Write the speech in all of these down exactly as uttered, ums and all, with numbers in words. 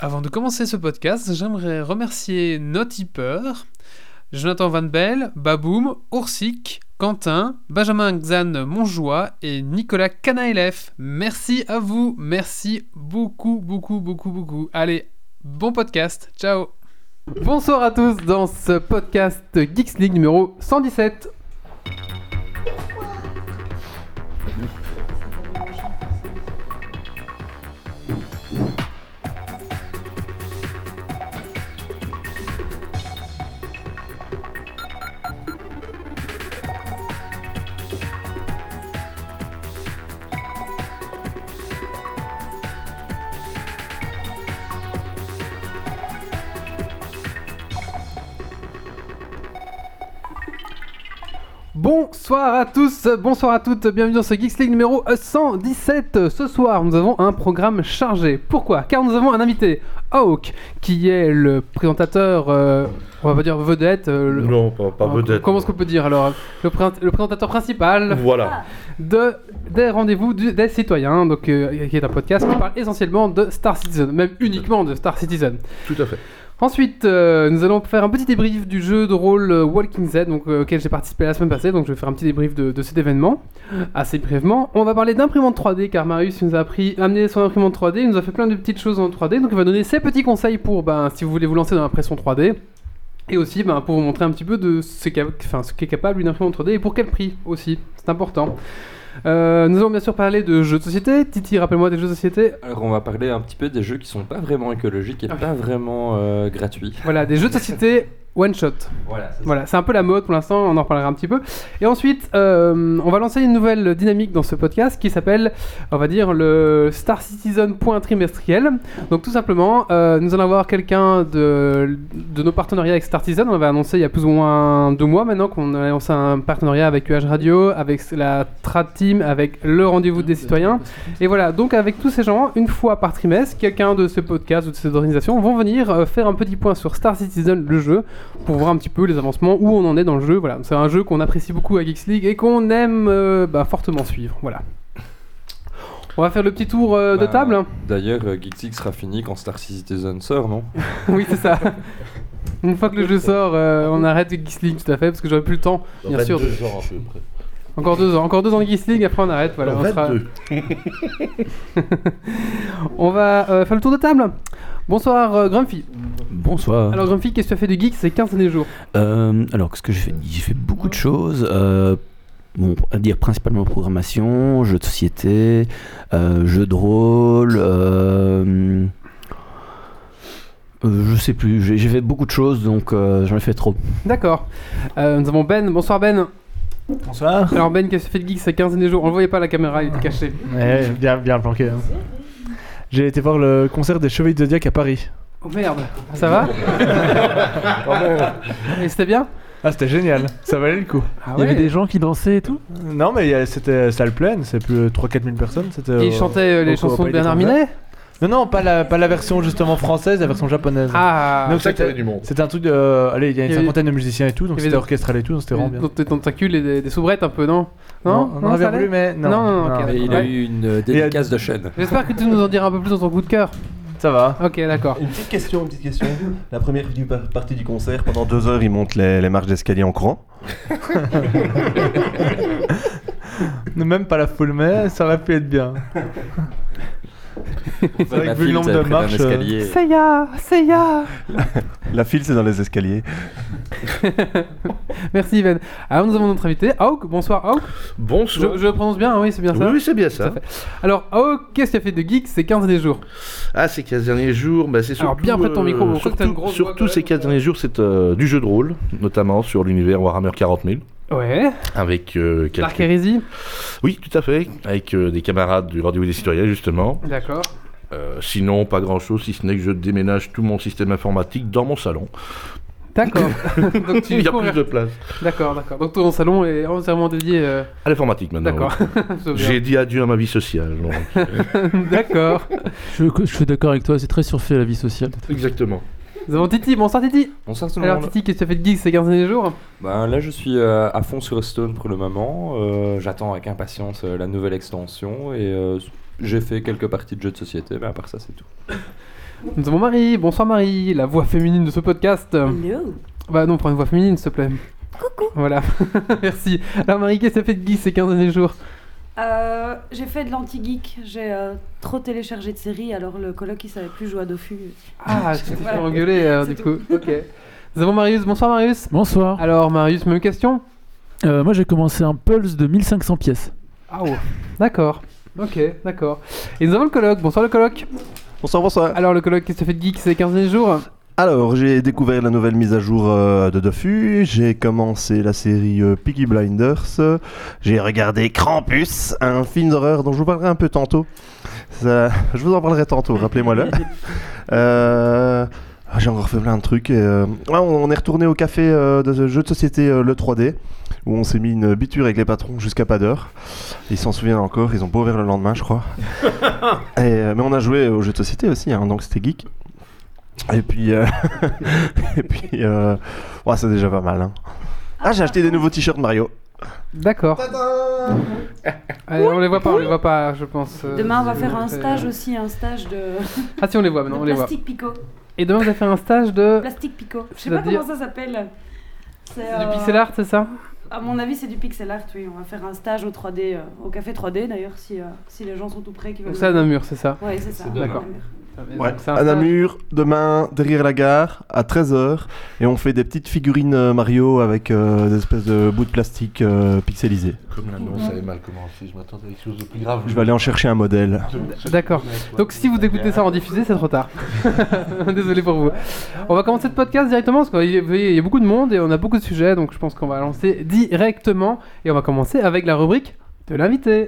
Avant de commencer ce podcast, j'aimerais remercier nos tipeurs, Jonathan Van Bell, Baboum, Oursik, Quentin, Benjamin Xan Monjoie et Nicolas Canaelef. Merci à vous, merci beaucoup, beaucoup, beaucoup, beaucoup. Allez, bon podcast, ciao. Bonsoir à tous dans ce podcast Geeks League numéro cent dix-sept. Bonsoir à tous, bonsoir à toutes, bienvenue dans ce Geeks League numéro cent dix-sept. Ce soir, nous avons un programme chargé. Pourquoi ? Car nous avons un invité, Hawk, qui est le présentateur, euh, on va pas dire vedette. Euh, le, non, pas, pas vedette. Euh, comment est-ce qu'on peut dire alors le, pré- le présentateur principal voilà. de, des rendez-vous du, des citoyens, donc, euh, qui est un podcast qui parle essentiellement de Star Citizen, même uniquement de Star Citizen. Tout à fait. Ensuite, euh, nous allons faire un petit débrief du jeu de rôle euh, Walking Dead, donc, euh, auquel j'ai participé la semaine passée, donc je vais faire un petit débrief de, de cet événement, assez brièvement. On va parler d'imprimante trois D, car Marius nous a appris, amené son imprimante trois D, il nous a fait plein de petites choses en trois D, donc il va donner ses petits conseils pour, ben, si vous voulez vous lancer dans l'impression trois D, et aussi ben, pour vous montrer un petit peu de ce qu'est, enfin, ce qu'est capable une imprimante trois D, et pour quel prix aussi, c'est important. Euh, nous allons bien sûr parler de jeux de société. Titi, rappelle-moi des jeux de société. Alors on va parler un petit peu des jeux qui sont pas vraiment écologiques et ah. pas vraiment euh, gratuits. Voilà, des jeux de société one shot. Voilà, c'est, voilà, c'est un peu la mode pour l'instant, on en reparlera un petit peu. Et ensuite, euh, on va lancer une nouvelle dynamique dans ce podcast qui s'appelle, on va dire, le Star Citizen point trimestriel. Donc tout simplement, euh, nous allons avoir quelqu'un de, de nos partenariats avec Star Citizen. On avait annoncé il y a plus ou moins deux mois maintenant qu'on a lancé un partenariat avec U H Radio, avec la Trad Team, avec le Rendez-vous des Citoyens. Et voilà, donc avec tous ces gens, une fois par trimestre, quelqu'un de ce podcast ou de ces organisations vont venir euh, faire un petit point sur Star Citizen, le jeu, pour voir un petit peu les avancements, où on en est dans le jeu. Voilà, c'est un jeu qu'on apprécie beaucoup à Geeks League et qu'on aime euh, bah, fortement suivre. Voilà. On va faire le petit tour euh, bah, de table. D'ailleurs, euh, Geeks League sera fini quand Star Citizen sort, non ? Oui, c'est ça. Une fois que le jeu sort, euh, on arrête Geeks League, tout à fait, parce que j'aurai plus le temps, bien sûr. deux ans à peu près. Encore deux ans, encore deux ans de Geeks League, après on arrête. Voilà, on, sera... on va euh, faire le tour de table. Bonsoir euh, Grumpy. Bonsoir. Alors Grumpy, qu'est-ce que tu as fait de geek ces quinze derniers jours ? euh, Alors, qu'est-ce que j'ai fait ? J'ai fait beaucoup de choses. Euh, bon, à dire principalement programmation, jeux de société, euh, jeux de rôle. Euh, euh, je sais plus. J'ai, j'ai fait beaucoup de choses, donc euh, j'en ai fait trop. D'accord. Euh, nous avons Ben. Bonsoir Ben. Bonsoir. Alors Ben, qu'est-ce que tu fais de geek ces quinze derniers jours ? On le voyait pas à la caméra, il était caché. Ouais, bien, bien planqué. Hein. J'ai été voir le concert des Chevaliers de Zodiac à Paris. Oh merde, ça va ? Et c'était bien ? Ah, c'était génial, ça valait le coup. Ah ouais. Il y avait des gens qui dansaient et tout ? Non, mais il y a, c'était salle pleine, c'est plus trois à quatre mille personnes. C'était, et ils chantaient euh, les chansons de Bernard Minet ? Non, non, pas la, pas la version justement française, la version japonaise. Ah, donc c'était, c'était, du monde. C'était un truc de. Euh, allez, il y a une cinquantaine de musiciens et tout, donc c'était orchestral et tout, donc c'était vraiment bien. Donc des tentacules et des, des soubrettes un peu, non ? Non, on en avait voulu, mais non. Non, non, non, okay, et il a eu une dédicace de chaîne. J'espère que tu nous en diras un peu plus dans ton coup de cœur. Ça va. Ok, d'accord. Une petite question, une petite question. La première du par- partie du concert, pendant deux heures, ils montent les, les marches d'escalier en courant. Même pas la foule, mais ça aurait pu être bien. C'est vrai que vu le nombre de marches. Euh... Seiya, Seiya. La, la file, c'est dans les escaliers. Merci Yvan. Alors nous avons notre invité, Hawk. Bonsoir Hawk. Bonsoir. Je, je le prononce bien, oui, c'est bien ça. Oui, oui c'est bien ça. Alors Hawk, qu'est-ce que tu as fait de geek ces quinze derniers jours ? Ah, ces quinze derniers jours, bah, c'est surtout... Alors bien près de ton micro, euh, surtout, surtout ces quinze derniers jours, c'est euh, du jeu de rôle, notamment sur l'univers Warhammer quarante mille. Ouais. Avec euh, quelques... Dark Heresy. Oui, tout à fait. Avec euh, des camarades du Rendez-vous des Citoyens, justement. D'accord. Euh, sinon, pas grand-chose, si ce n'est que je déménage tout mon système informatique dans mon salon. D'accord. Donc tu Il y a plus de place. D'accord, d'accord. Donc ton salon est entièrement dédié euh... à l'informatique maintenant. D'accord. Oui. J'ai dit adieu à ma vie sociale. D'accord. Je, je suis d'accord avec toi, c'est très surfait la vie sociale. Exactement. Nous avons Titi, bonsoir Titi. Bonsoir tout le Alors monde. Titi, qu'est-ce que tu as fait de geek ces quinze derniers jours ? Ben, là je suis euh, à fond sur Stone pour le moment, euh, j'attends avec impatience euh, la nouvelle extension et euh, j'ai fait quelques parties de jeux de société, mais à part ça c'est tout. Nous avons Marie. Bonsoir Marie, la voix féminine de ce podcast. Hello. Bah non, prends une voix féminine s'il te plaît. Coucou. Voilà, merci. Alors Marie, qu'est-ce que t'as fait de geek ces quinze derniers jours? Euh, j'ai fait de l'anti-geek. J'ai euh, trop téléchargé de séries, alors le coloc il savait plus jouer à Dofus. Ah, tu t'es fait Voilà. engueuler euh, C'est du tout. coup. Ok. Nous avons Marius. Bonsoir Marius. Bonsoir. Alors Marius, même question? Euh, moi j'ai commencé un Pulse de mille cinq cents pièces. Ah oh, d'accord. Ok, d'accord. Et nous avons le coloc. Bonsoir le coloc. Bonsoir, bonsoir. Alors le coloc, qu'est-ce que t'as fait de geek ces quinze derniers jours? Alors, j'ai découvert la nouvelle mise à jour euh, de Dofus, j'ai commencé la série euh, Peaky Blinders, j'ai regardé Krampus, un film d'horreur dont je vous parlerai un peu tantôt. Ça, je vous en parlerai tantôt, rappelez-moi-le. euh, ah, j'ai encore fait plein de trucs. Et, euh, ah, on, on est retourné au café euh, de ce jeu de société euh, le trois D, où on s'est mis une biture avec les patrons jusqu'à pas d'heure. Ils s'en souviennent encore, ils ont pas ouvert le lendemain, je crois. et, euh, mais on a joué au jeu de société aussi, hein, donc c'était geek. Et puis, euh... et puis, euh... ouais, c'est déjà pas mal. Hein. Ah, j'ai acheté des nouveaux t-shirts Mario. D'accord. Allez, on les voit pas, on les voit pas, je pense. euh, Demain on va je- faire un c'est- stage aussi, un stage de, Ah si, on les voit de maintenant, on les voit. plastique pico. Et demain, vous allez faire un stage de... Plastique pico. Je sais pas C'est-à-dire comment ça s'appelle. C'est C'est du euh, pixel art, c'est ça? À mon avis, c'est du pixel art, oui. On va faire un stage au trois D, euh, au café trois D d'ailleurs, si, euh, si les gens sont tout prêts qui veulent. Donc ça, à Namur, c'est ça? Ouais, c'est ça. C'est demain. D'accord. Ouais, Donc, c'est un à stage- Namur, demain, derrière la gare, à treize heures. Et on fait des petites figurines euh, Mario avec euh, des espèces de bouts de plastique euh, pixelisés. Comme l'annonce avait mal commencé, je m'attendais à quelque chose de plus grave. Je vais aller en chercher un modèle. D'accord. Donc si vous écoutez ça en diffusé, c'est trop tard. Désolé pour vous. On va commencer le podcast directement parce qu'il y a- il y a beaucoup de monde et on a beaucoup de sujets, donc je pense qu'on va lancer directement. Et on va commencer avec la rubrique de l'invité.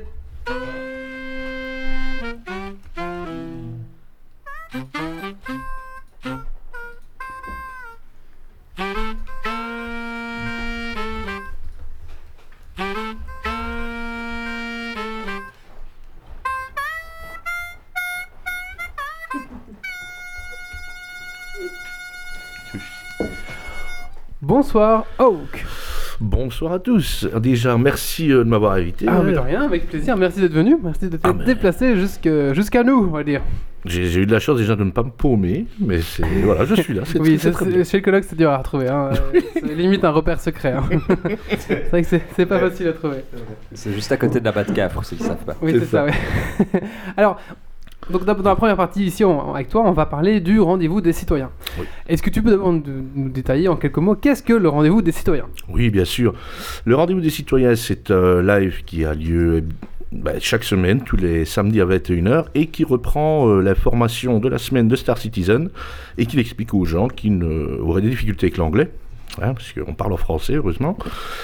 Bonsoir Oak. Bonsoir à tous. Déjà, merci euh, de m'avoir invité. Ah mais de rien, avec plaisir. Merci d'être venu. Merci de Ah, t'être mais- déplacé jusque- jusqu'à nous, on va dire. J'ai j'ai eu de la chance déjà de ne pas me paumer, mais c'est voilà, je suis là. C'est Oui, c'est c'est- très c'est- bien. chez le coloc c'est dur à retrouver. Hein. Euh, c'est limite un repère secret. Hein. C'est vrai que c'est- c'est pas facile à trouver. C'est juste à côté de la Batcave, pour ceux qui savent pas. Oui, C'est c'est ça, ouais. Alors, donc dans dans la première partie ici, on- avec toi, on va parler du rendez-vous des citoyens. Oui. Est-ce que tu peux d'abord nous nous détailler en quelques mots qu'est-ce que le rendez-vous des citoyens? Oui, bien sûr. Le rendez-vous des citoyens, c'est un live qui a lieu euh, bah, chaque semaine, tous les samedis à vingt et une heures, et qui reprend euh, la formation de la semaine de Star Citizen, et qui l'explique aux gens qui ne- auraient des difficultés avec l'anglais, hein, parce qu'on parle en français, heureusement.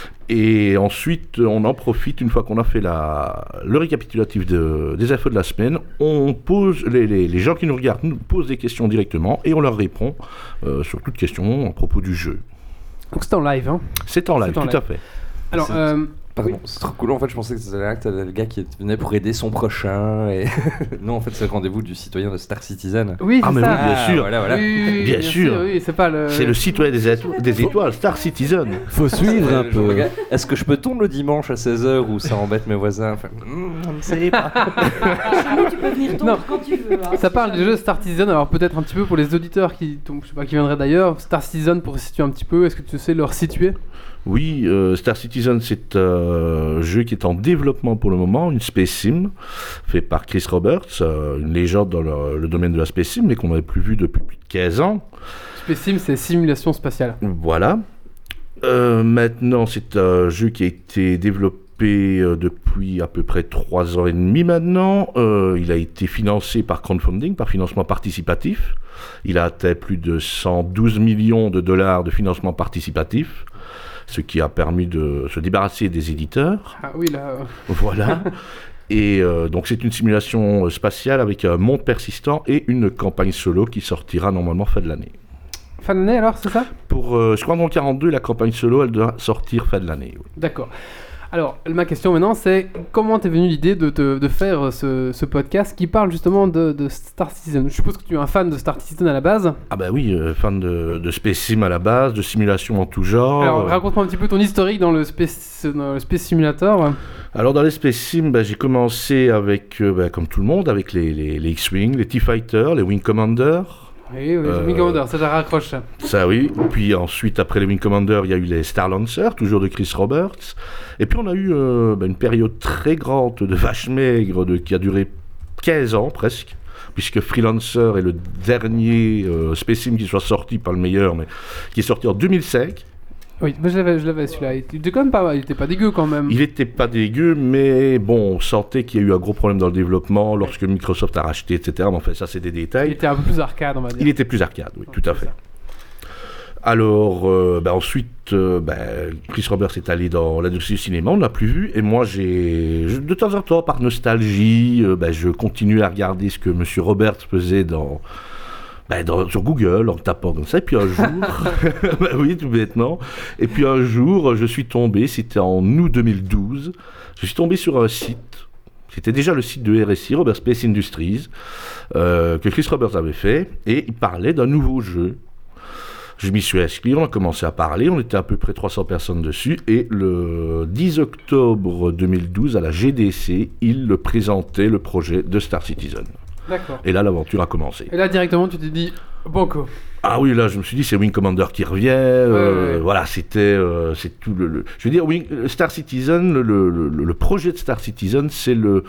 Et ensuite, on en profite, une fois qu'on a fait la, le récapitulatif de- des infos de la semaine, on pose, les, les- les gens qui nous regardent nous posent des questions directement, et on leur répond euh, sur toutes questions à propos du jeu. Donc c'est en live, hein. C'est en live, C'est en tout live. à fait. Alors, C'est- euh, Pardon, c'est trop cool. En fait, je pensais que c'était là que t'avais le gars qui venait pour aider son prochain. Et non, en fait, c'est le rendez-vous du citoyen de Star Citizen. oui, Ah, c'est mais ça. oui, bien sûr. Voilà, voilà. Oui, oui, oui, Bien sûr. Oui, c'est pas le. C'est le citoyen des, éto- des étoiles, Star Citizen. Faut suivre un Je peu. regarde, Est-ce que je peux tourner le dimanche à seize heures ou ça embête mes voisins? Enfin, hmm, on ne sait pas. Chez nous, tu peux venir tondre Non. quand tu veux. hein. Ça parle du jeu Star Citizen, alors peut-être un petit peu pour les auditeurs qui, donc, je sais pas, qui viendraient d'ailleurs. Star Citizen, pour situer un petit peu, est-ce que tu sais leur situer? Oui, euh, Star Citizen, c'est un jeu qui est en développement pour le moment, une Space Sim, fait par Chris Roberts, euh, une légende dans le, le domaine de la Space Sim, mais qu'on n'avait plus vu depuis plus de quinze ans. Space Sim, c'est simulation spatiale. Voilà. Euh, maintenant, c'est un jeu qui a été développé euh, depuis à peu près trois ans et demi maintenant. Euh, il a été financé par crowdfunding, par financement participatif. Il a atteint plus de cent douze millions de dollars de financement participatif, ce qui a permis de se débarrasser des éditeurs. Ah oui, là. euh, Voilà. Et euh, donc c'est une simulation euh, spatiale avec un monde persistant et une campagne solo qui sortira normalement fin de l'année. Fin d'année alors, c'est ça? Pour euh, Squadron quarante-deux, la campagne solo, elle doit sortir fin de l'année. Oui. D'accord. Alors, ma question maintenant, c'est comment t'es venue l'idée de, te- de faire ce, ce podcast qui parle justement de, de Star Citizen? Je suppose que tu es un fan de Star Citizen à la base. Ah bah oui, euh, fan de, de Space Sim à la base, de simulation en tout genre. Alors, Euh, raconte-moi un petit peu ton historique dans le Space, dans le Space Simulator. Alors dans les Space Sim, bah, j'ai commencé avec, euh, bah, comme tout le monde, avec les, les, les X-Wing, les T-Fighter, les Wing Commander. Oui, oui, Euh, Wing Commander, ça, ça raccroche. Ça oui. Puis ensuite, après les Wing Commander, il y a eu les Star Lancer, toujours de Chris Roberts. Et puis on a eu euh, bah, une période très grande de vache maigre de, qui a duré quinze ans presque. Puisque Freelancer est le dernier euh, Space Sim qui soit sorti, pas le meilleur, mais qui est sorti en deux mille cinq. Oui, moi je l'avais, je l'avais celui-là. Il était quand même pas mal, il était pas dégueu quand même. Il était pas dégueu, mais bon, on sentait qu'il y a eu un gros problème dans le développement lorsque Microsoft a racheté, et cetera. Mais enfin, ça, c'est des Il détails. était un peu plus arcade, on va dire. Il était plus arcade, oui, tout à c'est fait. ça. Alors, euh, bah, ensuite, euh, bah, Chris Roberts est allé dans l'industrie du cinéma, on ne l'a plus vu, et moi, j'ai, je- de temps en temps, par nostalgie, euh, bah, je continue à regarder ce que M. Roberts faisait dans, bah, dans- sur Google, en tapant comme ça, et puis un jour, bah oui, tout bêtement, et puis un jour, je suis tombé, c'était en août deux mille douze, je suis tombé sur un site. C'était déjà le site de R S I, Robert Space Industries, euh, que Chris Roberts avait fait, et il parlait d'un nouveau jeu. Je m'y suis inscrit, on a commencé à parler, on était à peu près trois cents personnes dessus, et le dix octobre deux mille douze, à la G D C, il le présentait, le projet de Star Citizen. D'accord. Et là, l'aventure a commencé. Et là, directement, tu t'es dit, banco. Ah oui, là, je me suis dit, c'est Wing Commander qui revient, euh, Ouais, ouais. voilà, c'était, euh, c'est tout le, le- Je veux dire, Wing, Star Citizen, le, le- le- le projet de Star Citizen, c'est le...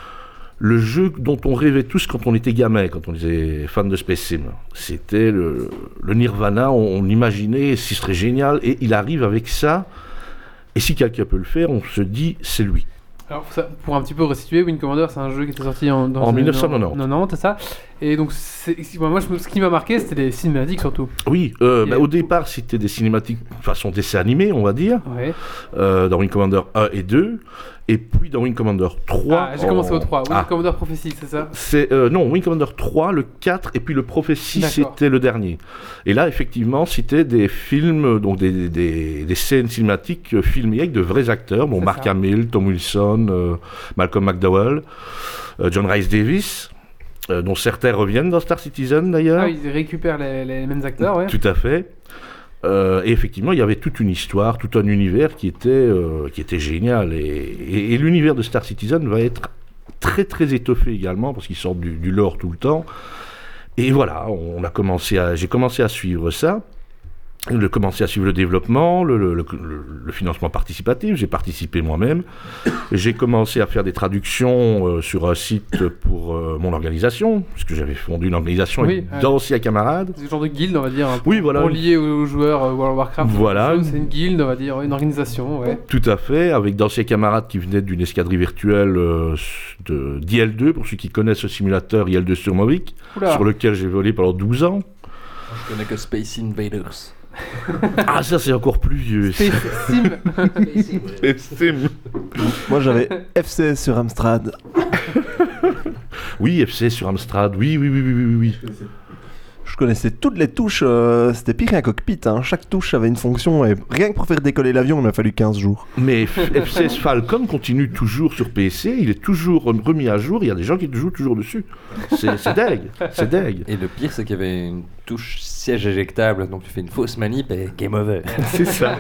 le jeu dont on rêvait tous quand on était gamin, quand on était fan de Space Sim. C'était le, le Nirvana, on, on imaginait ce serait génial, et il arrive avec ça, et si quelqu'un peut le faire, on se dit, c'est lui. Alors, ça, pour un petit peu restituer, Wing Commander, c'est un jeu qui était sorti en, dans En les- mille neuf cent quatre-vingt-dix. quatre-vingt-dix, c'est ça. Et donc, c'est, moi, je, me- ce qui m'a marqué, c'était les cinématiques surtout. Oui, euh, Et- bah, au départ, c'était des cinématiques façon dessin animé, on va dire, Ouais. euh, dans Wing Commander un et deux, et puis dans Wing Commander trois... Ah, j'ai commencé en- au trois. Wing Ah. Commander Prophecy, c'est ça? C'est, euh, non, Wing Commander trois, le quatre, et puis le Prophecy, D'accord. c'était le dernier. Et là, effectivement, c'était des films, donc des, des, des scènes cinématiques euh, filmées avec de vrais acteurs, bon, C'est Mark ça. Hamill, Tom Wilson, euh, Malcolm McDowell, euh, John Rhys Davis, euh, dont certains reviennent dans Star Citizen d'ailleurs. Ah, ils récupèrent les, les mêmes acteurs, ouais. Tout à fait. Euh, et effectivement, il y avait toute une histoire, tout un univers qui était, euh, qui était génial. Et, et- et l'univers de Star Citizen va être très très étoffé également, parce qu'ils sortent du, du lore tout le temps. Et voilà, on a commencé à, j'ai commencé à suivre ça. Le commencer à suivre le développement, le, le- le- le- le financement participatif, j'ai participé moi-même. J'ai commencé à faire des traductions euh, sur un site pour euh, mon organisation, puisque j'avais fondé une organisation Oui, avec ouais. d'anciens camarades. C'est le genre de guilde, on va dire. Pour, Oui, voilà. Pour lier aux, aux joueurs euh, World of Warcraft. Voilà. C'est une guilde, on va dire, une organisation, ouais. Tout à fait, avec d'anciens camarades qui venaient d'une escadrille virtuelle euh, de d'I L deux, pour ceux qui connaissent ce simulateur I L deux sur Mavic, Oula. sur lequel j'ai volé pendant douze ans. Je connais que Space Invaders. Ah, ça c'est encore plus vieux. Space Sim. Sim. Moi j'avais F C S sur Amstrad. Oui, F C sur Amstrad, oui, oui, oui, oui, oui, oui. Je connaissais toutes les touches, euh, c'était pire qu'un cockpit. Hein. Chaque touche avait une fonction et rien que pour faire décoller l'avion, il m'a fallu quinze jours. Mais F- F C S Falcon continue toujours sur P C, il est toujours remis à jour, il y a des gens qui jouent toujours dessus. C'est c'est dingue, c'est dingue. Et le pire, c'est qu'il y avait une touche siège éjectable, donc tu fais une fausse manip et game over. C'est ça.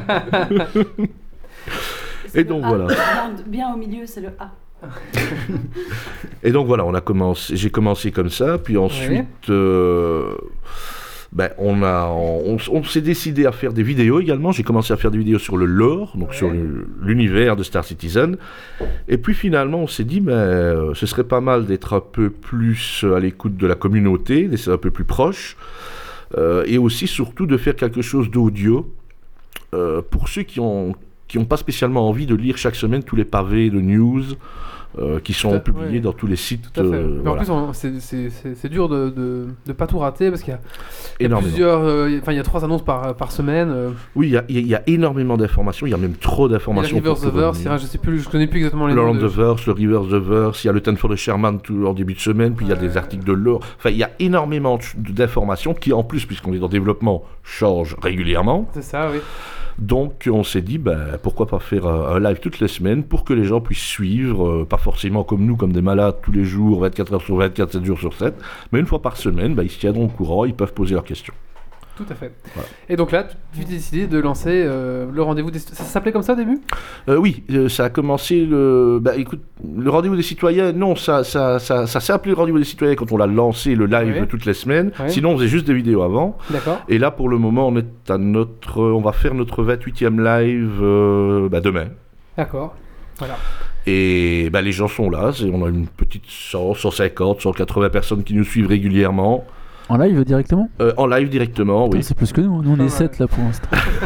C'est Et le donc, A. voilà. Bien- Bien au milieu, c'est le A. Et donc voilà, on a commencé, j'ai commencé comme ça, puis ensuite, euh, ben, on a, on, on s'est décidé à faire des vidéos également. J'ai commencé à faire des vidéos sur le lore, donc Ouais. sur le- l'univers de Star Citizen. Et puis finalement, on s'est dit, ben, euh, ce serait pas mal d'être un peu plus à l'écoute de la communauté, d'être un peu plus proche, euh, et aussi surtout de faire quelque chose d'audio euh, pour ceux qui ont qui n'ont pas spécialement envie de lire chaque semaine tous les pavés de news euh, qui sont à- publiés ouais. dans tous les sites. Tout à fait. euh, Mais voilà. en plus, on- c'est- c'est c'est- c'est dur de, de, de pas tout rater parce qu'il y a, il y a Énormément. plusieurs. euh, Enfin, il y a trois annonces par, par semaine. euh, Oui, il y a- il y, a- il y a énormément d'informations, il y a même trop Il y a d'informations. Rivers pour of tout Verse, retenir. je sais plus, je connais plus exactement les Le noms. Land de- of Verse, le Rivers of Verse, il y a le Tenford de Sherman tout en début de semaine, puis il y a Ouais. des articles de lore. Enfin, il y a énormément de- d'informations qui, en plus, puisqu'on est dans le développement, changent régulièrement. C'est ça, oui. Donc on s'est dit, bah, pourquoi pas faire un, un live toutes les semaines pour que les gens puissent suivre, euh, pas forcément comme nous, comme des malades tous les jours, vingt-quatre heures sur vingt-quatre, sept jours sur sept, mais une fois par semaine, bah, ils se tiendront au courant, ils peuvent poser leurs questions. Tout à fait. Voilà. Et donc là, tu as décidé de lancer euh, le rendez-vous des... Ça s'appelait comme ça au début? Euh, oui, euh, ça a commencé le. Bah, écoute, le rendez-vous des citoyens, non, ça, ça, ça, ça s'est appelé le rendez-vous des citoyens quand on l'a lancé, le live Oui. toutes les semaines. Oui. Sinon, on faisait juste des vidéos avant. D'accord. Et là, pour le moment, on est à notre. On va faire notre vingt-huitième live euh, bah, demain. D'accord. Voilà. Et bah, les gens sont là. C'est- on a une petite cent, cent cinquante, cent quatre-vingts personnes qui nous suivent régulièrement. En live directement Euh, en live directement, Putain, oui. c'est plus que nous. Nous, on Pas est mal. sept là pour l'instant.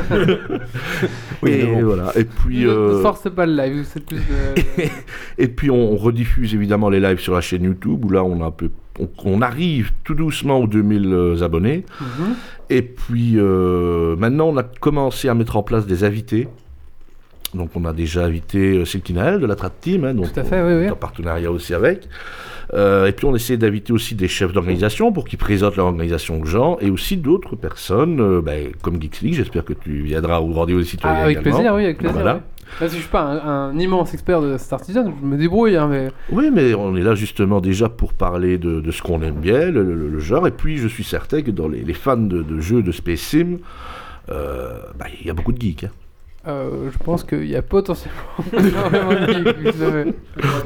et mais bon. voilà. Et puis. Ne, ne euh, force pas le live, c'est plus de... Et puis on, on rediffuse évidemment les lives sur la chaîne YouTube où là on a un peu, on, on arrive tout doucement aux deux mille euh, abonnés. Mhm. Et puis euh, maintenant on a commencé à mettre en place des invités. Donc on a déjà invité euh, Silky Nael de la Trad Team, hein, donc Tout à fait, oui, oui. en partenariat aussi avec. Euh, et puis on essaie d'inviter aussi des chefs d'organisation pour qu'ils présentent leur organisation aux gens et aussi d'autres personnes, euh, ben, comme Geeks League. J'espère que tu viendras au rendez-vous des citoyens. Ah, avec également. plaisir, oui, avec plaisir. Voilà. oui. Là, je suis pas un, un immense expert de Star Citizen, je me débrouille, hein, mais... Oui, mais on est là justement déjà pour parler de, de ce qu'on aime bien, le, le- le genre. Et puis je suis certain que dans les, les fans de, de jeux de Space Sim, euh, bah, il y a beaucoup de geeks. Hein. Euh, je pense qu'il y a potentiellement énormément de geeks, tout à fait.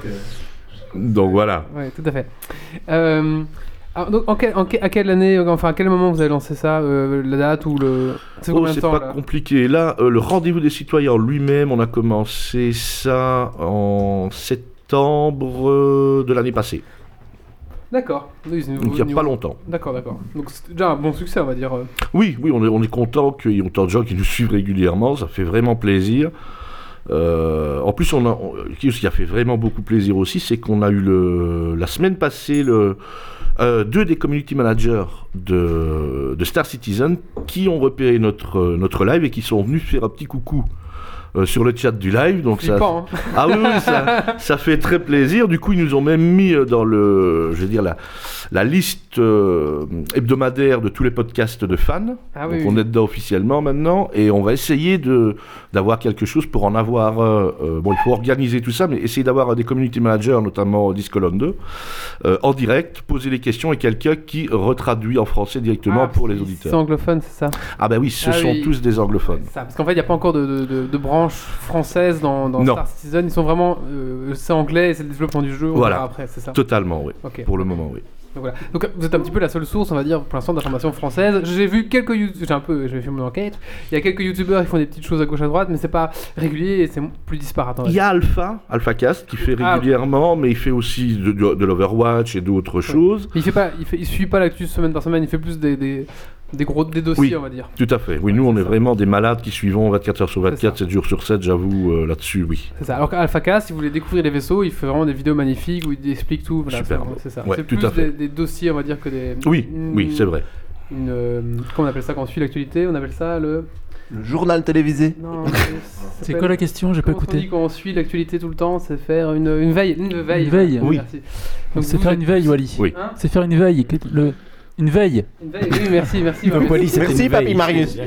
Donc voilà. Ouais, tout à fait. Euh, alors, donc, en quel- en quel- à quelle année, enfin à quel moment vous avez lancé ça, euh, la date ou le... C'est Oh, combien de c'est temps pas là compliqué. Là, euh, le rendez-vous des citoyens en lui-même, on a commencé ça en septembre euh, de l'année passée. D'accord. Oui, c'est Donc nouveau- il n'y a nouveau. pas longtemps. D'accord, d'accord. Donc c'est déjà un bon succès, on va dire. euh. Oui, oui, on est, on est content qu'il y ait autant de gens qui nous suivent régulièrement. Ça fait vraiment plaisir. Euh, en plus, on a, on- ce qui a fait vraiment beaucoup plaisir aussi, c'est qu'on a eu le, la semaine passée le, euh, deux des community managers de, de Star Citizen qui ont repéré notre, notre live et qui sont venus faire un petit coucou euh, sur le chat du live. Donc ça, Flippant, hein. ah oui, oui, ça, ça fait très plaisir. Du coup, ils nous ont même mis euh, dans le, je veux dire, la, la liste euh, hebdomadaire de tous les podcasts de fans. Ah oui, Donc oui. on est dedans officiellement maintenant et on va essayer de d'avoir quelque chose pour en avoir. euh, euh, bon, il faut organiser tout ça, mais essayer d'avoir euh, des community managers, notamment Discolon deux, euh, en direct, poser les questions et quelqu'un qui retraduit en français directement Ah, pour les c'est- auditeurs. C'est anglophone, c'est ça. Ah bah oui, ce Ah sont oui. tous des anglophones. Ça, parce qu'en fait, il n'y a pas encore de, de, de- de branche française dans, dans Non. Star Citizen. Ils sont vraiment. euh, c'est anglais et c'est le développement du jeu. On Voilà. verra après, c'est ça. Totalement, oui. Ok. Pour le moment, oui. Donc, voilà. Donc vous êtes un petit peu la seule source, on va dire, pour l'instant, d'informations françaises. J'ai vu quelques youtubeurs, j'ai un peu, j'ai fait mon enquête. Il y a quelques youtubeurs qui font des petites choses à gauche à droite, mais c'est pas régulier et c'est plus disparate. on va Il y dire. a Alpha, AlphaCast, qui fait Ah. régulièrement, mais il fait aussi de, de- de l'Overwatch et d'autres choses. Il fait pas, il fait, il suit pas l'actu semaine par semaine. Il fait plus des, des, des gros, des dossiers, Oui. on va dire. Tout à fait. Oui, nous, on est vraiment des malades qui suivons vingt-quatre heures sur C'est vingt-quatre, ça. sept jours sur sept, j'avoue, euh, là-dessus, oui. C'est ça. Alors qu'AlphaCast, si vous voulez découvrir les vaisseaux, il fait vraiment des vidéos magnifiques où il explique tout. Voilà, Superbe. c'est- c'est ça. Ouais, c'est tout plus à fait. Des, des dossiers, on va dire, que des. Oui, une- oui, c'est vrai. Une, euh, comment on appelle ça quand on suit l'actualité? On appelle ça le. Le journal télévisé. Non. C'est quoi la question? J'ai pas Comment on dit écouté. quand on suit l'actualité tout le temps? C'est faire une, une veille. Une veille. Une veille. Oui. Merci. Donc c'est vous faire êtes- une veille, Wally. Oui. Hein C'est faire une veille. que- Le... Une veille. Une veille. Oui, merci, merci. Donc, Marius. Wally, c'était Merci une Papy veille. Marius.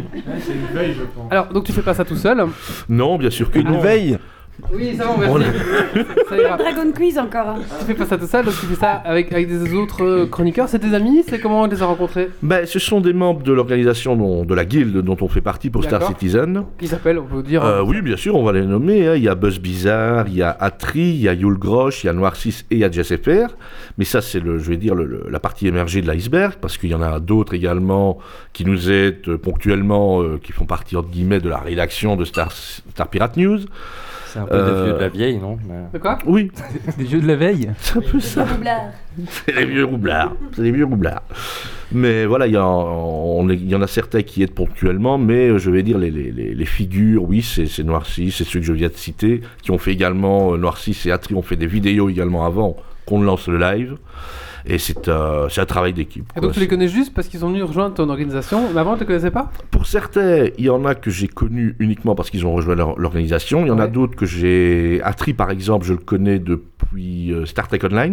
Alors, donc tu fais pas ça tout seul? Non, bien sûr que Une non. veille. Oui, ça va, merci. Ça ira. Dragon Quiz encore. hein. Tu fais pas ça tout seul, donc tu fais ça avec, avec des autres euh, chroniqueurs. C'est tes amis? C'est comment on les a rencontrés? Ben, ce sont des membres de l'organisation, dont- de la guilde dont on fait partie pour Star D'accord. Citizen. Qui s'appellent, on peut dire. Euh, oui, bien sûr, on va les nommer. hein. Il y a Buzz Bizarre, il y a Atri, il y a Yule Grosh, il y a Noir six et il y a Jess F R. Mais ça, c'est le, je vais dire, le- le- la partie émergée de l'iceberg, parce qu'il y en a d'autres également qui nous aident euh, ponctuellement, euh, qui font partie, entre guillemets, de la rédaction de Star, Star Pirate News. C'est un peu Euh, des vieux de la vieille, non Mais- De quoi? Oui, Des jeux de la veille. c'est un peu ça. Roublard. C'est les vieux roublards. C'est les vieux roublards. Mais voilà, il y, a- on est- il y en a certains qui aident ponctuellement, mais euh, je vais dire les, les, les, les figures, oui, c'est c'est Noir six, c'est ceux que je viens de citer, qui ont fait également, euh, Noir six et Atri ont fait des vidéos également avant qu'on lance le live. Et c'est euh, c'est un travail d'équipe. Et donc quoi. tu les connais juste parce qu'ils sont venus rejoindre ton organisation, mais avant tu les connaissais pas? Pour certains, il y en a que j'ai connus uniquement parce qu'ils ont rejoint leur- l'organisation. Il y en a Ouais. d'autres que j'ai... Atri, par exemple, je le connais depuis euh, Star Trek Online.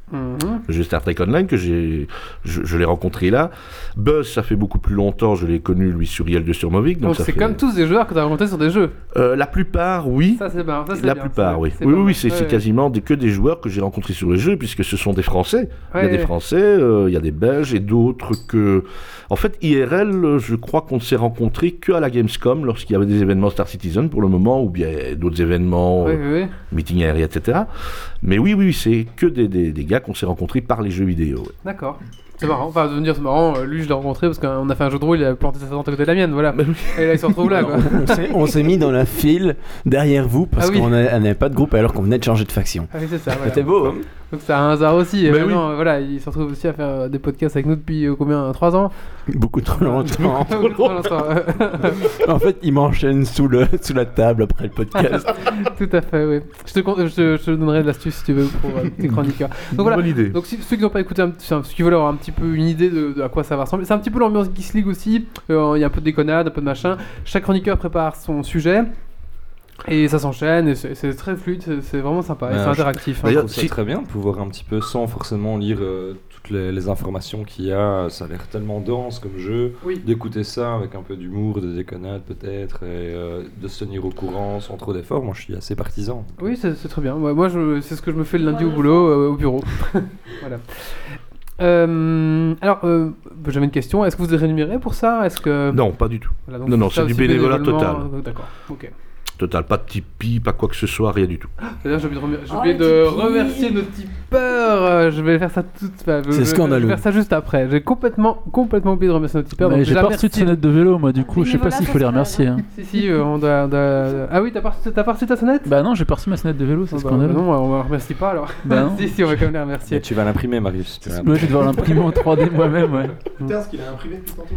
Mhm. Le jeu Star Trek Online, que j'ai, je, je l'ai rencontré là. Buzz, ça fait beaucoup plus longtemps, je l'ai connu lui sur I L deux sur Mavic. Donc, Donc ça c'est fait... comme tous des joueurs que tu as rencontrés sur des jeux. Euh, la plupart, oui. Ça c'est bien. Ça, c'est La bien, plupart, c'est- oui. c'est Oui, pas oui, mal. c'est, Ouais, c'est ouais. quasiment des, que des joueurs que j'ai rencontrés sur les jeux, puisque ce sont des Français. Il y a Ouais, des ouais. Français, euh, il y a des Belges et d'autres que... En fait, I R L, je crois qu'on ne s'est rencontrés qu'à la Gamescom, lorsqu'il y avait des événements Star Citizen pour le moment, ou bien d'autres événements, Oui, euh, oui, oui. meeting aérien, et cetera. Mais oui, oui, c'est que des, des, des gars qu'on s'est rencontrés par les jeux vidéo. ouais. D'accord. C'est marrant. Enfin, de me dire c'est marrant. euh, Lui, je l'ai rencontré parce qu'on a fait un jeu de rôle, il a planté sa tente à côté de la mienne, voilà. Mais oui. Et là, il se retrouve là, quoi. on s'est- on s'est mis dans la file derrière vous parce Ah oui. qu'on a- on n'avait pas de groupe alors qu'on venait de changer de faction. Ah oui, c'est ça. Voilà. C'était beau, hein. Donc c'est un hasard aussi. Et Mais maintenant, euh, voilà, il se retrouve aussi à faire euh, des podcasts avec nous depuis euh, combien trois ans. Beaucoup trop longtemps. Trop longtemps. En fait, il m'enchaîne sous, le, sous la table après le podcast. Tout à fait, oui. Je te, con- je te, je te donnerai de l'astuce si tu veux pour euh, tes chroniqueurs. Donc voilà. Bonne idée. Donc si, ceux qui n'ont pas écouté, un petit- enfin, ceux qui veulent avoir un petit peu une idée de, de à quoi ça va ressembler, c'est un petit peu l'ambiance Geeks League aussi. Euh, Il y a un peu de déconnade, un peu de machin. Chaque chroniqueur prépare son sujet. Et ça s'enchaîne, et c'est c'est très fluide, c'est- c'est vraiment sympa, et Ouais, c'est je- interactif. hein. Je D'ailleurs, trouve ça si- très bien de pouvoir un petit peu, sans forcément lire euh, toutes les, les informations qu'il y a, ça a l'air tellement dense comme jeu, Oui. d'écouter ça avec un peu d'humour, de déconnade peut-être, et euh, de se tenir au courant sans trop d'efforts. Moi je suis assez partisan. Oui, c'est c'est très bien. Ouais, moi, je- c'est ce que je me fais le lundi au boulot, euh, au bureau. Voilà. Euh, alors, euh, j'avais une question. Est-ce que vous êtes rémunéré pour ça? Est-ce que Non, pas du tout. Voilà, donc Non, non, ça c'est du aussi bénévolat bénévolement, total. euh, D'accord. Ok. Total, pas de Tipeee, pas quoi que ce soit, rien du tout. D'ailleurs, j'ai oublié de, remer- j'ai Oh, oublié le de Tipeee. remercier nos tipeurs. Euh, Je vais faire ça tout. enfin, je- C'est je- scandaleux. Je vais faire ça juste après. J'ai complètement, complètement oublié de remercier nos tipeurs. Mais donc j'ai déjà, pas reçu de merci. sonnette de vélo, moi, du coup, je sais pas Bénévolat, s'il ça faut les se remercier. hein. Si, si, euh, on doit, on doit- Ah oui, t'as pas, reçu- t'as pas reçu ta sonnette? Bah non, j'ai pas reçu ma sonnette de vélo, c'est Oh, bah, scandaleux. bah non, on ne remercie pas alors. Bah non. si, si, on va quand même les remercier. Mais tu vas l'imprimer, Marius. tu vas Moi, je vais devoir l'imprimer en trois D moi-même, ouais. Putain, ce qu'il a imprimé depuis tantôt.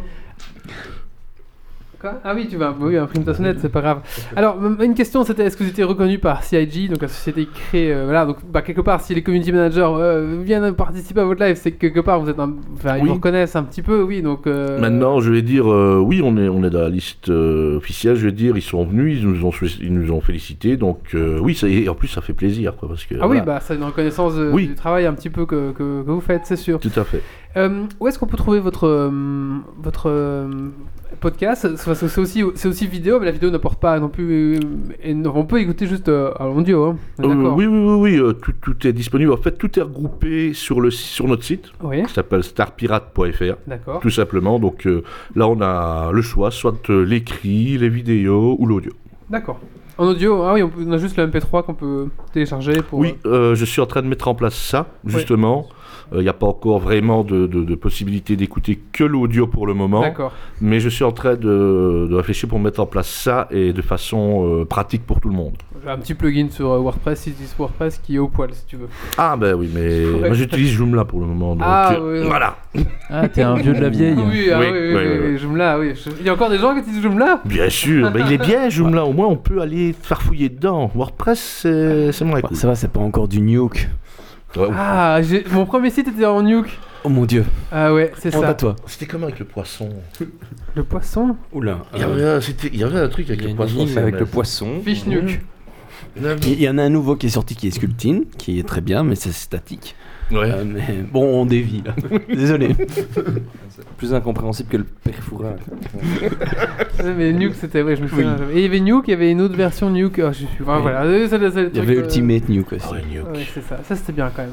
Quoi? Ah oui, tu vas oui, imprime ta sonnette, c'est pas grave. Alors, m- une question, c'était est-ce que vous étiez reconnu par C I G, donc la société qui crée. euh, voilà, donc bah, quelque part, si les community managers euh, viennent participer à votre live, c'est que quelque part vous êtes un. Enfin, ils Oui. vous reconnaissent un petit peu, oui, donc. euh, Maintenant, je vais dire, euh, oui, on est, on est dans la liste euh, officielle, je vais dire, ils sont venus, ils nous ont, ils nous ont félicités, donc euh, oui, ça, et en plus ça fait plaisir, quoi, parce que... Ah oui, voilà. bah c'est une reconnaissance euh, Oui. du travail un petit peu que, que, que vous faites, c'est sûr. Tout à fait. Euh, où est-ce qu'on peut trouver votre, euh, votre euh, podcast? C'est parce que c'est aussi, c'est aussi vidéo, mais la vidéo ne porte pas non plus. euh, et on peut écouter juste euh, en audio, hein. Euh, D'accord. oui, oui, oui, oui, euh, tout, tout est disponible, en fait, tout est regroupé sur, le, sur notre site, Oui, qui s'appelle star pirate point f r. d'accord. Tout simplement, donc euh, là on a le choix, soit euh, l'écrit, les vidéos ou l'audio. D'accord. En audio, ah oui, on, peut- on a juste le M P trois qu'on peut télécharger pour. Oui, euh, je suis en train de mettre en place ça, justement. Il n'y a pas encore vraiment de, de, de possibilité d'écouter que l'audio pour le moment, D'accord. mais je suis en train de, de réfléchir pour mettre en place ça et de façon euh, pratique pour tout le monde. J'ai un petit plugin sur euh, WordPress, six dix WordPress qui est au poil si tu veux. Ah ben oui, mais Ouais. moi j'utilise Joomla pour le moment, donc Ah, euh, oui, oui. voilà. Ah, t'es un vieux de la vieille. Ah oui, ah Oui, oui, oui, oui, oui, oui, oui, Joomla, oui. Je- Il y a encore des gens qui utilisent Joomla? Bien sûr, ben, il est bien Joomla, au moins on peut aller farfouiller dedans. WordPress, c'est c'est moins Bah, cool. ça va, c'est pas encore du nuke. Ouais, Ah, j'ai- mon premier site était en Nuke. Oh mon dieu. Ah ouais, c'est Honte ça. à toi. C'était comment avec le poisson? Le poisson? Oula. Il y avait un, c'était- il y avait un truc Il avec y a le une poisson. énigme c'est avec un- le poisson. Fish Nuke. Il y en a un nouveau qui est sorti qui est Sculptine, qui est très bien, mais c'est statique. Ouais. Euh, mais bon, on dévie là. Désolé. C'est plus incompréhensible que le perfora. Ouais, mais Nuke c'était, ouais, je me souviens. Et il y avait Nuke, il y avait une autre version Nuke. Ah, je suis. Enfin, Oui. voilà, euh, c'est le- c'est le Il y truc, avait euh, Ultimate Nuke aussi. Ah ouais, Nuke. Ouais, c'est ça. Ça c'était bien quand même.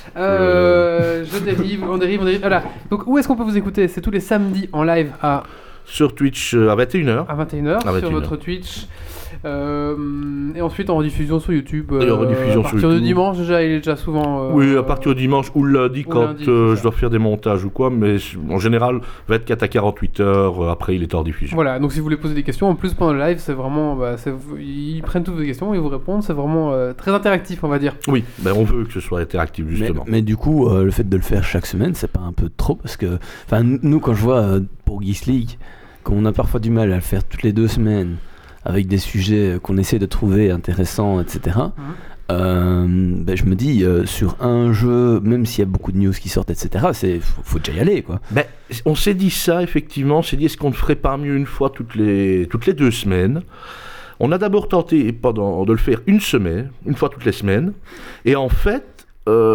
Euh, Je dérive, on dérive, on dérive. Voilà. Donc où est-ce qu'on peut vous écouter? C'est tous les samedis en live à, Sur Twitch euh, à vingt et une heures. à vingt et une heures À vingt et sur une heures. votre Twitch. Euh, et ensuite en rediffusion sur YouTube. Et en rediffusion à sur partir de YouTube. dimanche déjà, il est déjà souvent. euh, Oui, à partir du dimanche ou le lundi ou quand lundi, euh, c'est je ça. dois faire des montages ou quoi, mais en général vingt-quatre à quarante-huit heures euh, après il est hors diffusion. Voilà, donc si vous voulez poser des questions, en plus pendant le live, c'est vraiment. Bah, c'est- ils prennent toutes vos questions, ils vous répondent, c'est vraiment euh, très interactif, on va dire. Oui, ben on veut que ce soit interactif Mais, justement. mais du coup, euh, le fait de le faire chaque semaine, c'est pas un peu trop parce que, enfin, n- nous quand je vois euh, pour Geeks League, qu'on a parfois du mal à le faire toutes les deux semaines avec des sujets euh, qu'on essaie de trouver intéressants, et cetera. Mhm. euh, ben, je me dis euh, sur un jeu, même s'il y a beaucoup de news qui sortent, et cetera. C'est faut, faut déjà y aller quoi. Ben, on s'est dit ça effectivement, on s'est dit est-ce qu'on ne ferait pas mieux une fois toutes les, toutes les deux semaines. On a d'abord tenté pendant, de le faire une semaine, une fois toutes les semaines, et en fait, euh,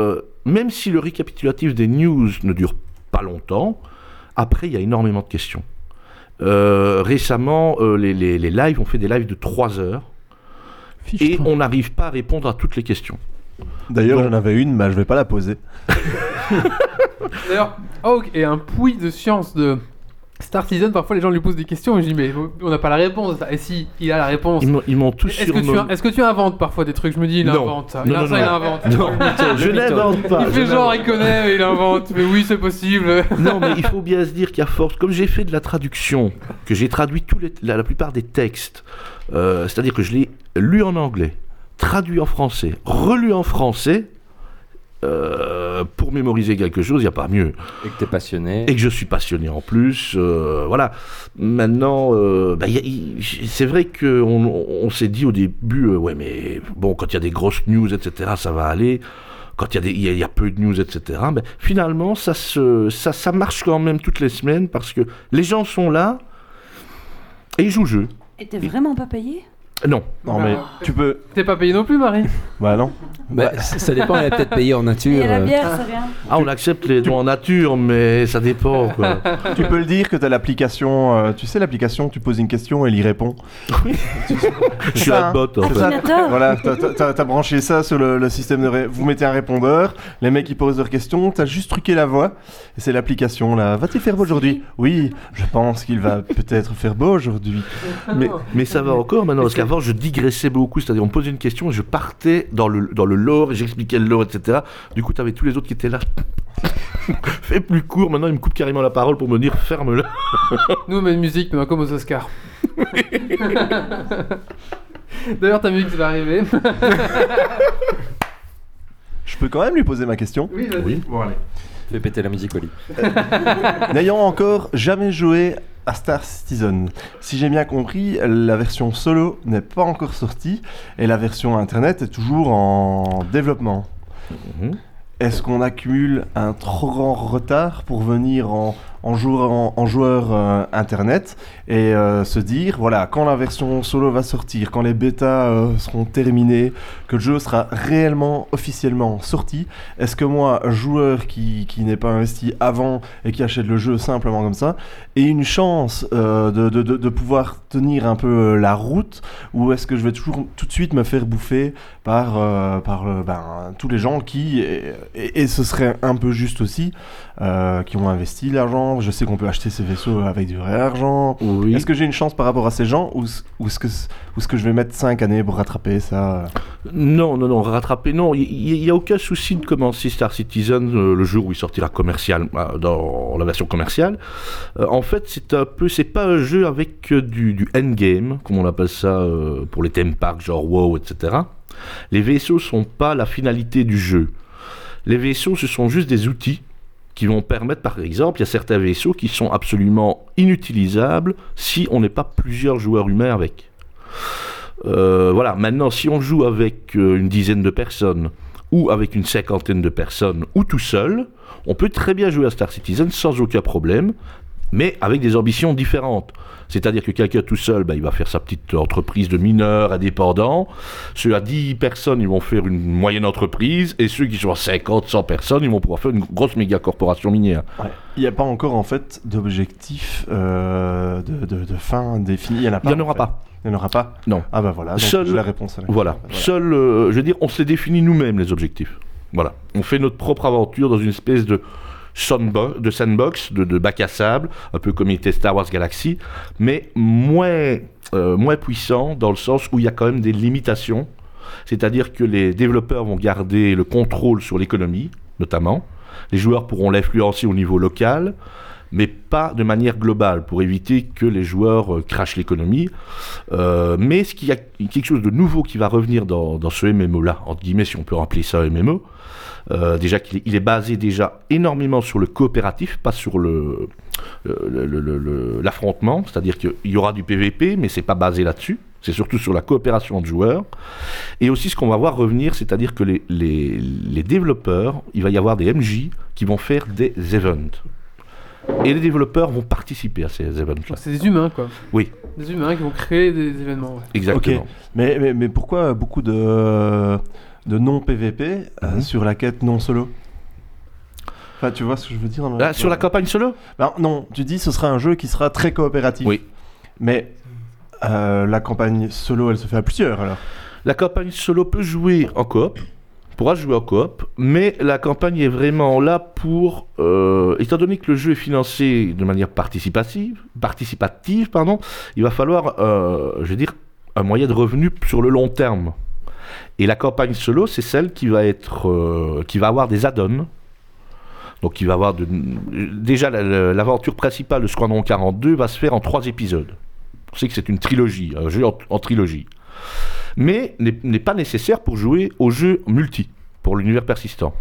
même si le récapitulatif des news ne dure pas longtemps, après, il y a énormément de questions. Euh, récemment, euh, les, les, les lives, on fait des lives de trois heures et on n'arrive pas à répondre à toutes les questions. D'ailleurs, Bon. j'en avais une, mais je vais pas la poser. D'ailleurs, Hawk est un puits de science de Star Citizen. Parfois, les gens lui posent des questions et je dis, mais on n'a pas la réponse. Et si, il a la réponse. Ils m'ont, ils m'ont tous Est-ce que, tu, surnommé. est-ce que tu inventes parfois des trucs? Je me dis, il Non. invente ça. Non, il, non, ça, non. il invente. Non, je n'invente pas. Il je fait genre, n'invente il connaît, mais il invente. Mais oui, c'est possible. Non, mais il faut bien se dire qu'à force, comme j'ai fait de la traduction, que j'ai traduit tous les, la, la plupart des textes, euh, c'est-à-dire que je l'ai lu en anglais, traduit en français, relu en français, euh, pour mémoriser quelque chose, il n'y a pas mieux. Et que t'es passionné. Et que je suis passionné en plus, euh, voilà. Maintenant, euh, bah, y a, y, c'est vrai qu'on on, on s'est dit au début, euh, ouais, mais bon, quand il y a des grosses news, et cetera, ça va aller. Quand il y, y, y a peu de news, et cetera, ben, finalement, ça, se, ça, ça marche quand même toutes les semaines parce que les gens sont là et ils jouent le jeu. Et t'es vraiment pas payé? Non. Non, mais tu peux. T'es pas payé non plus, Marie? Bah non. Bah, ça ça dépend, elle est peut-être payée en Et nature. la euh. bière, c'est rien. Ah, on accepte les dons en nature, mais ça dépend, quoi. Tu peux le dire que tu as l'application, euh, tu sais l'application, tu poses une question et il y répond. Je suis la bot, en fait. Akinator. Voilà, t'as- t'as t'as- t'as branché ça sur le, le système de... Ré... Vous mettez un répondeur, les mecs ils posent leurs questions, t'as juste truqué la voix, et c'est l'application là. Va-t-il faire beau aujourd'hui? Oui, je pense qu'il va peut-être faire beau aujourd'hui. Mais, mais ça va encore maintenant, parce qu'avant je digressais beaucoup, c'est-à-dire on me posait une question et je partais dans le, dans le lore et j'expliquais le lore, et cetera. Du coup, tu avais tous les autres qui étaient là. Fais plus court, maintenant il me coupe carrément la parole pour me dire ferme-le. Nous, on met une musique, mais comme aux Oscars. D'ailleurs, ta musique, va arriver. Je peux quand même lui poser ma question? Oui, vas-y. Oui. Bon, allez. Fais péter la musique, Oli. N'ayant encore jamais joué à Star Citizen, si j'ai bien compris, la version solo n'est pas encore sortie et la version internet est toujours en développement. Mhm. Est-ce qu'on accumule un trop grand retard pour venir en, en joueur, en, en joueur euh, internet et euh, se dire, voilà, quand la version solo va sortir, quand les bêtas euh, seront terminées, que le jeu sera réellement, officiellement sorti, est-ce que moi, joueur qui, qui n'est pas investi avant et qui achète le jeu simplement comme ça, ai une chance euh, de, de, de, de pouvoir tenir un peu euh, la route, ou est-ce que je vais toujours tout de suite me faire bouffer par, euh, par euh, ben, tous les gens qui, et, et, et ce serait un peu juste aussi, euh, qui ont investi l'argent. Je sais qu'on peut acheter ces vaisseaux avec du vrai argent. Oui. Est-ce que j'ai une chance par rapport à ces gens, ou, ou est-ce que, ou est-ce que je vais mettre cinq années pour rattraper ça? Non, non, non, rattraper, non, il n'y a aucun souci de commencer Star Citizen euh, le jour où il sortira commercial, euh, dans la version commerciale. Euh, en fait, c'est un peu, c'est pas un jeu avec euh, du, du endgame, comme on appelle ça euh, pour les theme parks, genre WoW, et cetera. Les vaisseaux sont pas la finalité du jeu. Les vaisseaux, ce sont juste des outils qui vont permettre, par exemple, il y a certains vaisseaux qui sont absolument inutilisables si on n'est pas plusieurs joueurs humains avec. Euh, voilà, maintenant, si on joue avec euh, une dizaine de personnes, ou avec une cinquantaine de personnes, ou tout seul, on peut très bien jouer à Star Citizen sans aucun problème, mais avec des ambitions différentes. C'est-à-dire que quelqu'un tout seul, ben, il va faire sa petite entreprise de mineur indépendant. Ceux à dix personnes, ils vont faire une moyenne entreprise. Et ceux qui sont à cinquante, cent personnes, ils vont pouvoir faire une grosse méga corporation minière. Ouais. Il n'y a pas encore en fait d'objectif euh, de, de, de fin défini. Il n'y en a pas. Il n'y en aura fait. pas. Il n'y en aura pas. Non. Ah bah voilà, donc Seul- j'ai la réponse à la Voilà. question. Seul, euh, je veux dire, on se les définit nous-mêmes, les objectifs. Voilà. On fait notre propre aventure dans une espèce de sandbox, de, sandbox, de, de bac à sable, un peu comme il était Star Wars Galaxy, mais moins, euh, moins puissant dans le sens où il y a quand même des limitations. C'est-à-dire que les développeurs vont garder le contrôle sur l'économie, notamment. Les joueurs pourront l'influencer au niveau local, mais pas de manière globale, pour éviter que les joueurs euh, crachent l'économie. Euh, mais ce qu'il y a quelque chose de nouveau qui va revenir dans, dans ce M M O-là, entre guillemets, si on peut appeler ça un M M O, euh, déjà qu'il est, il est basé déjà énormément sur le coopératif, pas sur le, le, le, le, le, l'affrontement, c'est-à-dire qu'il y aura du P V P, mais c'est pas basé là-dessus. C'est surtout sur la coopération de joueurs. Et aussi ce qu'on va voir revenir, c'est-à-dire que les, les, les développeurs, il va y avoir des M J qui vont faire des events. Et les développeurs vont participer à ces events-là. C'est des humains, quoi. Oui. Des humains qui vont créer des événements. Ouais. Exactement. Ok. Mais, mais, mais pourquoi beaucoup de, de non-P V P euh, Mhm. sur la quête non solo? Enfin, tu vois ce que je veux dire dans le- Là, sur la campagne solo? Ben, non, tu dis ce sera un jeu qui sera très coopératif. Oui. Mais euh, la campagne solo, elle se fait à plusieurs alors. La campagne solo peut jouer en coop, pourra jouer en coop, mais la campagne est vraiment là pour, euh, étant donné que le jeu est financé de manière participative, participative pardon, il va falloir, euh, je veux dire, un moyen de revenu sur le long terme. Et la campagne solo, c'est celle qui va être, euh, qui va avoir des add-ons. Donc il va avoir de, déjà la- la- l'aventure principale de Squadron quarante-deux va se faire en trois épisodes. On sait que c'est une trilogie, un jeu en, en trilogie. Mais n'est, n'est pas nécessaire pour jouer au jeu multi, pour l'univers persistant.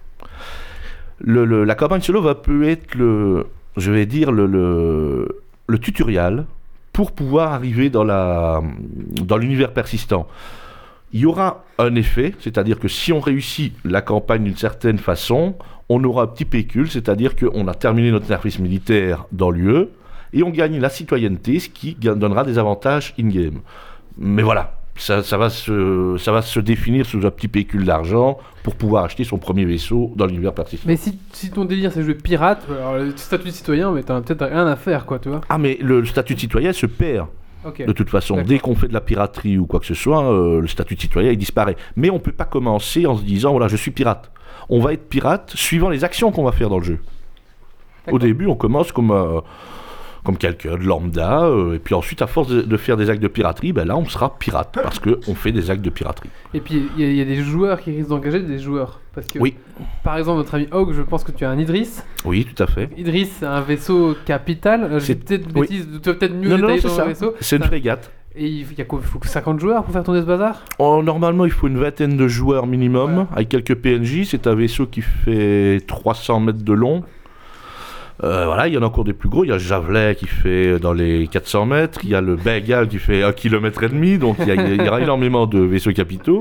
Le, le- la campagne solo va peut être le, je vais dire le, le, le tutoriel pour pouvoir arriver dans, la, dans l'univers persistant. Il y aura un effet, c'est-à-dire que si on réussit la campagne d'une certaine façon, on aura un petit pécule, c'est-à-dire qu'on a terminé notre service militaire dans l'U E et on gagne la citoyenneté, ce qui ga- donnera des avantages in-game. Mais voilà, ça, ça, va se, ça va se définir sous un petit pécule d'argent pour pouvoir acheter son premier vaisseau dans l'univers persistant. Mais si, si ton délire c'est jouer pirate, alors le statut de citoyen, mais t'as peut-être rien à faire, quoi, tu vois. Ah mais le, le statut de citoyen se perd. Ok. De toute façon, D'accord. dès qu'on fait de la piraterie ou quoi que ce soit, euh, le statut de citoyen il disparaît. Mais on ne peut pas commencer en se disant voilà, je suis pirate. On va être pirate suivant les actions qu'on va faire dans le jeu. Au D'accord. début, on commence comme, euh, comme quelqu'un de lambda, euh, et puis ensuite, à force de, de faire des actes de piraterie, ben là, on sera pirate parce qu'on fait des actes de piraterie. Et puis il y, a- il y a des joueurs qui risquent d'engager des joueurs. Parce que, Oui. par exemple, notre ami Hog, je pense que tu as un Idriss. Oui, tout à fait. Idriss, c'est un vaisseau capital. Euh, J'ai C'est- peut-être oui. bêtise, tu vas peut-être mieux Non, non, détailler c'est ton ça. vaisseau. C'est une Ça- frégate. Et il faut, il y a quoi, il faut que cinquante joueurs pour faire tourner ce bazar. Oh, normalement, il faut une vingtaine de joueurs minimum, Ouais. avec quelques P N J. C'est un vaisseau qui fait trois cents mètres de long. Euh, voilà, il y en a encore des plus gros. Il y a le Javelin qui fait dans les quatre cents mètres. Il y a le Bengal qui fait un kilomètre et demi. Donc, il y, a- il y aura énormément de vaisseaux capitaux.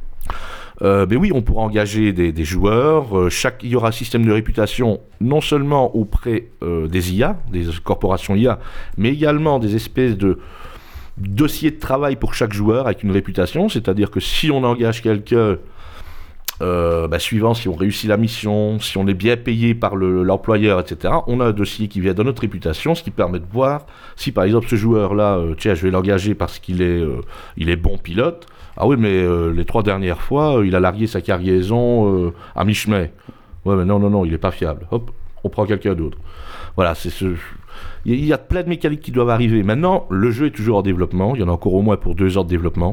Euh, mais oui, on pourra engager des, des joueurs. Euh, chaque, il y aura un système de réputation non seulement auprès euh, des I A, des corporations I A, mais également des espèces de dossiers de travail pour chaque joueur avec une réputation. C'est-à-dire que si on engage quelqu'un, euh, bah, suivant si on réussit la mission, si on est bien payé par le- l'employeur, et cetera, on a un dossier qui vient de notre réputation, ce qui permet de voir si par exemple ce joueur-là, euh, tiens, je vais l'engager parce qu'il est, euh, il est bon pilote. Ah oui, mais euh, les trois dernières fois, euh, il a largué sa cargaison euh, à mi-chemin. Ouais, mais non, non, non, il n'est pas fiable. Hop, on prend quelqu'un d'autre. Voilà, c'est ce... Il y a- il y a plein de mécaniques qui doivent arriver. Maintenant, le jeu est toujours en développement. Il y en a encore au moins pour deux ans de développement.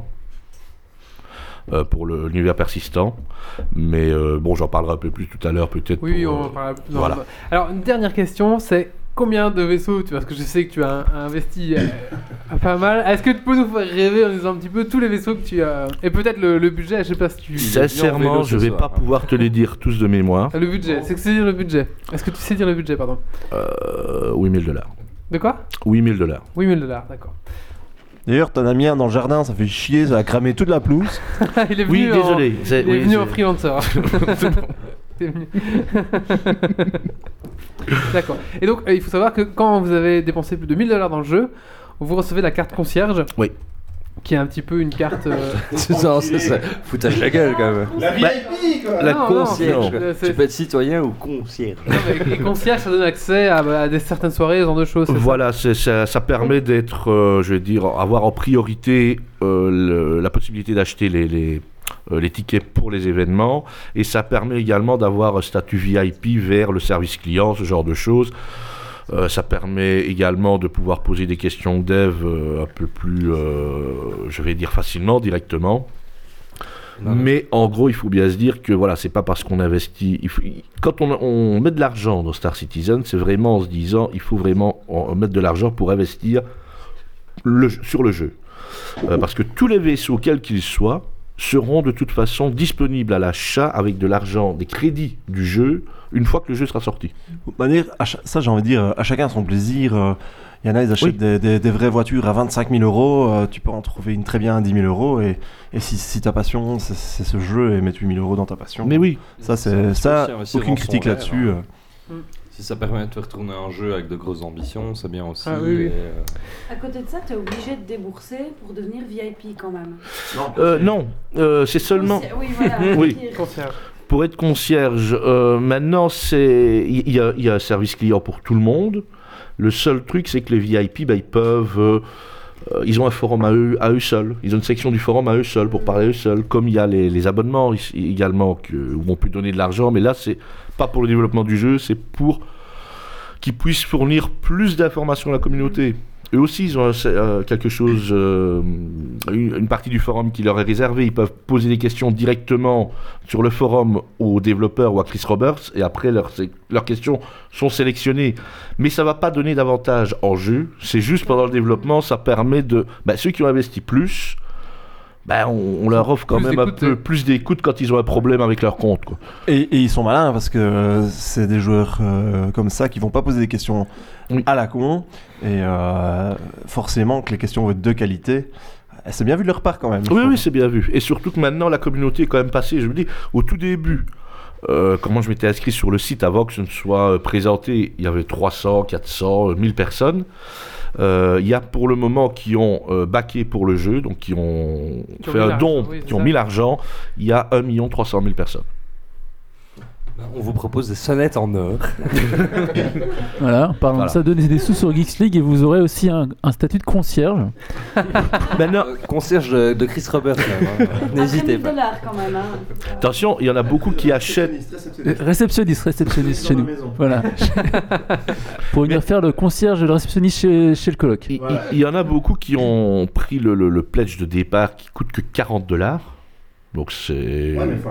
Euh, pour le- l'univers persistant. Mais euh, bon, j'en parlerai un peu plus tout à l'heure, peut-être. Oui, pour, on euh, en parlera plus. voilà. Non, alors, une dernière question, c'est combien de vaisseaux tu... Parce que je sais que tu as un- investi euh, pas mal. Est-ce que tu peux nous faire rêver en disant un petit peu tous les vaisseaux que tu as... Et peut-être le, le budget, je sais pas si tu... Il est venu en Sincèrement, vélo je ce vais soir, pas hein. pouvoir te les dire tous de mémoire. Ah, le budget, c'est que c'est dire le budget. Est-ce que tu sais dire le budget, pardon? Euh, huit mille dollars. De quoi? huit mille dollars. huit mille dollars, d'accord. D'ailleurs, t'en as mis un dans le jardin, ça fait chier, ça a cramé toute la pelouse. Il est venu Oui, en... désolé. c'est- Il est oui, venu c'est- en freelancer. T'es venu. D'accord. Et donc, euh, il faut savoir que quand vous avez dépensé plus de mille dollars dans le jeu, vous recevez la carte concierge. Oui. Qui est un petit peu une carte. euh, C'est ça, c'est ça. Foutage de la gueule quand même. La V I P quoi. La non, non, concierge. c'est- quoi. c'est- Tu peux être citoyen ou concierge. Non, mais- et concierge, ça donne accès à, à des certaines soirées, ce genre de choses. c'est ça Voilà, c'est- ça, ça permet d'être, euh, je vais dire, avoir en priorité euh, le- la possibilité d'acheter les, les, euh, les tickets pour les événements, et ça permet également d'avoir un statut V I P vers le service client, ce genre de choses. Euh, ça permet également de pouvoir poser des questions dev euh, un peu plus, euh, je vais dire facilement, directement. Non, non. Mais en gros, il faut bien se dire que voilà, c'est pas parce qu'on investit. Il faut- il- quand on, on met de l'argent dans Star Citizen, c'est vraiment en se disant il faut vraiment en- mettre de l'argent pour investir le, sur le jeu. Euh, parce que tous les vaisseaux, quels qu'ils soient, seront de toute façon disponibles à l'achat avec de l'argent, des crédits du jeu, une fois que le jeu sera sorti. De toute manière, à cha- ça j'ai envie de dire, à chacun son plaisir. euh, Il y en a, ils achètent Oui. des, des- des vraies voitures à vingt-cinq mille euros, euh, tu peux en trouver une très bien à dix mille euros, et, et si, si ta passion c'est c'est ce jeu, et mettre huit mille euros dans ta passion, Mais oui, ça Ça, c'est tu ça, peux aussi investir aucune dans son critique verre, là-dessus. hein. euh. Si ça permet de faire tourner un jeu avec de grosses ambitions, c'est bien aussi. Ah oui, oui. et, euh, À côté de ça, t'es obligé de débourser pour devenir V I P quand même. Euh, non, euh, c'est seulement. Conci- Oui, voilà. Oui. Pire. Concierge. Pour être concierge, euh, maintenant, c'est il y, a- il y a un service client pour tout le monde. Le seul truc, c'est que les V I P, bah, ils peuvent... euh, euh, ils ont un forum à eux, à eux seuls. Ils ont une section du forum à eux seuls pour parler à eux seuls. Comme il y a les, les abonnements ici, également que, où on peut donner de l'argent, mais là, c'est pas pour le développement du jeu, c'est pour qu'ils puissent fournir plus d'informations à la communauté. Eux aussi, ils ont euh, quelque chose, euh, une, une partie du forum qui leur est réservée. Ils peuvent poser des questions directement sur le forum aux développeurs ou à Chris Roberts, et après leurs, leurs questions sont sélectionnées. Mais ça ne va pas donner d'avantage en jeu. C'est juste pendant le développement, ça permet de... Bah, ceux qui ont investi plus, bah, on, on leur offre quand Plus même un d'écoute, peu euh. plus d'écoute quand ils ont un problème avec leur compte, quoi. Et, et ils sont malins parce que euh, c'est des joueurs euh, comme ça qui vont pas poser des questions Oui. à la con. Et euh, forcément que les questions vont être de qualité. C'est bien vu de leur part quand même. Oui, oui, c'est bien vu. Et surtout que maintenant, la communauté est quand même passée. Je me dis, au tout début, euh, comment je m'étais inscrit sur le site avant que ce ne soit euh, présenté, il y avait trois cents, quatre cents, mille personnes. Euh, Il y a pour le moment qui ont euh, backé pour le jeu, donc qui ont Qui ont fait mis un l'argent, don, oui, c'est qui ont ça. mis l'argent. Il y a un million trois cent mille personnes. On vous propose des sonnettes en or. Voilà, parlons Voilà. de ça, donnez des sous sur Geeks League et vous aurez aussi un, un statut de concierge. Maintenant, Euh, concierge de, de Chris Roberts, quand même, hein. N'hésitez Après pas. mille dollars quand même. Hein. attention, il y en a beaucoup qui achètent. Euh, Réceptionniste, réceptionniste chez nous. Voilà. Pour venir faire le concierge et le réceptionniste chez, chez le coloc. Il, il- il y en a beaucoup qui ont pris le, le- le pledge de départ qui coûte que quarante dollars. Donc c'est.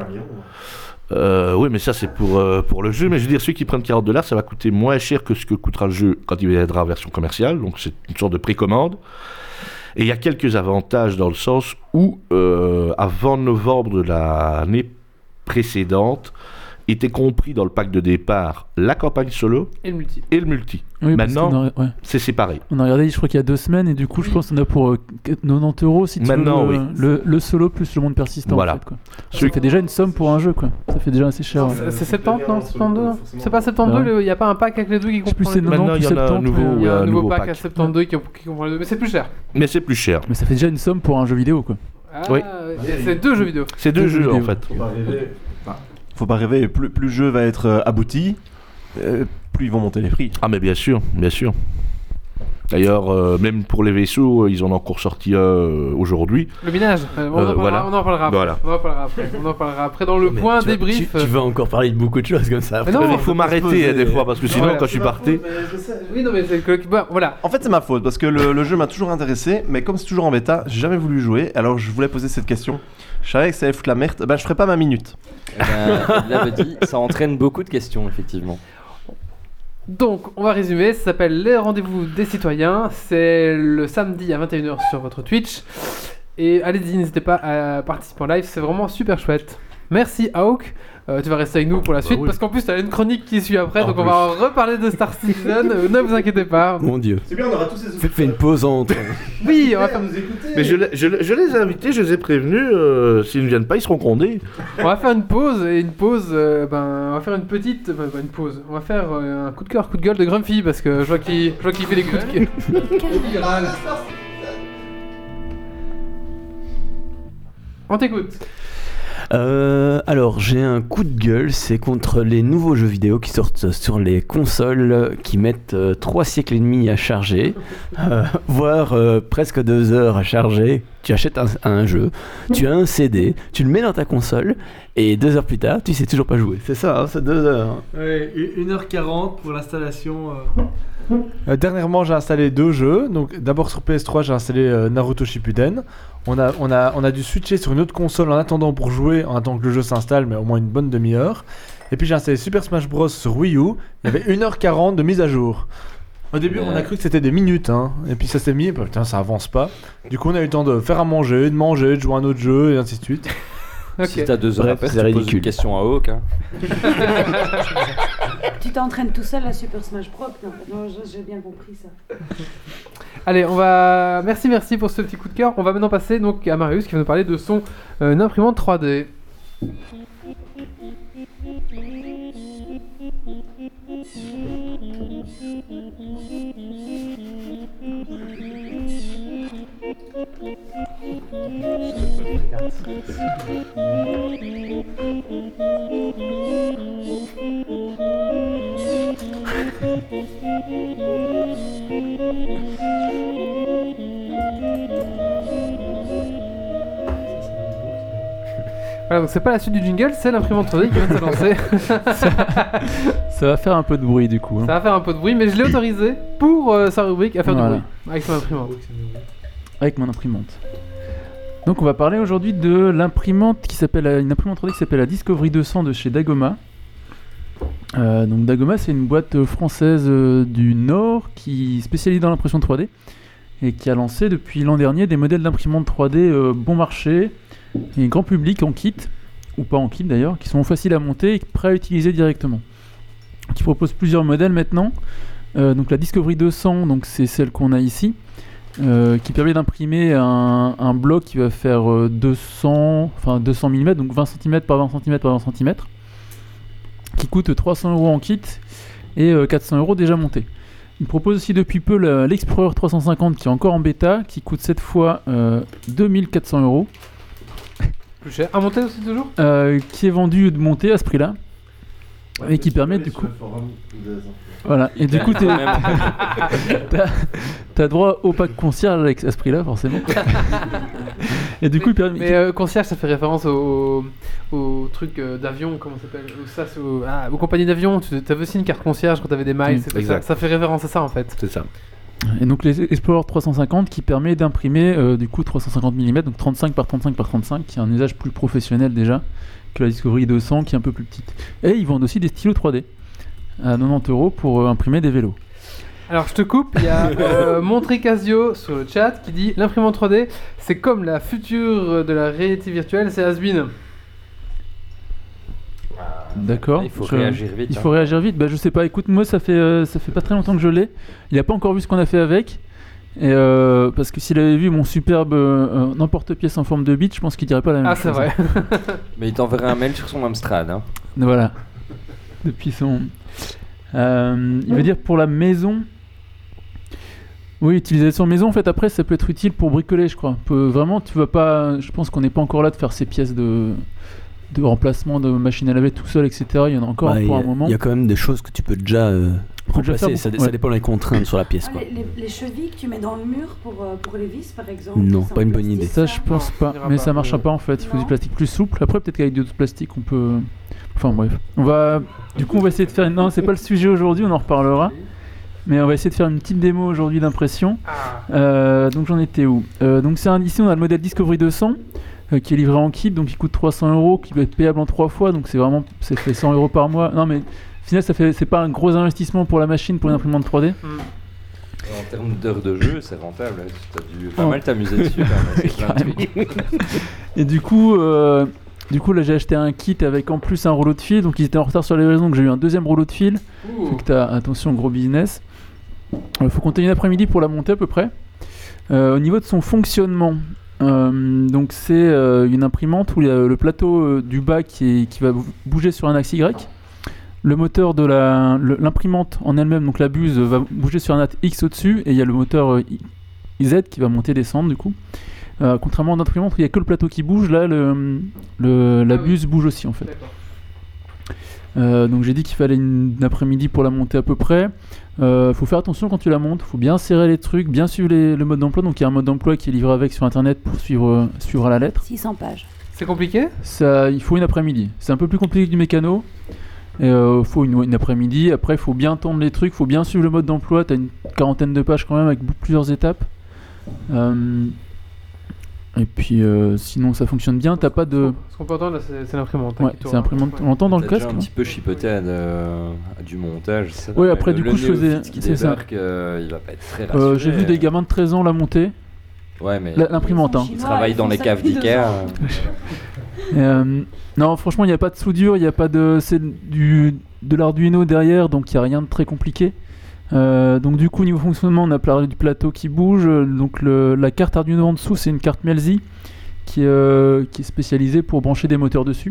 Euh, oui, mais ça c'est pour, euh, pour le jeu. Mais je veux dire, ceux qui prennent quarante dollars, ça va coûter moins cher que ce que coûtera le jeu quand il viendra en version commerciale. Donc c'est une sorte de précommande. Et il y a quelques avantages dans le sens où, euh, avant novembre de l'année précédente, était compris dans le pack de départ la campagne solo Et le multi. et le multi. Oui, parce Maintenant, qu'on a, ouais. c'est séparé. On a regardé, je crois qu'il y a deux semaines, et du coup, je pense qu'on a pour euh, quatre-vingt-dix euros si tu Maintenant, veux le, oui. le, le solo plus le monde persistant. Voilà. En fait, quoi. Ceux Ça fait déjà une somme pour un jeu, quoi. Ça fait déjà assez cher. ouais. C'est c'est soixante-dix, non soixante-douze non C'est pas soixante-douze, Ouais. il n'y a pas un pack avec les deux qui Je sais plus comprend si c'est les deux. Maintenant, quatre-vingt-dix il y en a un soixante-dix, nouveau, mais- Il y a euh, un un nouveau nouveau pack pack. à soixante-douze qui, qui comprend les deux, mais c'est plus cher. Mais c'est plus cher. Mais ça fait déjà une somme pour un jeu vidéo, quoi. Ah, Oui. c'est- c'est deux jeux vidéo. C'est deux Deux jeux vidéos. en fait. Faut pas rêver, plus, plus le jeu va être euh, abouti, euh, plus ils vont monter les prix. Ah mais bien sûr, bien sûr. D'ailleurs, euh, même pour les vaisseaux, euh, ils en ont encore sorti un euh, aujourd'hui. Le minage, euh, on, en Euh, parlera, voilà. on en parlera après. Voilà. On en parlera après. On en parlera après dans le Mais point tu vas- débrief. Tu, tu vas encore parler de beaucoup de choses comme ça. Mais non, Mais il faut m'arrêter hein, des fois parce que sinon, Voilà. quand je suis parti. Oui, non, mais c'est le colloque- bah, voilà. En fait, c'est ma faute parce que le, le jeu m'a toujours intéressé, mais comme c'est toujours en bêta, j'ai jamais voulu jouer. Alors, je voulais poser cette question. Je savais que ça allait foutre la merde. Ben, je ferai pas ma minute. Eh ben, il l'avait dit, ça entraîne beaucoup de questions, effectivement. Donc, on va résumer. Ça s'appelle Les Rendez-vous des Citoyens. C'est le samedi à vingt et une heures sur votre Twitch. Et allez-y, n'hésitez pas à participer en live. C'est vraiment super chouette. Merci, Hawk. Euh, tu vas rester avec nous pour la suite oui. parce qu'en plus, tu as une chronique qui suit après. En donc, on plus. va reparler de Star Citizen. Euh, ne vous inquiétez pas. Mon dieu. C'est bien, on aura tous ces Faites une pause entre. Oui, on va faire, Mais je, l'ai- je, l'ai- je les ai invités, je les ai prévenus. euh, S'ils ne viennent pas, ils seront condés. on va faire une pause. Et une pause, euh, ben, on va faire une petite. ben, ben, une pause. On va faire euh, un coup de cœur, coup de gueule de Grumpy parce que je vois qu'il je vois qu'il fait des coups de gueule. On t'écoute. Euh, alors, j'ai un coup de gueule, c'est contre les nouveaux jeux vidéo qui sortent sur les consoles qui mettent euh, trois siècles et demi à charger, euh, voire euh, presque deux heures à charger. Tu achètes un, un jeu, tu as un C D, tu le mets dans ta console, et deux heures plus tard, tu sais toujours pas jouer. C'est ça, hein, c'est deux heures. Ouais, une heure quarante pour l'installation. euh. Euh, dernièrement, j'ai installé deux jeux. Donc, d'abord sur P S trois, j'ai installé euh, Naruto Shippuden. On a, on, a, on a dû switcher sur une autre console en attendant pour jouer, en attendant que le jeu s'installe, mais au moins une bonne demi-heure. Et puis j'ai installé Super Smash Bros sur Wii U. Il y avait une heure quarante de mise à jour. Au début, on a cru que c'était des minutes, hein. Et puis ça s'est mis, bah, putain, ça avance pas. Du coup, on a eu le temps de faire à manger, de manger, de jouer à un autre jeu, et ainsi de suite. Ok. Si t'as deux heures Bref, après, c'est tu poses ridicule. une question à Hawk. Hein. Tu t'entraînes tout seul à Super Smash Bros. Non, non, j'ai- j'ai bien compris ça. Allez, on va. Merci, merci pour ce petit coup de cœur. On va maintenant passer donc à Marius qui va nous parler de son euh, imprimante trois D. carte. Voilà, donc c'est pas la suite du jingle, c'est l'imprimante trois D qui vient de se lancer. Ça va faire un peu de bruit du coup. hein. Ça va faire un peu de bruit, mais je l'ai autorisé pour euh, sa rubrique à faire Voilà. du bruit avec son imprimante. Avec mon imprimante. Donc on va parler aujourd'hui de l'imprimante qui s'appelle une imprimante trois D qui s'appelle la Discovery deux cents de chez Dagoma. Euh, donc Dagoma, c'est une boîte française euh, du Nord qui spécialise dans l'impression trois D et qui a lancé depuis l'an dernier des modèles d'imprimante trois D euh, bon marché et grand public en kit, ou pas en kit d'ailleurs, qui sont faciles à monter et prêts à utiliser directement. Qui propose plusieurs modèles maintenant. Euh, donc la Discovery deux cents, donc c'est celle qu'on a ici, euh, qui permet d'imprimer un, un bloc qui va faire euh, deux cents, enfin deux cents millimètres, donc vingt centimètres par vingt centimètres par vingt centimètres, qui coûte trois cents euros en kit et euh, quatre cents euros déjà monté. Il propose aussi depuis peu la- l'Explorer trois cent cinquante qui est encore en bêta, qui coûte cette fois euh, deux mille quatre cents euros. Plus cher. À monter aussi toujours Euh, qui est vendu de monter à ce prix-là et qui permet du coup voilà et du coup t'es- t'as t'as droit au pack concierge avec à ce prix-là forcément et du coup il permet Mais euh, concierge, ça fait référence au, au, au truc euh, d'avion, comment ça s'appelle au S A S, au- ah, aux compagnies d'avion. Tu avais aussi une carte concierge quand tu avais des miles. Mm. et tout Exact. Ça, ça fait référence à ça en fait. C'est ça. et donc les Explorer trois cent cinquante qui permet d'imprimer euh, du coup trois cent cinquante millimètres donc trente-cinq par trente-cinq par trente-cinq qui est un usage plus professionnel déjà que la Discovery deux cents qui est un peu plus petite. Et ils vendent aussi des stylos trois D à quatre-vingt-dix euros pour euh, imprimer des vélos. Alors je te coupe, il y a euh, Montré Casio sur le chat qui dit l'imprimante trois D c'est comme la future de la réalité virtuelle, c'est has-been. D'accord. Il faut Je- réagir vite. Il hein. faut réagir vite. Bah, je sais pas. Écoute, moi, ça fait euh, ça fait pas très longtemps que je l'ai. Il a pas encore vu ce qu'on a fait avec. Et euh, parce que s'il avait vu mon superbe euh, n'importe-pièce en forme de bite, je pense qu'il dirait pas la même Ah chose. c'est vrai. Mais il t'enverrait un mail sur son Amstrad. Hein. Voilà. Depuis son. Euh, il veut dire pour la maison. Oui, utilisation maison. En fait, après, ça peut être utile pour bricoler, je crois. Peut- vraiment, tu vas pas. Je pense qu'on n'est pas encore là de faire ces pièces de de remplacement de machine à laver tout seul, et cetera. Il y en a encore Bah, il y pour a- un moment. Il y a quand même des choses que tu peux déjà euh, peut déjà remplacer. faire Ça, beaucoup, ça ouais. dépend des contraintes sur la pièce. Ah, Quoi. les, les- les chevilles que tu mets dans le mur pour, euh, pour les vis, par exemple. Non, c'est pas en une bonne plastique, idée. Ça, je pense Non, pas, ça ira mais pas. ça marchera pas en fait. Il faut Non. du plastique plus souple. Après, peut-être qu'avec d'autres plastiques, on peut. Enfin bref, on va. Du coup, on va essayer de faire. Non, c'est pas le sujet aujourd'hui. On en reparlera. Mais on va essayer de faire une petite démo aujourd'hui d'impression. Ah. Euh, donc j'en étais où Euh, Donc c'est un... ici on a le modèle Discovery deux cents euh, qui est livré en kit, donc il coûte trois cents euros, qui va être payable en trois fois. Donc c'est vraiment, c'est fait cent euros par mois. Non mais au final ça fait, c'est pas un gros investissement pour la machine, pour une imprimante trois D. Hmm. En termes d'heures de jeu, c'est rentable. Tu as dû pas Oh. mal t'amuser dessus. Quand même, c'est plein de trucs. Et du coup, euh, du coup là j'ai acheté un kit avec en plus un rouleau de fil. Donc ils étaient en retard sur les livraisons, donc j'ai eu un deuxième rouleau de fil. Ouh. Faut que t'as attention, gros business. Il faut compter une après-midi pour la monter à peu près. Euh, au niveau de son fonctionnement, euh, donc c'est euh, une imprimante où il y a le plateau euh, du bas qui, est- qui va bou- bouger sur un axe Y. Le moteur de la, le- l'imprimante en elle-même, donc la buse, va bouger sur un axe X au-dessus et il y a le moteur euh, I- Z qui va monter et descendre du coup. Euh, contrairement à l'imprimante où il n'y a que le plateau qui bouge, là le, le- la Ah oui. buse bouge aussi en fait. D'accord. Euh, donc j'ai dit qu'il fallait une, une après-midi pour la monter à peu près. Euh, faut faire attention quand tu la montes, faut bien serrer les trucs, bien suivre les- le mode d'emploi. Donc il y a un mode d'emploi qui est livré avec sur internet pour suivre, euh, suivre à la lettre. six cents pages. C'est compliqué. Ça, il faut une après-midi. C'est un peu plus compliqué que du mécano. Il euh, faut une, une après-midi. Après, il faut bien tendre les trucs, il faut bien suivre le mode d'emploi. Tu as une quarantaine de pages quand même avec bou- plusieurs étapes. Euh, et puis euh, sinon, ça fonctionne bien. T'as pas de. Ce qu'on peut entendre là, c'est, c'est l'imprimante. hein, Ouais, qui c'est tourne. l'imprimante. Ouais. On l'entend dans le T'as casque déjà un là petit peu chipoté à, de- à du montage. ça va, Ouais, mais après, le- du le coup, je faisais- néophyte qui c'est ça. débarque, euh, il va pas être très rassuré. Euh, J'ai vu des gamins de treize ans la monter. Ouais, mais La- L'imprimante, hein. ils travaillent dans les caves d'Ikea. Euh, non, franchement, il n'y a pas de soudure, il n'y a pas de. C'est du, de l'Arduino derrière, donc il n'y a rien de très compliqué. Euh, donc, du coup, niveau fonctionnement, on a parlé du plateau qui bouge. euh, Donc, le- la carte Arduino en dessous, c'est une carte Melzi qui, est, euh, qui est spécialisée pour brancher des moteurs dessus.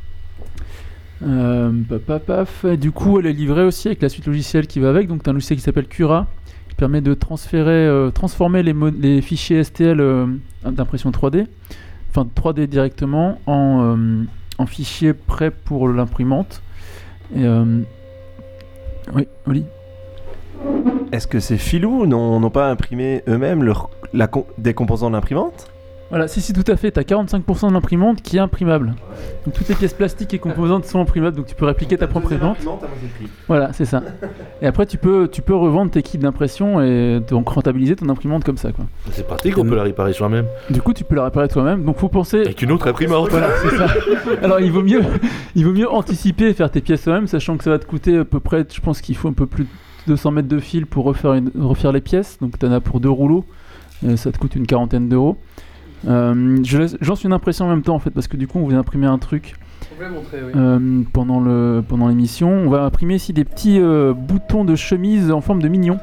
Euh, paf, paf, paf. Et du coup, elle est livrée aussi avec la suite logicielle qui va avec. Donc, tu as un logiciel qui s'appelle Cura qui permet de transférer, euh, transformer les, mo- les fichiers S T L euh, d'impression trois D. enfin trois D directement en, euh, en fichier prêt pour l'imprimante. Et, euh, oui, Oli. Est-ce que ces filous n'ont, n'ont pas imprimé eux-mêmes leur, la com- des composants de l'imprimante? Voilà, si, si, tout à fait. Tu as quarante-cinq pour cent de l'imprimante qui est imprimable. Donc toutes les pièces plastiques et composantes sont imprimables, donc tu peux répliquer ta propre imprimante. Voilà, c'est ça. Et après, tu peux, tu peux revendre tes kits d'impression et donc rentabiliser ton imprimante comme ça, quoi. C'est pratique, on peut la réparer soi-même. Du coup, tu peux la réparer toi-même. Donc faut penser. Avec une autre imprimante. Voilà, c'est ça. Alors il vaut mieux, il vaut mieux anticiper et faire tes pièces toi-même, sachant que ça va te coûter à peu près, je pense qu'il faut un peu plus de deux cents mètres de fil pour refaire, une, refaire les pièces. Donc tu en as pour deux rouleaux. Et ça te coûte une quarantaine d'euros. Euh, je laisse, j'en suis une impression en même temps en fait, parce que du coup on va imprimer un truc On peut le montrer, oui. euh, pendant, le, pendant l'émission. On va imprimer ici des petits euh, boutons de chemise en forme de mignon.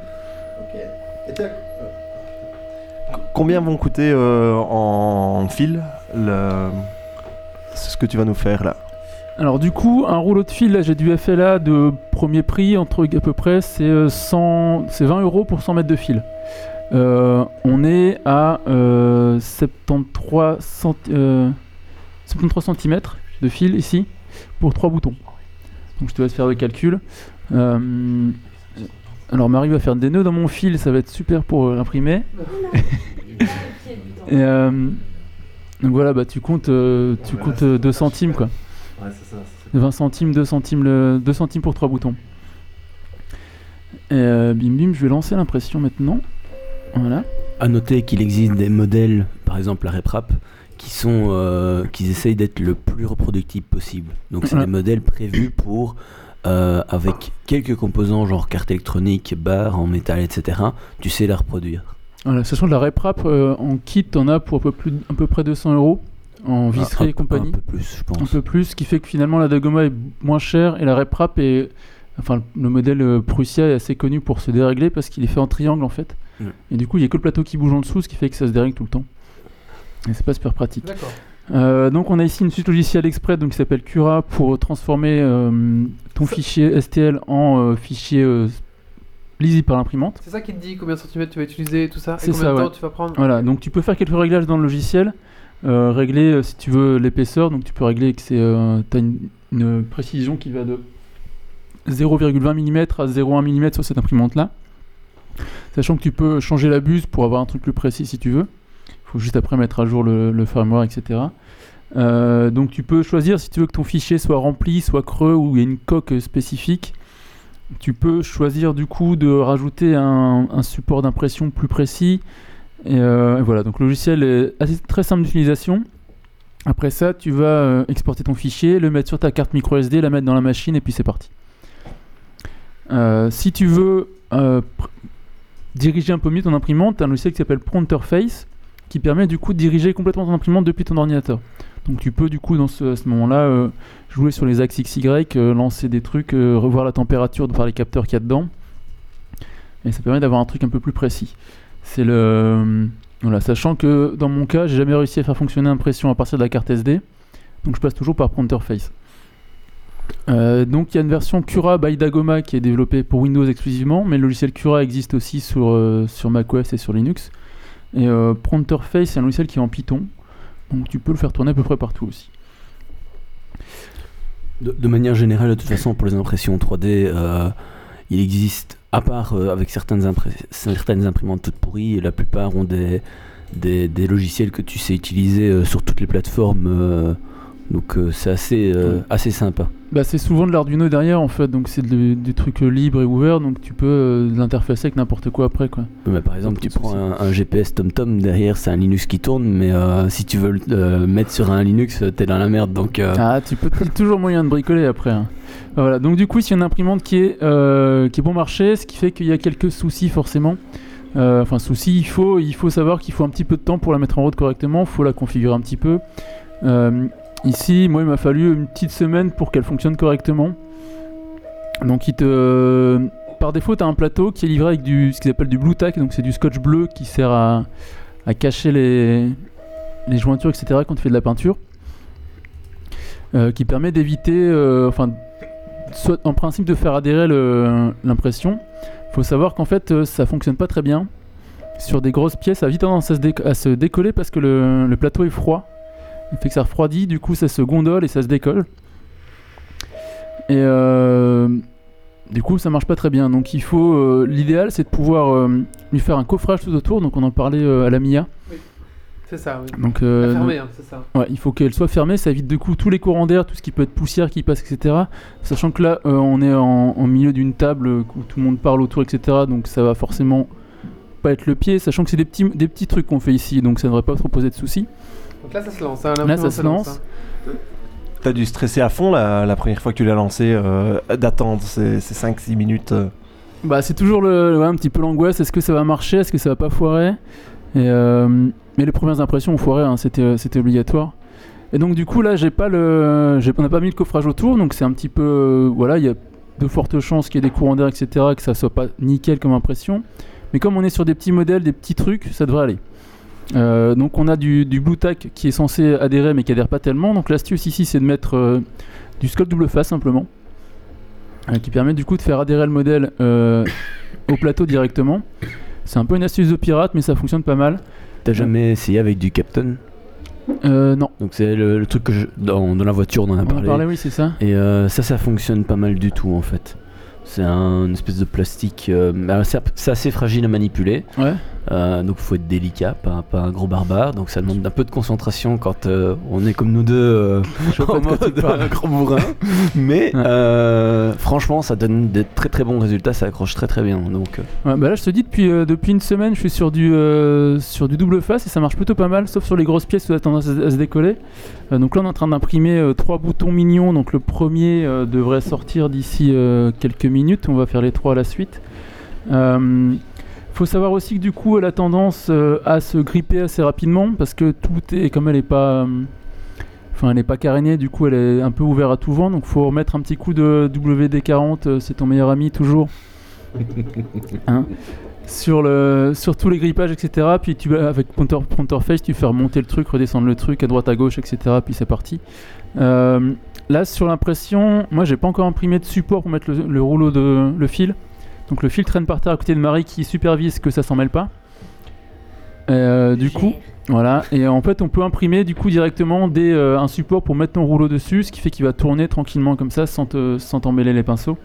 Combien vont coûter euh, en fil le... c'est ce que tu vas nous faire là? Alors du coup, un rouleau de fil, là j'ai du F L A de premier prix, entre à peu près, c'est, euh, cent, c'est vingt euros pour cent mètres de fil. Euh, on est à euh, soixante-treize centimètres de fil ici pour trois boutons. Donc je te laisse faire le calcul. Euh, alors Marie va faire des nœuds dans mon fil, ça va être super pour euh, l'imprimer. Et euh, donc voilà, bah tu comptes, euh, tu Voilà, comptes euh, deux centimes quoi. Ouais, c'est ça. C'est... vingt centimes, deux centimes, le, deux centimes pour trois boutons. Et euh, bim bim, je vais lancer l'impression maintenant. Voilà. À noter qu'il existe des modèles, par exemple la RepRap, qui sont, euh, qui essayent d'être le plus reproductible possible. Donc c'est Ouais. des modèles prévus pour, euh, avec quelques composants genre carte électronique, barre en métal, et cetera, tu sais la reproduire. Voilà, sachant que la RepRap euh, en kit, t'en as pour à peu, plus, à peu près deux cents euros en visserie Un- et compagnie. Un peu plus, je pense. Un peu plus, ce qui fait que finalement la Dagoma est moins chère et la RepRap est. Enfin, le modèle euh, Prussia est assez connu pour se dérégler parce qu'il est fait en triangle en fait. Mm. Et du coup, il n'y a que le plateau qui bouge en dessous, ce qui fait que ça se dérègle tout le temps. Et c'est pas super pratique. D'accord. Euh, donc, on a ici une suite logicielle exprès donc, qui s'appelle Cura pour transformer euh, ton fichier S T L en euh, fichier euh, lisible par l'imprimante. C'est ça qui te dit combien de centimètres tu vas utiliser et tout ça? C'est Et combien ça, de temps ouais. tu vas prendre? Voilà, donc tu peux faire quelques réglages dans le logiciel. Euh, régler euh, si tu veux l'épaisseur, donc tu peux régler que c'est euh, t'as une, une précision qui va de zéro virgule vingt millimètres à zéro virgule un millimètre sur cette imprimante là, sachant que tu peux changer la buse pour avoir un truc plus précis si tu veux. Il faut juste après mettre à jour le, le firmware, etc. Euh, donc tu peux choisir si tu veux que ton fichier soit rempli, soit creux ou il y a une coque spécifique. Tu peux choisir du coup de rajouter un, un support d'impression plus précis. Et, euh, et voilà, donc le logiciel est assez, très simple d'utilisation. Après ça, tu vas euh, exporter ton fichier, le mettre sur ta carte micro S D, la mettre dans la machine et puis c'est parti. Euh, si tu veux euh, pr- diriger un peu mieux ton imprimante, tu as un logiciel qui s'appelle Pronterface qui permet du coup de diriger complètement ton imprimante depuis ton ordinateur. Donc tu peux du coup dans ce, à ce moment-là euh, jouer sur les axes X Y, euh, lancer des trucs, euh, revoir la température par les capteurs qu'il y a dedans. Et ça permet d'avoir un truc un peu plus précis. C'est le euh, voilà, sachant que dans mon cas, j'ai jamais réussi à faire fonctionner l'impression à partir de la carte S D, donc je passe toujours par Pronterface. Euh, donc il y a une version Cura by Dagoma qui est développée pour Windows exclusivement, mais le logiciel Cura existe aussi sur, euh, sur macOS et sur Linux. Et euh, Pronterface, c'est un logiciel qui est en Python, donc tu peux le faire tourner à peu près partout aussi. De, de manière générale, de toute façon, pour les impressions trois D, euh, il existe, à part euh, avec certaines, impré- certaines imprimantes toutes pourries, la plupart ont des, des, des logiciels que tu sais utiliser euh, sur toutes les plateformes. Euh, donc euh, c'est assez, euh, assez sympa. Bah, c'est souvent de l'Arduino derrière en fait, donc c'est de- des trucs euh, libres et ouverts, donc tu peux euh, l'interfacer avec n'importe quoi après quoi. Mais par exemple, Pas tu de prends souci. un, un G P S TomTom, derrière c'est un Linux qui tourne, mais euh, si tu veux le euh, mettre sur un Linux, t'es dans la merde. Donc, euh, Ah, tu peux t'as toujours moyen de bricoler après. Hein. Voilà, donc du coup, c'est une imprimante qui est, euh, qui est bon marché, ce qui fait qu'il y a quelques soucis forcément. Euh, Enfin, soucis, il faut, il faut savoir qu'il faut un petit peu de temps pour la mettre en route correctement, il faut la configurer un petit peu. Euh, ici, moi, il m'a fallu une petite semaine pour qu'elle fonctionne correctement. Donc, il te... par défaut, tu as un plateau qui est livré avec du, ce qu'ils appellent du blue tack, donc c'est du scotch bleu qui sert à, à cacher les, les jointures, et cetera quand tu fais de la peinture. Euh, qui permet d'éviter, euh, enfin, soit en principe de faire adhérer le- l'impression. Il faut savoir qu'en fait, euh, ça fonctionne pas très bien. Sur des grosses pièces, ça a vite tendance à se, dé- à se décoller parce que le, le plateau est froid. Il fait que ça refroidit, du coup ça se gondole et ça se décolle. Et euh, du coup ça marche pas très bien. Donc il faut, euh, l'idéal c'est de pouvoir euh, lui faire un coffrage tout autour. Donc on en parlait euh, à la Mia. Oui. C'est ça, oui. Donc euh, La fermer, hein, c'est ça. Ouais, il faut qu'elle soit fermée, ça évite du coup tous les courants d'air, tout ce qui peut être poussière qui passe, et cetera. Sachant que là, euh, on est en, en milieu d'une table où tout le monde parle autour, et cetera. Donc ça va forcément pas être le pied, sachant que c'est des petits, des petits trucs qu'on fait ici, donc ça ne devrait pas trop poser de soucis. Donc là, ça se lance. Hein, là, ça se lance. hein. T'as dû stresser à fond la, la première fois que tu l'as lancé, euh, d'attendre ces, ces cinq six minutes. euh. Bah, c'est toujours le, ouais, un petit peu l'angoisse. Est-ce que ça va marcher? Est-ce que ça va pas foirer? Et euh, mais les premières impressions ont foiré, hein, c'était, c'était obligatoire. Et donc du coup là, j'ai pas le, j'ai, on n'a pas mis le coffrage autour, donc c'est un petit peu, euh, voilà, il y a de fortes chances qu'il y ait des courants d'air, et cetera, que ça soit pas nickel comme impression. Mais comme on est sur des petits modèles, des petits trucs, ça devrait aller. Euh, donc on a du, du Blue Tack qui est censé adhérer, mais qui adhère pas tellement. Donc l'astuce ici, c'est de mettre euh, du scope double face simplement, euh, qui permet du coup de faire adhérer le modèle euh, au plateau directement. C'est un peu une astuce de pirate, mais ça fonctionne pas mal. T'as jamais essayé avec du Captain? Euh, non. Donc c'est le, le truc que je, dans, dans la voiture on en a On en parlé. a parlé, oui, c'est ça. Et euh, ça, ça fonctionne pas mal du tout en fait. C'est un, une espèce de plastique, euh, bah, c'est, c'est assez fragile à manipuler. Ouais. Euh, donc il faut être délicat, pas, pas un gros barbare. Donc ça demande un peu de concentration quand euh, on est comme nous deux euh, en mode un grand bourrin. Mais ouais. euh, franchement, ça donne des très très bons résultats, ça accroche très très bien. Donc, euh... ouais, bah là je te dis depuis, euh, depuis une semaine, je suis sur du, euh, sur du double face et ça marche plutôt pas mal, sauf sur les grosses pièces où ça a tendance à, à se décoller. Euh, donc là on est en train d'imprimer euh, trois boutons mignons. Donc le premier euh, devrait sortir d'ici euh, quelques minutes. On va faire les trois à la suite. Euh, Faut savoir aussi que du coup elle a tendance euh, à se gripper assez rapidement parce que tout est, comme elle est pas, enfin euh, elle est pas carénée, du coup elle est un peu ouverte à tout vent, donc faut remettre un petit coup de W D quarante, euh, c'est ton meilleur ami toujours, hein, sur le, sur tous les grippages, et cetera. Puis tu avec Pointer, Pointer Face tu fais remonter le truc, redescendre le truc à droite à gauche, et cetera. Puis c'est parti. Euh, là sur l'impression, moi j'ai pas encore imprimé de support pour mettre le, le rouleau de le fil. Donc le fil traîne par terre à côté de Marie qui supervise que ça s'en mêle pas. Euh, du coup, voilà. Et en fait, on peut imprimer du coup directement des, euh, un support pour mettre ton rouleau dessus, ce qui fait qu'il va tourner tranquillement comme ça, sans, te, sans t'emmêler les pinceaux.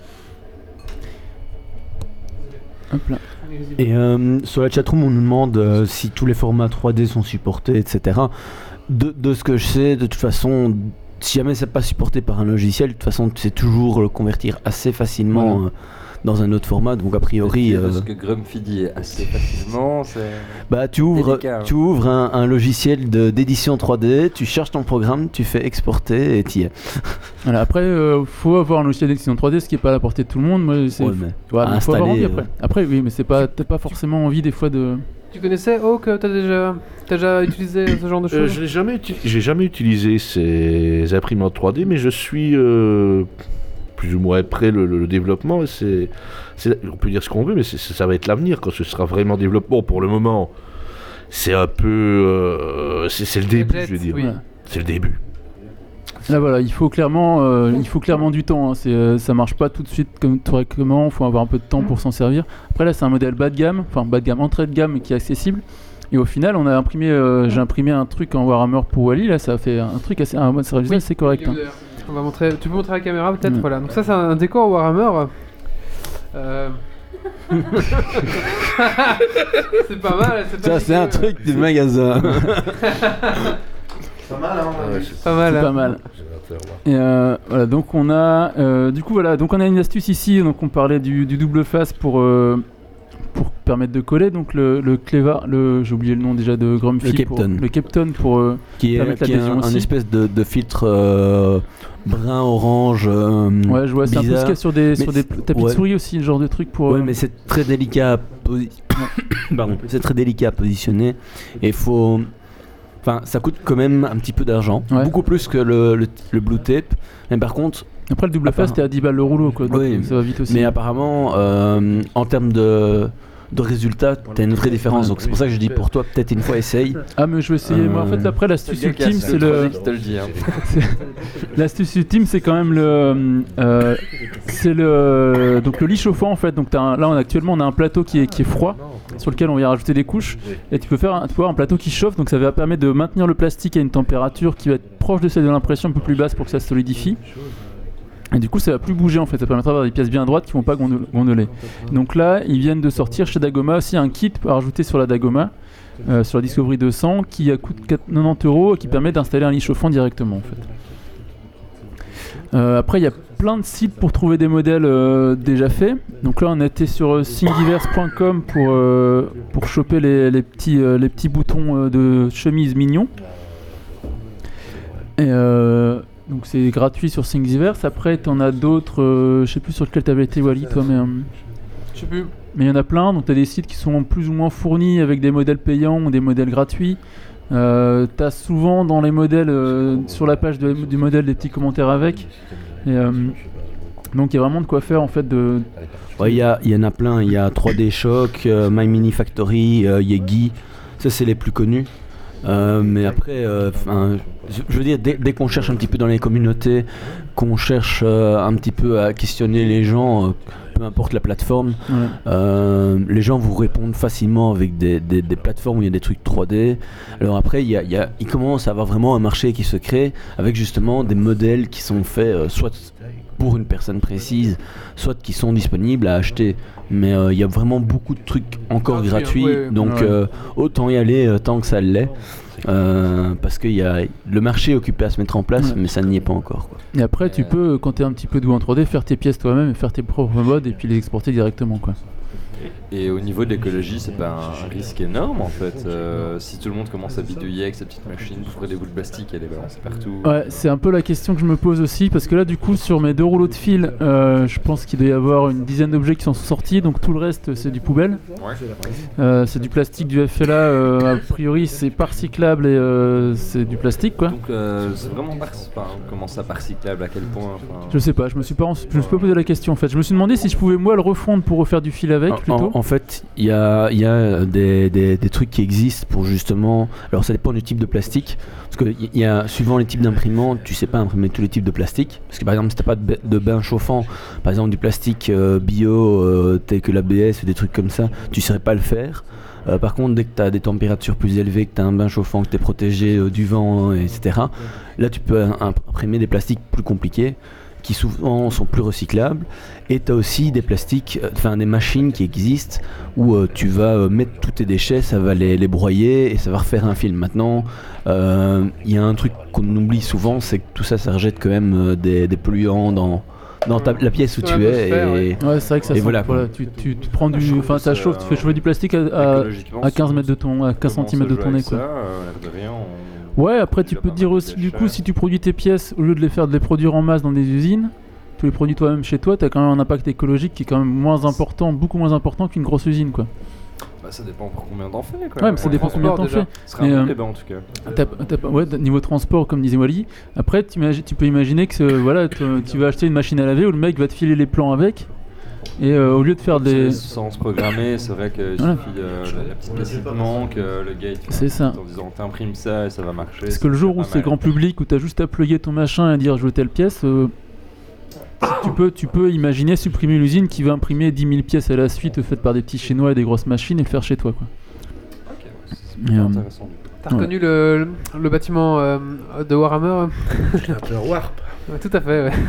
Hop là. Et euh, sur la chatroom, on nous demande euh, si tous les formats trois D sont supportés, et cetera. De, de ce que je sais, de toute façon, si jamais c'est pas supporté par un logiciel, de toute façon, tu sais toujours le convertir assez facilement. Voilà. Euh, dans un autre format, donc a priori euh... euh, ce que Grumpy dit assez facilement, c'est bah tu ouvres délicat, hein. tu ouvres un, un logiciel de, d'édition trois D, tu cherches ton programme, tu fais exporter et t'y es. Voilà, après euh, faut avoir un logiciel d'édition trois D, ce qui est pas à la portée de tout le monde. Moi, c'est ouais, mais ouais, mais faut avoir envie après. Euh... Après oui, mais c'est pas t'as pas forcément envie des fois de. Tu connaissais Hawk? T'as déjà, t'as déjà utilisé ce genre de choses? euh, Je n'ai jamais, uti- j'ai jamais utilisé ces imprimantes trois D, mais je suis euh, plus ou moins près le, le, le développement. Et c'est, c'est, on peut dire ce qu'on veut, mais c'est, ça va être l'avenir quand ce sera vraiment développé. Bon, pour le moment, c'est un peu, euh, c'est, c'est le début, Jet, je veux dire. oui. C'est le début. Là voilà, il faut clairement, euh, il faut clairement du temps. Hein. C'est, euh, ça marche pas tout de suite comme correctement. Il faut avoir un peu de temps pour s'en servir. Après là, c'est un modèle bas de gamme, enfin bas de gamme, entrée de gamme, qui est accessible. Et au final, on a imprimé, euh, j'ai imprimé un truc en Warhammer pour Wally. Là, ça a fait un truc assez, un résultat Oui, assez correct. Hein. On va montrer. Tu peux montrer à la caméra peut-être, Mm. voilà. Donc ça, c'est un décor Warhammer. Euh... c'est pas mal. C'est pas Ça c'est un dégueu. truc du magasin. Pas mal, hein. Ah ouais, c'est Pas mal. C'est hein. pas mal. générateur, là. Et euh, voilà, donc on a, euh, du coup voilà, donc on a une astuce ici. Donc on parlait du, du double face pour euh, pour permettre de coller. Donc le le cléva, le j'ai oublié le nom déjà de Grumpy. Le pour- Captain. Le Captain pour euh, qui est, Permettre qui est l'adhésion un, un aussi. espèce de, de filtre euh, brun orange. euh, ouais, je vois, c'est un peu ce bizarre. qu'il y a sur des Mais sur des c'est- tapis ouais. de souris aussi, ce genre de truc pour. Ouais, euh, mais c'est très délicat à posi- Pardon, c'est très délicat à positionner et faut. Enfin, ça coûte quand même un petit peu d'argent, Ouais. beaucoup plus que le, le, le Blue Tape. Mais par contre, Après le double face, Apparemment. t'es à dix balles le rouleau, quoi. Donc Oui. ça va vite aussi. mais apparemment, euh, en termes de, de résultat, tu as une vraie différence. Ouais. Donc c'est pour ça que je dis pour toi, peut-être une fois essaye. Ah, mais je vais essayer. Euh, Moi, en fait, après, l'astuce C'est le gars qui ultime, a c'est le le. qui te le dit. Hein. L'astuce ultime, c'est quand même le. euh, c'est le. Donc le lit chauffant, en fait. Donc t'as un- là, on, actuellement, on a un plateau qui est, qui est froid, sur lequel on vient rajouter des couches. Et tu peux faire un, tu peux avoir un plateau qui chauffe, donc ça va permettre de maintenir le plastique à une température qui va être proche de celle de l'impression, un peu plus basse pour que ça se solidifie. Et du coup, ça va plus bouger en fait, ça permettra d'avoir des pièces bien droites qui vont pas gondol- gondoler. Donc là, ils viennent de sortir chez Dagoma aussi un kit à rajouter sur la Dagoma, euh, sur la Discovery deux cents, qui a coûte quatre-vingt-dix euros et qui permet d'installer un lit chauffant directement en fait. Euh, après, il y a plein de sites pour trouver des modèles euh, déjà faits. Donc là, on était sur euh, thingiverse point com pour, euh, pour choper les, les, petits, euh, les petits boutons euh, de chemise mignons. Et euh, donc c'est gratuit sur Thingiverse. Après, tu en as d'autres, euh, je sais plus sur lequel tu avais été, Wally, toi, mais. euh, Je sais plus. mais il y en a plein, donc tu as des sites qui sont plus ou moins fournis avec des modèles payants ou des modèles gratuits. Euh, tu as souvent dans les modèles, euh, sur la page de- du modèle, des petits commentaires avec. Et, euh, donc il y a vraiment de quoi faire en fait. De... Ouais, il y, a- il y en a plein. Il y a trois D Shock, euh, My Mini Factory, euh, Yegi. Ça, c'est les plus connus. Euh, mais après, euh, 'fin, je, je veux dire, dès, dès qu'on cherche un petit peu dans les communautés, qu'on cherche euh, un petit peu à questionner les gens, euh, peu importe la plateforme, Ouais. euh, les gens vous répondent facilement avec des, des- des plateformes où il y a des trucs trois D. Alors après, il, y a, il, y a- il commence à avoir vraiment un marché qui se crée avec justement des modèles qui sont faits euh, soit pour une personne précise, soit qui sont disponibles à acheter. Mais euh, il y a vraiment beaucoup de trucs encore Gratuit, gratuits, hein, ouais. donc Ouais. euh, autant y aller euh, tant que ça l'est. Euh, parce que y a, le marché est occupé à se mettre en place, Ouais. mais ça n'y est pas encore, quoi. Et après, tu Euh. peux, quand tu es un petit peu doué en trois D, faire tes pièces toi-même et faire tes propres modes et puis les exporter directement, quoi. Et au niveau de l'écologie, c'est pas un risque énorme en fait. Euh, si tout le monde commence à bidouiller avec sa petite machine pour faire des bouts de plastique et à les balancer partout. Ouais, c'est un peu la question que je me pose aussi, parce que là, du coup, sur mes deux rouleaux de fil, euh, je pense qu'il doit y avoir une dizaine d'objets qui sont sortis, donc tout le reste, c'est du poubelle. Ouais. Euh, c'est du plastique du F L A, euh, a priori, c'est pas recyclable et euh, c'est du plastique, quoi. Donc euh, c'est vraiment par... enfin, comment ça par recyclable, à quel point enfin... Je sais pas, je me suis pas, je me suis pas posé la question en fait. Je me suis demandé si je pouvais moi le refondre pour refaire du fil avec En- plutôt. En, en fait, il y a, il y a des, des- des trucs qui existent pour justement. Alors, ça dépend du type de plastique. Parce que il y a, suivant les types d'imprimantes, tu sais pas imprimer tous les types de plastique. Parce que par exemple, si t'as pas de, ba- de bain chauffant, par exemple du plastique euh, bio euh, tel que l'A B S ou des trucs comme ça, tu saurais pas le faire. Euh, par contre, dès que tu as des températures plus élevées, que tu as un bain chauffant, que tu es protégé euh, du vent, et cetera, là tu peux im- imprimer des plastiques plus compliqués qui souvent sont plus recyclables. Et tu as aussi des plastiques, enfin des machines qui existent où euh, tu vas euh, mettre tous tes déchets, ça va les, les broyer et ça va refaire un film. Maintenant, euh, il y a un truc qu'on oublie souvent, c'est que tout ça, ça rejette quand même euh, des, des polluants dans, dans ta- la pièce où Dans tu es. l'atmosphère, Et, Ouais, c'est vrai que ça Et sent, voilà, voilà, quoi. tu, tu, tu prends du, Je trouve enfin que ça c'est, chauffe, tu fais euh, chauffer du plastique à, à, Écologiquement, à quinze si mètres de ton, à quinze on commence centimètres de à ton jouer nez, avec quoi. ça, euh, l'air de rien, on- Ouais, après tu déjà peux pas te dire mal de aussi, du coup, déchets. si tu produis tes pièces, au lieu de les faire, de les produire en masse dans des usines, tu les produis toi-même chez toi, t'as quand même un impact écologique qui est quand même moins important, beaucoup moins important qu'une grosse usine, quoi. Bah, ça dépend pour combien t'en fais. Quoi. Ouais, mais ça dépend combien t'en déjà. fais. Ce sera un Mais, bon euh, débat en tout cas. T'as- t'as pas- ouais, niveau transport, comme disait Wally. Après, t'imagi- tu peux imaginer que euh, voilà, t- tu vas acheter une machine à laver où le mec va te filer les plans avec, et euh, au lieu de faire des. Sans se programmer, c'est vrai qu'il Voilà. suffit euh, la, la petite pièce qui te manque, euh, le gars il te fait C'est un ça. tweet en disant t'imprimes ça et ça va marcher. Parce que le jour où c'est grand public, où t'as juste à plugger ton machin et dire je veux telle pièce, euh, tu, peux, tu peux imaginer supprimer une usine qui va imprimer dix mille pièces à la suite faites par des petits chinois et des grosses machines et le faire chez toi, quoi. C'est Et, plutôt euh, intéressant. T'as reconnu le, le, le bâtiment euh, de Warhammer? Warp. Ouais, tout à fait, ouais.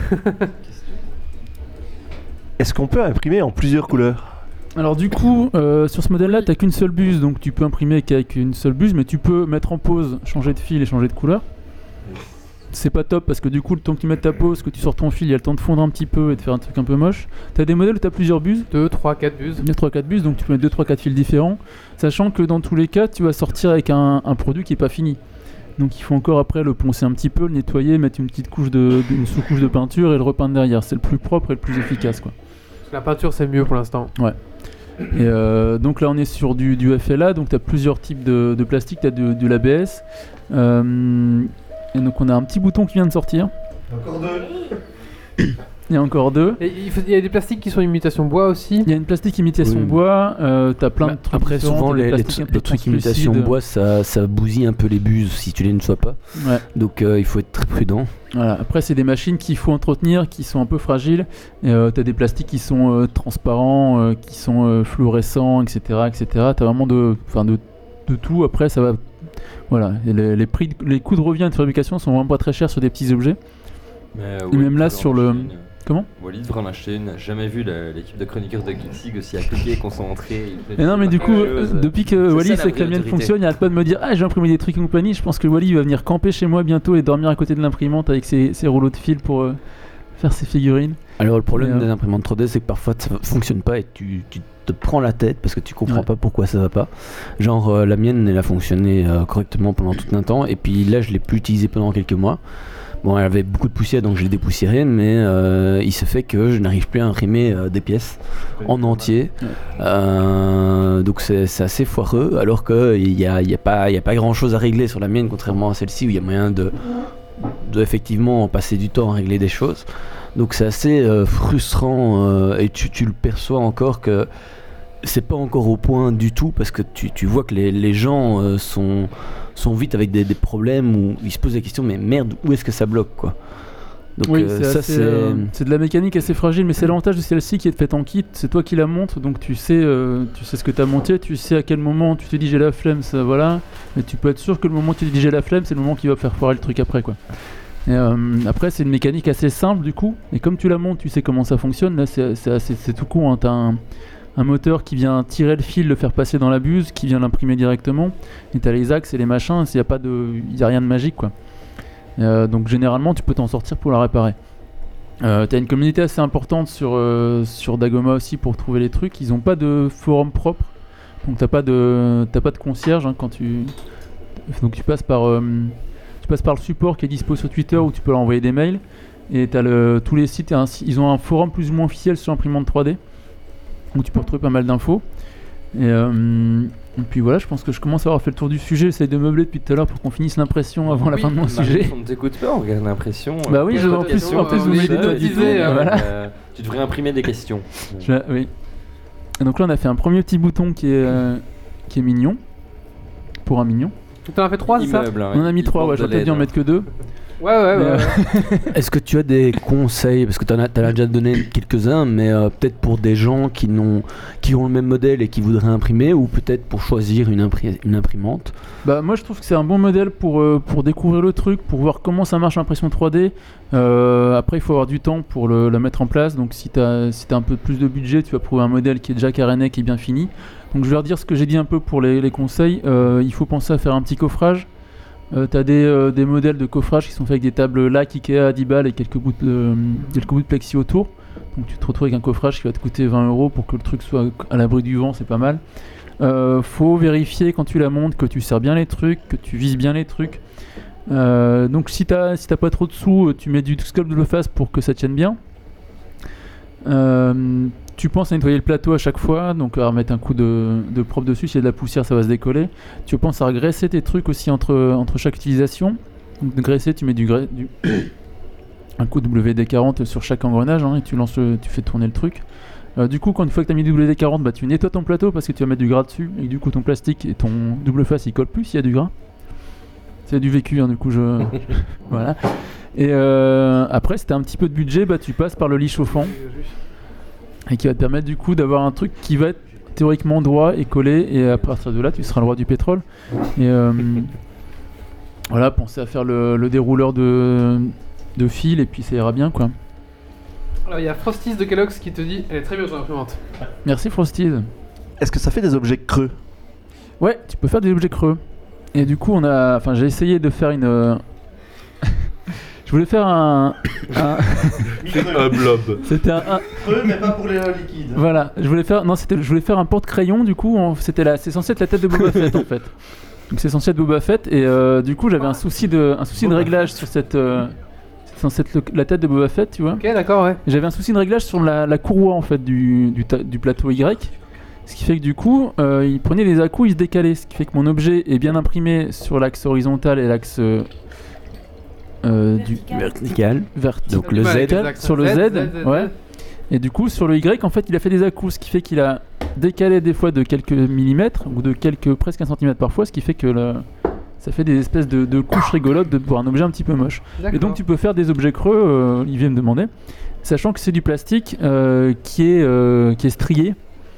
Est-ce qu'on peut imprimer en plusieurs couleurs? Alors du coup, euh, sur ce modèle-là, t'as qu'une seule buse, donc tu peux imprimer qu'avec une seule buse, mais tu peux mettre en pause, changer de fil et changer de couleur. C'est pas top parce que du coup, le temps que tu mettes ta pause, que tu sors ton fil, il y a le temps de fondre un petit peu et de faire un truc un peu moche. T'as des modèles où t'as plusieurs buses, deux, trois, quatre buses. il y a trois quatre buses, donc tu peux mettre deux trois quatre fils différents, sachant que dans tous les cas, tu vas sortir avec un, un produit qui est pas fini. Donc il faut encore après le poncer un petit peu, le nettoyer, mettre une petite couche de, de- une sous-couche de peinture et le repeindre derrière. C'est le plus propre et le plus efficace, quoi. La peinture, c'est mieux pour l'instant. Et euh, donc là on est sur du, du F L A, donc tu as plusieurs types de, de plastique, tu as de, de l'A B S. Euh, et donc on a un petit bouton qui vient de sortir. Encore deux. Il y a encore deux. Et il, faut- il y a des plastiques qui sont imitation bois aussi. Il y a une plastique imitation Oui. bois, euh, t'as plein Bah, de trucs après, différents, souvent, t'as des les, les, plastiques un tr- peu les trucs imitation translucides. bois, ça, ça bousille un peu les buses si tu les nettoies pas. Ouais. Donc euh, il faut être très prudent. Voilà. Après, c'est des machines qu'il faut entretenir, qui sont un peu fragiles. Et euh, t'as des plastiques qui sont euh, transparents, euh, qui sont euh, fluorescents, et cetera, et cetera. T'as vraiment de, enfin de, de tout. Après, ça va. Voilà. Et les, les prix, de- les coûts de revient et de fabrication sont vraiment pas très chers sur des petits objets. Mais, euh, Et Walid même là, devrait sur en le- acheter une. Comment Walid devrait en acheter une. Jamais vu la- l'équipe de chroniqueurs de Geeksig aussi appliquée et concentrée. Et non, mais du coup, euh, depuis que C'est Wally ça, sait la que la vraie mienne autorité. fonctionne, il arrête pas de me dire ah j'ai imprimé des trucs et compagnie. Je pense que Wally va venir camper chez moi bientôt et dormir à côté de l'imprimante avec ses, ses rouleaux de fil pour euh, faire ses figurines. Alors le problème Mais, euh, des imprimantes trois D, c'est que parfois ça fonctionne pas et tu, tu te prends la tête parce que tu comprends Ouais. pas pourquoi ça va pas. Genre euh, la mienne, elle a fonctionné euh, correctement pendant tout un temps et puis là je l'ai plus utilisée pendant quelques mois. Bon, elle avait beaucoup de poussière donc je l'ai dépoussiérée, mais euh, il se fait que je n'arrive plus à imprimer euh, des pièces en entier. Ouais. Euh, donc c'est c'est assez foireux alors qu'il n'y a, il y a, pas- il y a pas grand chose à régler sur la mienne, contrairement à celle-ci où il y a moyen de, de effectivement passer du temps à régler des choses. Donc c'est assez euh, frustrant euh, et tu, tu le perçois encore que c'est pas encore au point du tout parce que tu, tu vois que les, les gens euh, sont, sont vite avec des, des problèmes où ils se posent la question mais merde où est-ce que ça bloque quoi. Donc Oui, euh, c'est ça assez, c'est... euh, c'est de la mécanique assez fragile, mais c'est l'avantage de celle-ci qui est faite en kit. C'est toi qui la montes, donc tu sais, euh, tu sais ce que tu as monté, tu sais à quel moment tu te dis j'ai la flemme, ça voilà. Mais tu peux être sûr que le moment où tu te dis j'ai la flemme, c'est le moment qui va faire foirer le truc après quoi. Et, euh, après, c'est une mécanique assez simple du coup, et comme tu la montes, tu sais comment ça fonctionne. Là, c'est, c'est, assez- c'est tout con. Hein. T'as un, un moteur qui vient tirer le fil, le faire passer dans la buse, qui vient l'imprimer directement. Et t'as les axes et les machins. Il y a pas de, y a rien de magique quoi. Euh, donc généralement, tu peux t'en sortir pour la réparer. Euh, t'as une communauté assez importante sur, euh, sur Dagoma aussi pour trouver les trucs. Ils ont pas de forum propre, donc t'as pas de t'as pas de concierge hein, quand tu donc tu passes par euh, tu passes par le support qui est dispo sur Twitter où tu peux leur envoyer des mails et t'as le tous les sites un- ils ont un forum plus ou moins officiel sur l'imprimante trois D où tu peux retrouver pas mal d'infos et, euh, et puis voilà, je pense que je commence à avoir fait le tour du sujet. J'essaie de meubler depuis tout à l'heure pour qu'on finisse l'impression avant la fin de mon sujet. On ne t'écoute pas, on regarde l'impression. Bah oui, je- en plus- en plus, vous m'avez notisé, euh, voilà. Tu devrais imprimer des questions. Je- oui. Et donc là, on a fait un premier petit bouton qui est, euh, qui est mignon. Pour un mignon. T'en as fait trois, c'est ça? Immeuble, hein, On en a mis il trois, demande ouais, de j'aurais peut-être dû en l'aide, mettre que deux. Ouais, ouais, Mais, ouais. euh, ouais. Est-ce que tu as des conseils, parce que tu en as, t'en as déjà donné quelques-uns, mais euh, peut-être pour des gens qui, n'ont, qui ont le même modèle et qui voudraient imprimer, ou peut-être pour choisir une, impri- une imprimante? Bah, moi, je trouve que c'est un bon modèle pour, euh, pour découvrir le truc, pour voir comment ça marche l'impression trois D. Euh, après, il faut avoir du temps pour le, la mettre en place. Donc, si tu as si t'as un peu plus de budget, tu vas trouver un modèle qui est déjà caréné, qui est bien fini. Donc, je vais redire ce que j'ai dit un peu pour les, les conseils. Euh, il faut penser à faire un petit coffrage. Euh, t'as des, euh, des modèles de coffrage qui sont faits avec des tables lac Ikea à dix balles et quelques bouts de, euh, quelques bouts de plexi autour. Donc tu te retrouves avec un coffrage qui va te coûter vingt euros pour que le truc soit à l'abri du vent, c'est pas mal. Euh, faut vérifier quand tu la montes que tu serres bien les trucs, que tu vises bien les trucs. Euh, donc si t'as si t'as pas trop de sous, tu mets du sculpt double face pour que ça tienne bien. Euh, tu penses à nettoyer le plateau à chaque fois, donc à remettre un coup de, de propre dessus. S'il y a de la poussière, ça va se décoller. Tu penses à regraisser tes trucs aussi entre, entre chaque utilisation. Donc de graisser, tu mets du, gra- du un coup de W D quarante sur chaque engrenage hein, et tu lances, le- tu fais tourner le truc. Euh, du coup, quand une fois que tu as mis du W D quarante, bah, tu nettoies ton plateau parce que tu vas mettre du gras dessus et du coup ton plastique et ton double face il colle plus s'il y a du gras. C'est du vécu, hein, du coup je voilà. Et euh, après, si t'as un petit peu de budget, bah tu passes par le lit chauffant et qui va te permettre du coup d'avoir un truc qui va être théoriquement droit et collé et à partir de là, tu seras le roi du pétrole. Et euh, voilà, pensez à faire le, le dérouleur de de fil et puis ça ira bien quoi. Alors il y a Frosties de Kellogg's qui te dit elle est très bien ton imprimante. Merci Frosties. Est-ce que ça fait des objets creux? Ouais, tu peux faire des objets creux. Et du coup, on a, enfin, j'ai essayé de faire une. euh, Je voulais faire un. un- Un blob. C'était un, un- Creux, mais pas pour les liquides. Voilà, je voulais faire. Non, c'était. Je voulais faire un porte-crayon. Du coup, on- c'était la. C'est censé être la tête de Boba Fett en fait. Donc c'est censé être Boba Fett et euh, du coup, j'avais un souci de, un souci de réglage sur cette. euh, C'est censé être le- la tête de Boba Fett, tu vois. Ok, d'accord, ouais. J'avais un souci de réglage sur la, la courroie en fait du, du, ta- du plateau Y. Ce qui fait que du coup, euh, il prenait des à-coups, il se décalait. Ce qui fait que mon objet est bien imprimé sur l'axe horizontal et l'axe euh, euh, du Vertical. Vertical. vertical. Donc le Ouais, Z. exact. Sur le Z, Z, Z, Z. ouais. Et du coup, sur le Y, en fait, il a fait des à-coups, ce qui fait qu'il a décalé des fois de quelques millimètres ou de quelques presque un centimètre parfois, ce qui fait que le- ça fait des espèces de, de couches rigolotes de voir un objet un petit peu moche. D'accord. Et donc tu peux faire des objets creux, euh, il vient me demander, sachant que c'est du plastique euh, qui, est, euh, qui est strié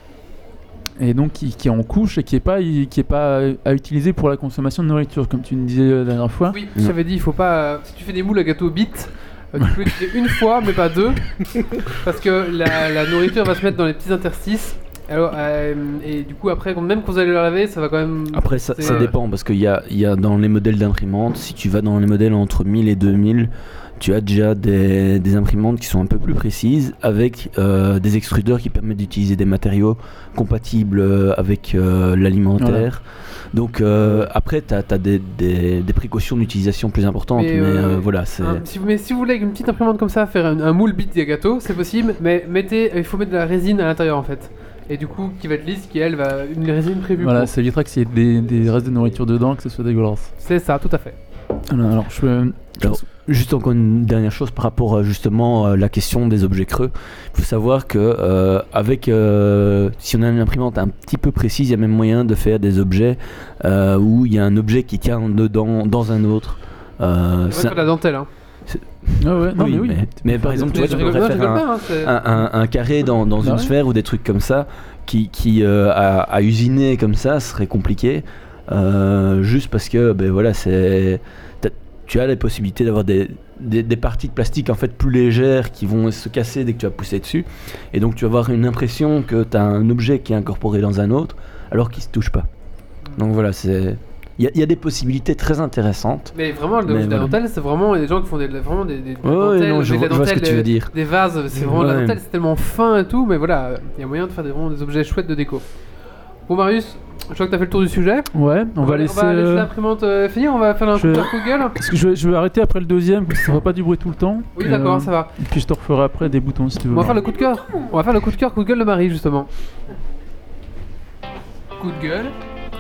et donc qui, qui est en couche et qui est pas, qui est pas à utiliser pour la consommation de nourriture, comme tu me disais la dernière fois. Oui, j'avais dit, il faut pas. euh, Si tu fais des moules à gâteau bit, euh, tu peux l'utiliser une fois, mais pas deux, parce que la, la nourriture va se mettre dans les petits interstices. Alors, euh, et du coup, après, quand- même quand vous allez le laver, ça va quand même. Après, ça, c'est- ça dépend parce qu'il y a, il y a dans les modèles d'imprimantes, si tu vas dans les modèles entre mille et deux mille, tu as déjà des, des imprimantes qui sont un peu plus précises avec euh, des extrudeurs qui permettent d'utiliser des matériaux compatibles euh, avec euh, l'alimentaire. Donc euh, après, tu as, des, des, des précautions d'utilisation plus importantes, mais, Mais, euh, euh, voilà, c'est... Un- si vous, mais si vous voulez avec une petite imprimante comme ça faire un, un moule bit des gâteaux, c'est possible, mais mettez, il faut mettre de la résine à l'intérieur en fait. Et du coup, qui va être lisse, qui elle va une résine prévue. Voilà, pour. ça évitera qu'il y ait des, des restes de nourriture dedans, que ce soit dégueulasse. C'est ça, tout à fait. Alors, alors, je peux... Alors, juste encore une dernière chose par rapport à justement à la question des objets creux. Il faut savoir que euh, avec euh, si on a une imprimante un petit peu précise, il y a même moyen de faire des objets euh, où il y a un objet qui tient dedans dans un autre. Euh, C'est c'est- vrai que de la dentelle. Hein. Ah ouais, non oui, mais oui. mais, mais par exemple, tu vois, Mais tu je rigole pourrais pas, je faire rigole un, pas, hein, c'est- un, un- un carré dans, dans Bah une ouais. sphère ou des trucs comme ça qui, qui euh, à, à usiner comme ça serait compliqué euh, juste parce que ben voilà, c'est t'as- tu as la possibilité d'avoir des, des, des parties de plastique en fait plus légères qui vont se casser dès que tu vas pousser dessus et donc tu vas avoir une impression que tu as un objet qui est incorporé dans un autre alors qu'il se touche pas. Donc voilà, c'est il y, a- il y a des possibilités très intéressantes. Mais vraiment, le, Mais la voilà. dentelle, c'est vraiment des gens qui font des, vraiment des, des, des Ouais, ouais, dentelles, non, je mais vois- la je vois ce que dentelle, tu veux euh, dire. Des vases, c'est vraiment la Ouais. dentelle, c'est tellement fin et tout, mais voilà, il y a moyen de faire des, vraiment des objets chouettes de déco. Bon, Marius, je crois que tu as fait le tour du sujet. Ouais, on, va laisser... On va laisser euh, l'imprimante euh, finir, on va faire un je- coup de cœur, coup de gueule. Parce que je vais, je vais arrêter après le deuxième, parce que ça va pas du bruit tout le temps. Oui, Et, d'accord, euh, ça va. Et puis je te referai après des boutons si tu veux. On va faire le coup de cœur. On va faire le coup de cœur, coup de gueule de Marie, justement. Coup de gueule.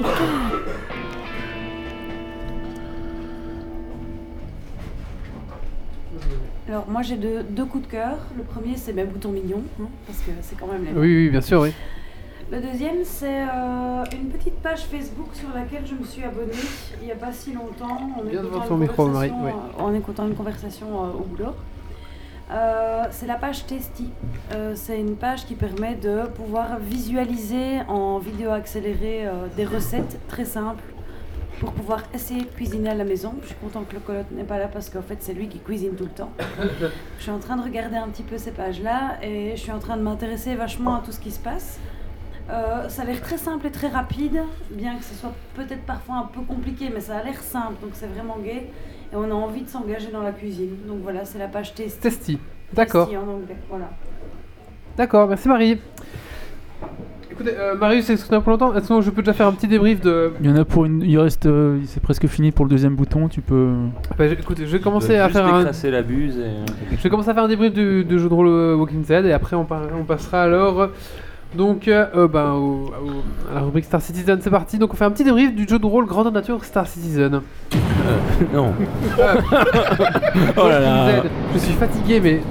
Alors moi j'ai deux, deux coups de cœur. Le premier c'est mes boutons mignons, hein, parce que c'est quand même les Oui, oui, bien sûr, oui. Le deuxième, c'est euh, une petite page Facebook sur laquelle je me suis abonnée il n'y a pas si longtemps en Bien devant écoutant, ton une micro, Marie, conversation, euh, en écoutant une conversation euh, au boulot. Euh, c'est la page Tasty. Euh, c'est une page qui permet de pouvoir visualiser en vidéo accélérée euh, des recettes très simples pour pouvoir essayer de cuisiner à la maison. Je suis contente que le coloc n'est pas là parce qu'en fait c'est lui qui cuisine tout le temps. Je suis en train de regarder un petit peu ces pages-là et je suis en train de m'intéresser vachement à tout ce qui se passe. Euh, ça a l'air très simple et très rapide, bien que ce soit peut-être parfois un peu compliqué, mais ça a l'air simple, donc c'est vraiment gai. Et on a envie de s'engager dans la cuisine. Donc voilà, c'est la page Tasty. Tasty. D'accord. Tasty en anglais, voilà. D'accord, merci Marie. Écoutez, euh, Marius, est-ce que tu as pour longtemps? Est-ce que je peux déjà faire un petit débrief de. Il y en a pour une. Il reste. euh, c'est presque fini pour le deuxième bouton, tu peux. Bah, je- écoutez, je vais commencer Tu dois à juste faire un. décrasser la buse et... Je vais commencer à faire un débrief du, du jeu de rôle euh, Walking Dead et après on, par- on passera alors donc euh, euh, ben, au- au- à la rubrique Star Citizen. C'est parti, donc on fait un petit débrief du jeu de rôle grandeur nature Star Citizen. Non. Euh, Oh là Walking là. Dead. Je suis fatigué mais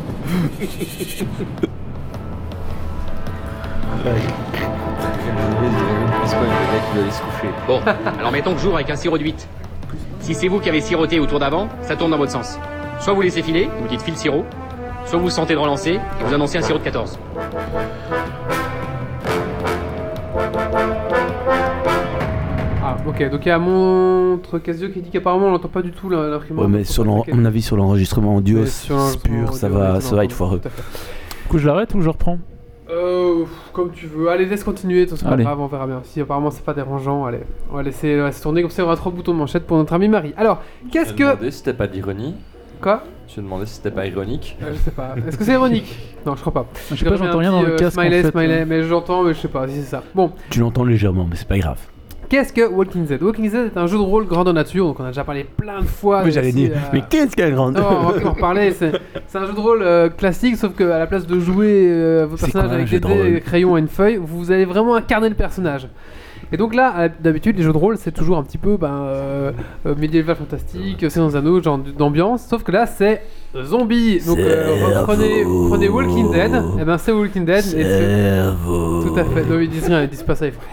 Bon, alors mettons que j'ouvre avec un sirop de huit. Si c'est vous qui avez siroté au tour d'avant, ça tourne dans votre sens. Soit vous laissez filer, vous dites file sirop, soit vous sentez de relancer et vous annoncez un sirop de quatorze. ah ok, donc il y a montre Casio qui dit qu'apparemment on n'entend pas du tout la- l'imprimante. Ouais, mais Donc, sur on l'en- va à checker. mon avis, sur l'enregistrement audio Mais sur l'enregistrement pur, ça audio, va, on ça va être entend, foireux. tout à fait. Du coup, je l'arrête ou je reprends? Euh, comme tu veux. Allez, laisse continuer, tout ça, pas Allez. grave, on verra bien. Si apparemment c'est pas dérangeant, allez, on va laisser, on va laisser tourner, comme ça il y aura trois boutons de manchette pour notre ami Marie. Alors, qu'est-ce Je que... me demandais si c'était pas d'ironie. Quoi Je me demandais si c'était pas ironique. Euh, Je sais pas. Est-ce que c'est ironique? Non, je crois pas. Je sais pas, j'entends rien dans le casque. en Smiley, fait. smiley, mais j'entends, mais je sais pas si c'est ça. Bon, Tu l'entends légèrement, mais c'est pas grave. qu'est-ce que Walking Dead? Walking Dead est un jeu de rôle grandeur nature, donc on a déjà parlé plein de fois. Oui, j'allais ici, dire. euh, Mais qu'est-ce qu'un grand Non, on va en reparler. C'est c'est un jeu de rôle euh, classique, sauf qu'à la place de jouer euh, vos C'est personnages quoi un avec jeu des de dés, rôle des crayons et une feuille, vous allez vraiment incarner le personnage. Et donc là, euh, d'habitude, les jeux de rôle, c'est toujours un petit peu ben, euh, euh, médiéval fantastique, c'est dans un autre genre d'ambiance, sauf que là, c'est zombie. Donc euh, prenez, prenez Walking Dead, et ben c'est Walking Dead. Et c'est... Tout à fait, non, ils disent rien, ils disent pas ça, ils font...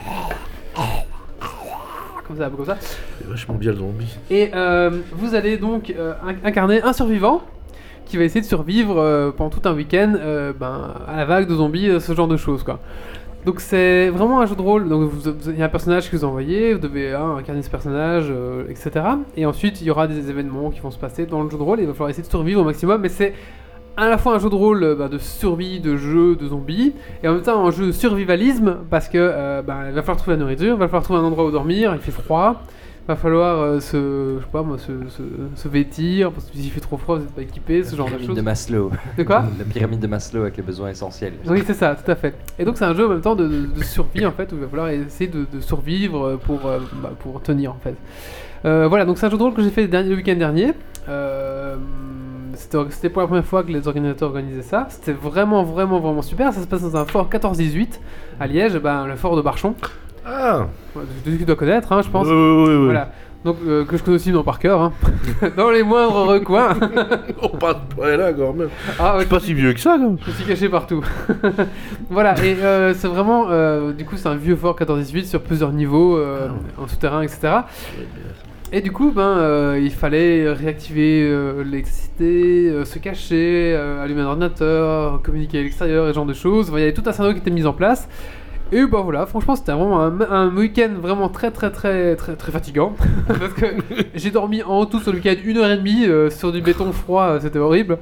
Comme ça, comme ça. C'est vachement bien le zombie. Et euh, vous allez donc euh, incarner un survivant qui va essayer de survivre euh, pendant tout un week-end euh, ben, à la vague de zombies, euh, ce genre de choses quoi. Donc c'est vraiment un jeu de rôle. Donc il y a un personnage que vous envoyez, vous devez hein, incarner ce personnage, euh, et cetera. Et ensuite il y aura des événements qui vont se passer dans le jeu de rôle et il va falloir essayer de survivre au maximum. Mais c'est à la fois un jeu de rôle euh, bah, de survie, de jeu, de zombies, et en même temps un jeu de survivalisme parce que euh, bah, il va falloir trouver la nourriture, il va falloir trouver un endroit où dormir, il fait froid. Va falloir euh, se, je sais pas moi, se, se, se vêtir parce que s'il fait trop froid, vous n'êtes pas équipé, ce genre de choses. La pyramide de Maslow. De quoi? La pyramide de Maslow avec les besoins essentiels. Oui, c'est ça, tout à fait. Et donc c'est un jeu en même temps de, de, de survie en fait où il va falloir essayer de, de survivre pour, euh, bah, pour tenir en fait. Euh, voilà, donc c'est un jeu de rôle que j'ai fait le, dernier, le week-end dernier. Euh, c'était, c'était pour la première fois que les organisateurs organisaient ça. C'était vraiment, vraiment, vraiment super. Ça se passe dans un fort quatorze dix-huit à Liège, ben, le fort de Barchon. Ah, tu dois connaître, hein, je pense. Oui, oui, oui. Voilà. Donc, euh, que je connais aussi dans par cœur, hein. Dans les moindres recoins. On passe pas là quand même. Ah, ouais, je suis pas si vieux que ça quand même. Je suis caché partout. Voilà, et euh, c'est vraiment. Euh, du coup, c'est un vieux fort quatorze dix-huit sur plusieurs niveaux, euh, ah, en souterrain, et cetera. Et du coup, ben, euh, il fallait réactiver euh, l'électricité, euh, se cacher, euh, allumer un ordinateur, communiquer à l'extérieur, et ce genre de choses. Enfin, il y avait tout un scénario qui était mis en place. Et bah voilà, franchement c'était vraiment un, un week-end vraiment très très très très très fatigant parce que j'ai dormi en tout sur le week-end une heure et demie euh, sur du béton froid, euh, c'était horrible.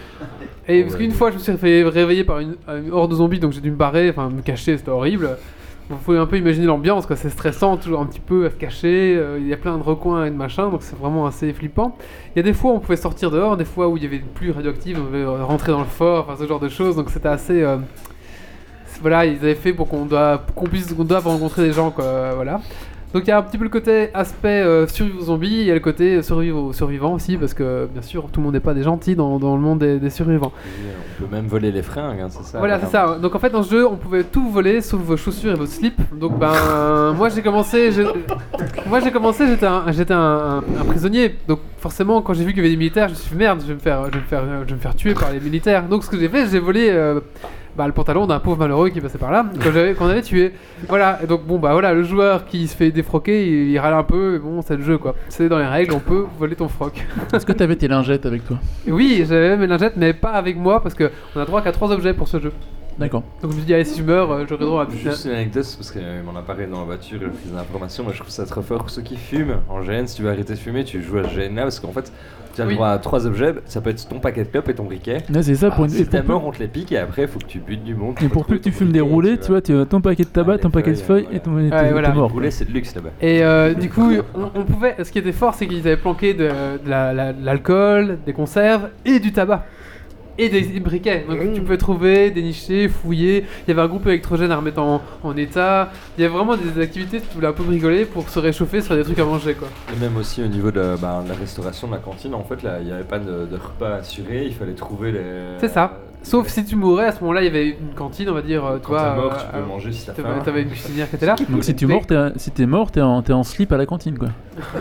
Et parce qu'une fois je me suis fait réveiller par une, une horde de zombies donc j'ai dû me barrer, enfin me cacher, c'était horrible. Vous pouvez un peu imaginer l'ambiance quoi, c'est stressant, toujours un petit peu à se cacher, euh, il y a plein de recoins et de machin donc c'est vraiment assez flippant. Il y a des fois où on pouvait sortir dehors, des fois où il y avait une pluie radioactive, on devait rentrer dans le fort, enfin ce genre de choses donc c'était assez... Euh, Voilà, ils avaient fait pour qu'on doit, qu'on puisse, qu'on doive rencontrer des gens, quoi, voilà. Donc il y a un petit peu le côté aspect euh, survivre aux zombies, il y a le côté survivre aux survivants aussi, parce que bien sûr tout le monde n'est pas des gentils dans, dans le monde des, des survivants. On peut même voler les fringues, hein, c'est ça. Voilà, c'est ça. Donc en fait dans ce jeu on pouvait tout voler sauf vos chaussures et vos slips. Donc ben moi j'ai commencé, j'ai... moi j'ai commencé, j'étais un, j'étais un, un, un prisonnier. Donc forcément quand j'ai vu qu'il y avait des militaires, je me suis dit merde, je vais me faire, je vais me faire, je vais me faire tuer par les militaires. Donc ce que j'ai fait, j'ai volé. Euh, Bah, le pantalon d'un pauvre malheureux qui passait par là, qu'on avait, qu'on avait tué. Voilà, et donc bon, bah voilà, le joueur qui se fait défroquer, il, il râle un peu, mais bon, c'est le jeu quoi. C'est dans les règles, on peut voler ton froc. Est-ce que t'avais tes lingettes avec toi? Oui, j'avais mes lingettes, mais pas avec moi, parce qu'on a droit qu'à trois objets pour ce jeu. D'accord. Donc je me suis dit, allez, si je meurs, euh, j'aurai droit à... Juste une anecdote, parce qu'il m'en a parlé dans la voiture, il a pris des informations, moi je trouve ça trop fort pour ceux qui fument. En G N, si tu veux arrêter de fumer, tu joues à G N là, parce qu'en fait, tu as le Oui. droit à trois objets, ça peut être ton paquet de clopes et ton briquet. Ouais, c'est ça, pour Ah, une... si et t'es pour mort, peu- on te les pique, et après, il faut que tu butes du monde. Et pour peu que tu fumes des roulés, tu vois, tu as ton paquet de tabac, Ah, ton les paquet de feuilles, feuilles et ton Ouais, t'es- voilà. t'es mort. Rouler, c'est de luxe là-bas. Et euh, du coup, on, on pouvait... Ce qui était fort, c'est qu'ils avaient planqué de, de la- la- de l'alcool, des conserves et du tabac. Et des, des briquets, donc tu pouvais trouver, dénicher, fouiller. Il y avait un groupe électrogène à remettre en, en état. Il y avait vraiment des activités, tu voulais un peu bricoler pour se réchauffer sur des trucs à manger quoi. Et même aussi au niveau de, bah, de la restauration, de la cantine, en fait, là, il n'y avait pas de, de repas assuré, il fallait trouver les... C'est ça. Sauf si tu mourais, à ce moment-là, il y avait une cantine, on va dire, euh, Quand toi... t'es mort, euh, tu peux euh, manger si t'as t'avais- faim. T'avais une cuisinière qui était là. Donc si tu Mais- mors, t'es, si t'es mort, t'es en, t'es en slip à la cantine quoi.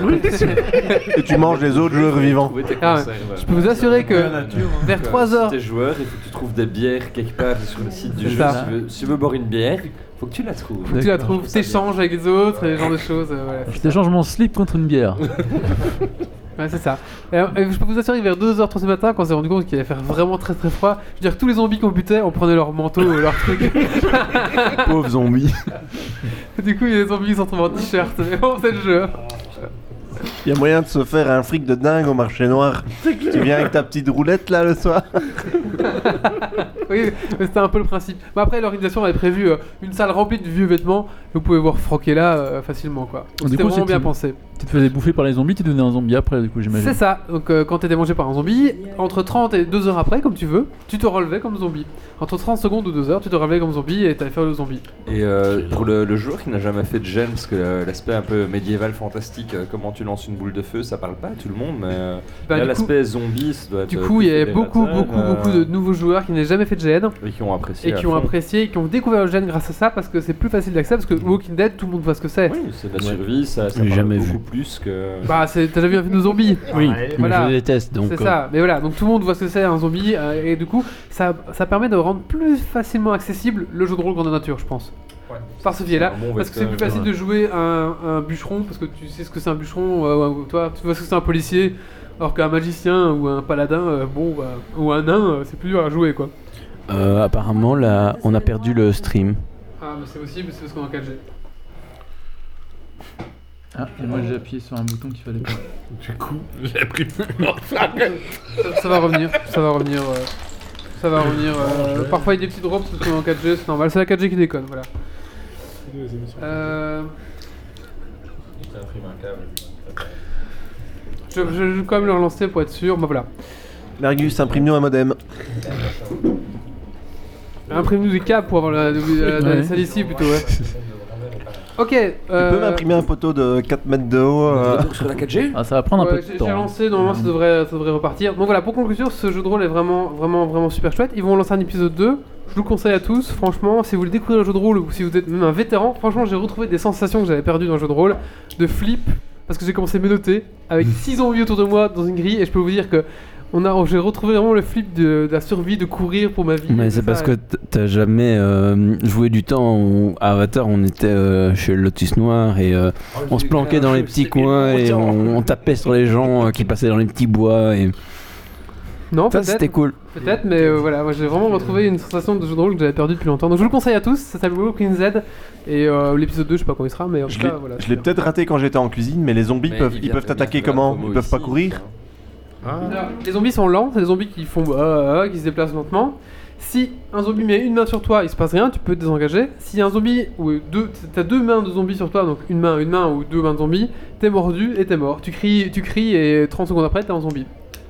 Et tu manges les autres joueurs vivants. Trouver tes Ah ouais. conserves. Je peux vous assurer que La nature, hein. vers Donc, euh, trois heures... Si t'es joueur, il faut que tu trouves des bières quelque part sur le site du C'est jeu. ça. Si tu, veux, si tu veux boire une bière, faut que tu la trouves. Tu la D'accord. trouves, Je trouve ça t'échanges avec les autres et ce genre de choses. euh, voilà. Je t'échange mon slip contre une bière. Ouais, c'est ça. Et, euh, et je peux vous assurer que vers deux heures trente du matin, quand on s'est rendu compte qu'il allait faire vraiment très très froid, je veux dire, tous les zombies qu'on butait, on prenait leur manteau ou leur truc. Pauvres zombies. Du coup, il y a des zombies qui se retrouvent en t-shirt. Mais bon, c'est le jeu. Il y a moyen de se faire un fric de dingue au marché noir. Tu viens avec ta petite roulette là le soir. Oui, mais c'était un peu le principe. Mais après, l'organisation avait prévu euh, une salle remplie de vieux vêtements. Vous pouvez voir froquer là euh, facilement, quoi. Donc, Du c'était coup, vraiment c'était- bien pensé. Tu te faisais bouffer par les zombies, tu devenais un zombie après du coup j'imagine. C'est ça. Donc, euh, quand t'étais mangé par un zombie, entre trente et deux heures après, comme tu veux, tu te relevais comme zombie. entre trente secondes ou deux heures, tu te réveilles comme zombie et t'as faire le zombie. Et euh, pour le, le joueur qui n'a jamais fait de gène, parce que euh, l'aspect un peu médiéval fantastique, euh, comment tu lances une boule de feu, ça parle pas à tout le monde, mais euh, Bah, là du l'aspect zombie, ça doit être. Du euh, coup, plus il y avait fédérateur, beaucoup, beaucoup, euh, beaucoup de nouveaux joueurs qui n'avaient jamais fait de G N Et qui ont apprécié. et à qui ont fond. apprécié et qui ont découvert le gène grâce à ça parce que c'est plus facile d'accès parce que Walking Dead, tout le monde voit ce que c'est. Oui, c'est de la survie, ça, ça J'ai parle jamais beaucoup vu. plus que. Bah, c'est- t'as déjà vu un film de zombies? Oui, Voilà. je le déteste donc. C'est euh, ça, mais voilà, donc tout le monde voit ce que c'est un zombie euh, et du coup ça, ça permet de rendre plus facilement accessible le jeu de rôle grandeur nature, je pense. Ouais. Par ce biais-là, C'est un bon parce que c'est vecteur, plus facile ouais. de jouer un, un bûcheron parce que tu sais ce que c'est un bûcheron, euh, ou toi tu vois ce que c'est un policier, alors qu'un magicien ou un paladin, euh, bon, bah, ou un nain, euh, c'est plus dur à jouer quoi. euh, apparemment, là, on a perdu le stream. Ah, mais c'est possible, c'est parce qu'on est en quatre G. Ah, et moi j'ai appuyé sur un bouton qu'il fallait pas. Du coup, j'ai pris Ça, ça va revenir, ça va revenir. euh, ça va revenir. euh, parfois il y a des petits drops parce qu'on est en quatre G, c'est normal, c'est la quatre G qui déconne, voilà. Euh, je, je, je vais quand même le relancer pour être sûr, bah voilà. Mergus, imprime-nous un modem. Imprime-nous des câbles pour avoir la, la, la, la salle ici plutôt, ouais. Ok, Tu euh, peux m'imprimer un poteau de quatre mètres de haut euh, Sur la quatre G. Ah, ça va prendre un ouais, peu j'ai de j'ai temps. lancé, normalement ça devrait, ça devrait repartir. Donc voilà, pour conclure, ce jeu de rôle est vraiment, vraiment, vraiment super chouette. Ils vont lancer un épisode deux. Je vous le conseille à tous, franchement, si vous voulez découvrir le jeu de rôle ou si vous êtes même un vétéran, franchement, j'ai retrouvé des sensations que j'avais perdues dans le jeu de rôle, de flip, parce que j'ai commencé à me noter avec six zombies autour de moi dans une grille, et je peux vous dire que on a, j'ai retrouvé vraiment le flip de, de la survie, de courir pour ma vie. Mais et c'est ça, parce et- que t- t'as jamais euh, joué du temps où à Avatar on était euh, chez le Lotus Noir et euh, on se planquait dans les petits coins et on, on tapait sur les gens euh, qui passaient dans les petits bois et Non, ça peut-être. c'était cool. Peut-être, mais euh, voilà, moi j'ai vraiment retrouvé une sensation de jeu de rôle que j'avais perdu depuis longtemps. Donc je vous le conseille à tous, ça s'appelle Walking Z. Et euh, l'épisode deux, je sais pas quand il sera, mais en Je tout l'ai cas, voilà. je l'ai peut-être raté quand j'étais en cuisine, mais les zombies Mais peuvent, il ils vient peuvent de t'attaquer venir faire comment la promo Ils peuvent pas ici, courir Alors, les zombies sont lents, c'est des zombies qui font euh, euh, qui se déplacent lentement. Si un zombie met une main sur toi, il se passe rien, tu peux te désengager. Si un zombie ou deux, t'as deux mains de zombies sur toi, donc une main, une main ou deux mains de zombies, t'es mordu et t'es mort. Tu cries, tu cries et trente secondes après t'es en zombie.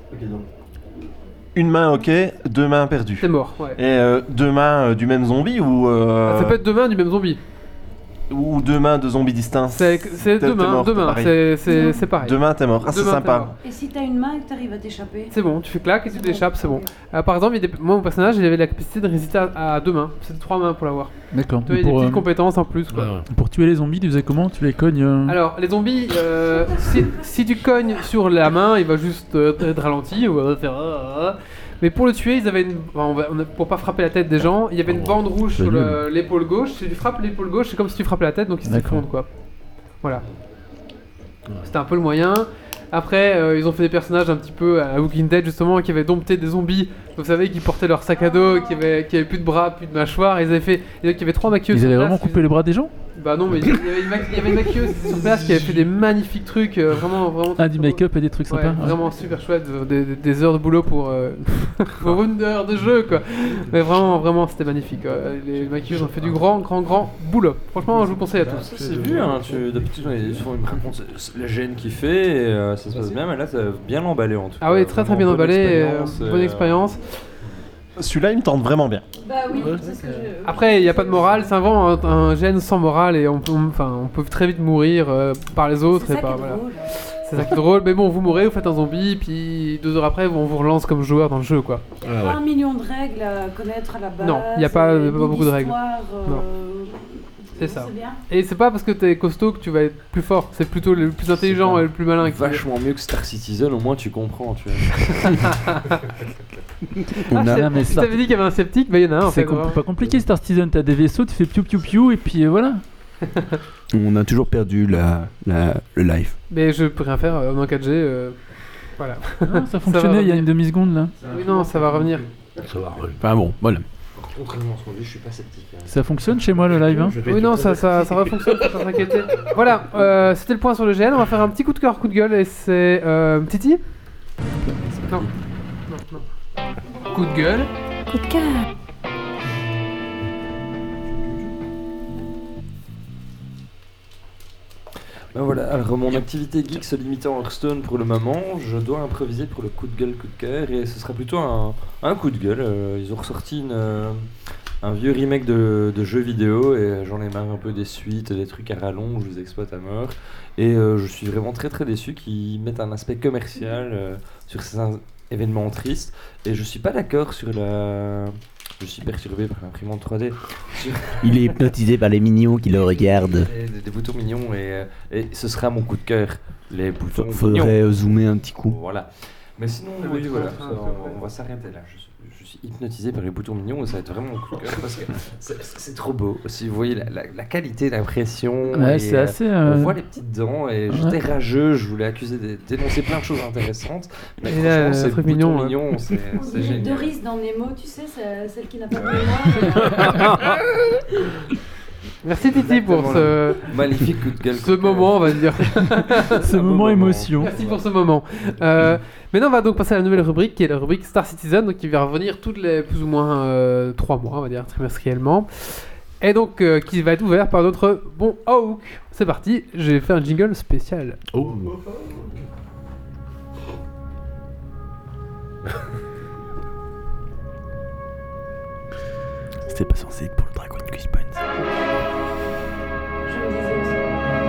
Une main ok, deux mains perdues. T'es mort, ouais. Et euh, deux mains euh, du même zombie ou, euh, Ça peut être deux mains du même zombie. ou deux mains de zombies distincts C'est c'est T'es- deux t'es mains, mort, deux t'es mains, pareil. c'est- c'est c'est pareil. Deux mains t'es mort. Ah Deux c'est mains, t'es sympa. mort. Et si t'as une main et que t'arrives à t'échapper? C'est bon, tu fais clac et tu t'échappes, c'est bon. Euh, par exemple, il y a des- moi mon personnage il avait la capacité de résister à, à deux mains, c'était trois mains pour l'avoir. D'accord. Tu vois, il y a des Pour, petites euh, compétences en plus quoi. pour tuer les zombies, tu faisais comment? Tu les cognes euh, Alors, les zombies, euh, si, si tu cognes sur la main, il va juste euh, être ralenti, ou va faire. euh, euh. Mais pour le tuer, ils avaient une. Enfin, on va- on a- pour pas frapper la tête des gens, il y avait une bande rouge sur le- l'épaule gauche. Si tu frappes l'épaule gauche, c'est comme si tu frappais la tête, donc ils D'accord. s'effondrent quoi. Voilà. C'était un peu le moyen. Après, euh, ils ont fait des personnages un petit peu à Walking Dead justement, qui avaient dompté des zombies. Vous savez, qui portaient leur sac à dos, qui avaient, qui avaient plus de bras, plus de mâchoires. Ils avaient fait. Il y avait trois maquilleuses. Ils sur avaient place vraiment qui coupé les bras des gens? Bah non, mais il y avait une, ma- il y avait une maquilleuse sur place qui avait fait des magnifiques trucs, euh, vraiment, vraiment. Ah, du make-up et des trucs Ouais, sympas. ouais. vraiment super chouette, euh, des, des- des heures de boulot pour, euh, pour une heure de jeu quoi. Mais vraiment, vraiment, c'était magnifique. quoi. Les maquilleuses ont fait du grand, grand, grand boulot. Franchement, je vous conseille à tous. Ça c'est vu, hein, tu, d'habitude ils font une raconte la gêne qu'il fait et euh, ça se passe bien, mais là t'as bien emballé en tout cas. Ah oui, très très bien Vraiment bonne emballé, euh, expérience, bonne euh, expérience. Celui-là il me tente vraiment bien. Bah oui, c'est ce que je... Après, il n'y a pas de morale, c'est vraiment un, un gène sans morale et on, peut- on- enfin, on peut très vite mourir euh, par les autres C'est et ça par qui est voilà. drôle. C'est ça qui est drôle, mais bon, vous mourrez, vous faites un zombie, puis deux heures après, on vous relance comme joueur dans le jeu quoi. Ah ouais. Un million de règles à connaître à la base. Non, y a pas- et pas beaucoup de règles. d'histoire, euh, Non. C'est ça. C'est bien. Et c'est pas parce que t'es costaud que tu vas être plus fort, c'est plutôt le plus intelligent et le plus malin qui Vachement mieux que Star Citizen, au moins tu comprends, tu vois. On Ah, a- je Ah, mais je Star- t'avais dit qu'il y avait un sceptique, mais il y en a un en C'est fait. com- vraiment. pas compliqué Star Citizen, t'as des vaisseaux, tu fais piou piou piou et puis euh, voilà. On a toujours perdu la, la- le live. Mais je peux rien faire, euh, on est en quatre G, euh, voilà. Ah, ça fonctionnait il y a revenir. une demi-seconde là. Oui, non, ça va revenir. Ça va. ouais. Enfin bon, voilà. Contrairement à ce qu'on dit, je suis pas sceptique. hein. Ça fonctionne chez moi le live hein. Oui, non, ça, ça, ça va fonctionner, faut pas s'inquiéter. Voilà, euh, c'était le point sur le G N, on va faire un petit coup de cœur, coup de gueule, et c'est... Euh, Titi Non. Non, non. Coup de gueule. Coup de cœur. Ben voilà, alors mon activité geek se limitant à Hearthstone pour le moment, je dois improviser pour le coup de gueule, coup de cœur, et ce sera plutôt un, un coup de gueule. Euh, ils ont ressorti une, euh, un vieux remake de, de jeux vidéo, et j'en ai marre un peu des suites, des trucs à rallonge, je vous exploite à mort, et euh, je suis vraiment très très déçu qu'ils mettent un aspect commercial euh, sur ces événements tristes, et je suis pas d'accord sur la... Je suis perturbé par l'imprimante trois D. Il est hypnotisé par les mignons qui le regardent. Des, des, des boutons mignons et, et ce sera mon coup de cœur. Les boutons mignons. Faudrait zoomer un petit coup. Voilà. Mais sinon, oui, voilà, ça, on, on va s'arrêter là. Je, je suis hypnotisé par les boutons mignons et ça va être vraiment mon coup de cœur parce que c'est, c'est trop beau. Si vous voyez la, la, la qualité, l'impression, Ouais, et, c'est euh, assez. euh, on voit les petites dents et Ouais. j'étais rageux. Je voulais accuser de dénoncer plein de choses intéressantes. Mais Et là, franchement, c'est ces très boutons mignon, ouais. mignons, c'est, On c'est dirait génial. Doris dans Nemo, tu sais, c'est celle qui n'a pas de mémoire. Merci Titi pour ce, Magnifique coup de gueule. ce moment, on va dire. Ce moment moment. émotion. Merci pour ce moment. Euh, maintenant, on va donc passer à la nouvelle rubrique qui est la rubrique Star Citizen, donc qui va revenir toutes les plus ou moins euh, trois mois, on va dire trimestriellement. Et donc, euh, qui va être ouvert par notre bon Hawk. C'est parti, j'ai fait un jingle spécial. Oh. C'était pas censé être pour le Dragon Quest Point. Je me disais aussi.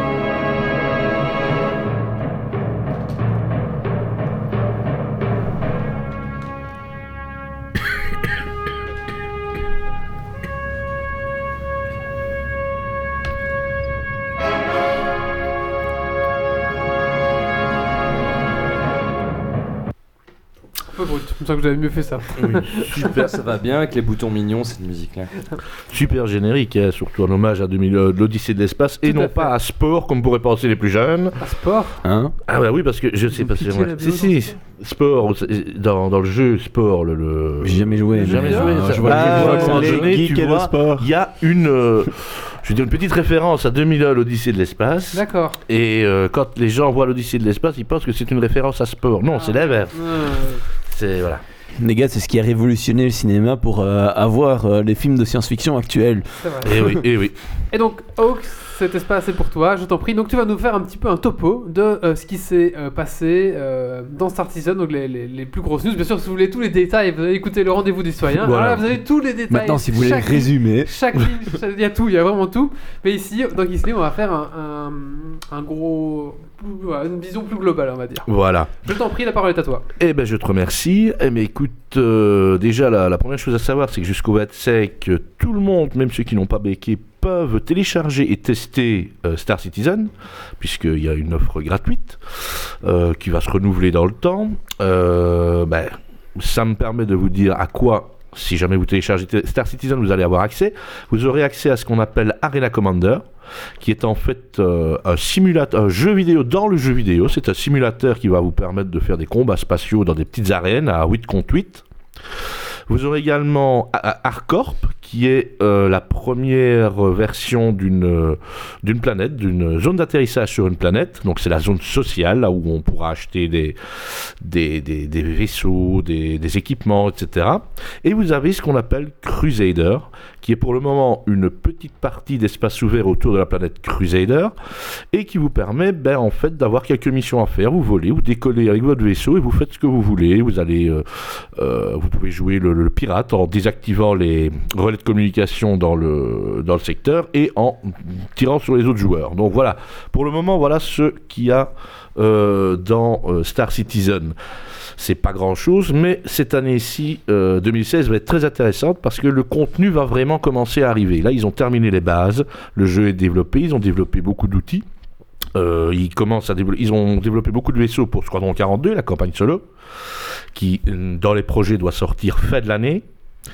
Un peu brut, comme ça que j'avais mieux fait ça. Oui, super, Ça va bien avec les boutons mignons, cette musique-là. super générique, hein, surtout en hommage à deux mille, euh, de l'Odyssée de l'espace et Tout à non fait. pas à sport comme pourraient penser les plus jeunes. Un sport. Hein? Ah bah oui, parce que je sais pas si piqué moi. la Si bio si, sport c'est- dans, dans le jeu sport le. le... J'ai jamais joué. Jamais mais, joué. euh, ça- je vois Ah, je vois ouais, qu'à un moment les donné, geeks tu et le vois, sport. il y a une, euh, je veux dire une petite référence à deux mille un l'Odyssée de l'espace. D'accord. Et euh, quand les gens voient l'Odyssée de l'espace, ils pensent que c'est une référence à sport. Non, c'est l'inverse. Euh, C'est voilà. Les gars, c'est ce qui a révolutionné le cinéma pour euh, avoir euh, les films de science-fiction actuels. c'est vrai. Et oui, et oui. Et donc, Hawk, cet espace est pour toi, je t'en prie. Donc, tu vas nous faire un petit peu un topo de euh, ce qui s'est euh, passé euh, dans Star Citizen, donc les, les, les plus grosses news. Bien sûr, si vous voulez tous les détails, vous allez écouter le rendez-vous des citoyens. Voilà. Alors là, vous avez tous les détails. Maintenant, si vous voulez chaque résumer, Chaque ligne, chaque- il y a tout, il y a vraiment tout. Mais ici, dans Geeksly, on va faire un, un, un gros. plus- voilà, une vision plus globale, on va dire. Voilà. Je t'en prie, la parole est à toi. Eh ben, je te remercie. Eh mais écoute, euh, déjà la, la première chose à savoir, c'est que jusqu'au vingt-cinq, euh, tout le monde, même ceux qui n'ont pas béqué, peuvent télécharger et tester euh, Star Citizen, puisqu'il y a une offre gratuite euh, qui va se renouveler dans le temps. Euh, ben, ça me permet de vous dire à quoi, si jamais vous téléchargez Star Citizen, vous allez avoir accès. Vous aurez accès à ce qu'on appelle Arena Commander, qui est en fait euh, un simulateur, un jeu vidéo dans le jeu vidéo. C'est un simulateur qui va vous permettre de faire des combats spatiaux dans des petites arènes à huit contre huit. Vous aurez également A- A- ArcCorp, qui est euh, la première version d'une euh, d'une planète, d'une zone d'atterrissage sur une planète. Donc c'est la zone sociale, là où on pourra acheter des, des, des, des vaisseaux, des, des équipements, et cetera. Et vous avez ce qu'on appelle Crusader, qui est pour le moment une petite partie d'espace ouvert autour de la planète Crusader, et qui vous permet ben, en fait d'avoir quelques missions à faire. Vous volez, vous décollez avec votre vaisseau et vous faites ce que vous voulez. Vous allez, euh, euh, vous pouvez jouer le, le pirate en désactivant les relais de communication dans le, dans le secteur et en tirant sur les autres joueurs. Donc voilà, pour le moment, voilà ce qu'il y a euh, dans euh, Star Citizen. C'est pas grand chose, mais cette année-ci, euh, deux mille seize, va être très intéressante parce que le contenu va vraiment commencer à arriver. Là, ils ont terminé les bases, le jeu est développé, ils ont développé beaucoup d'outils. Euh, ils, commencent à développer, ils ont développé beaucoup de vaisseaux pour Squadron quarante-deux, la campagne solo, qui, dans les projets, doit sortir fin de l'année.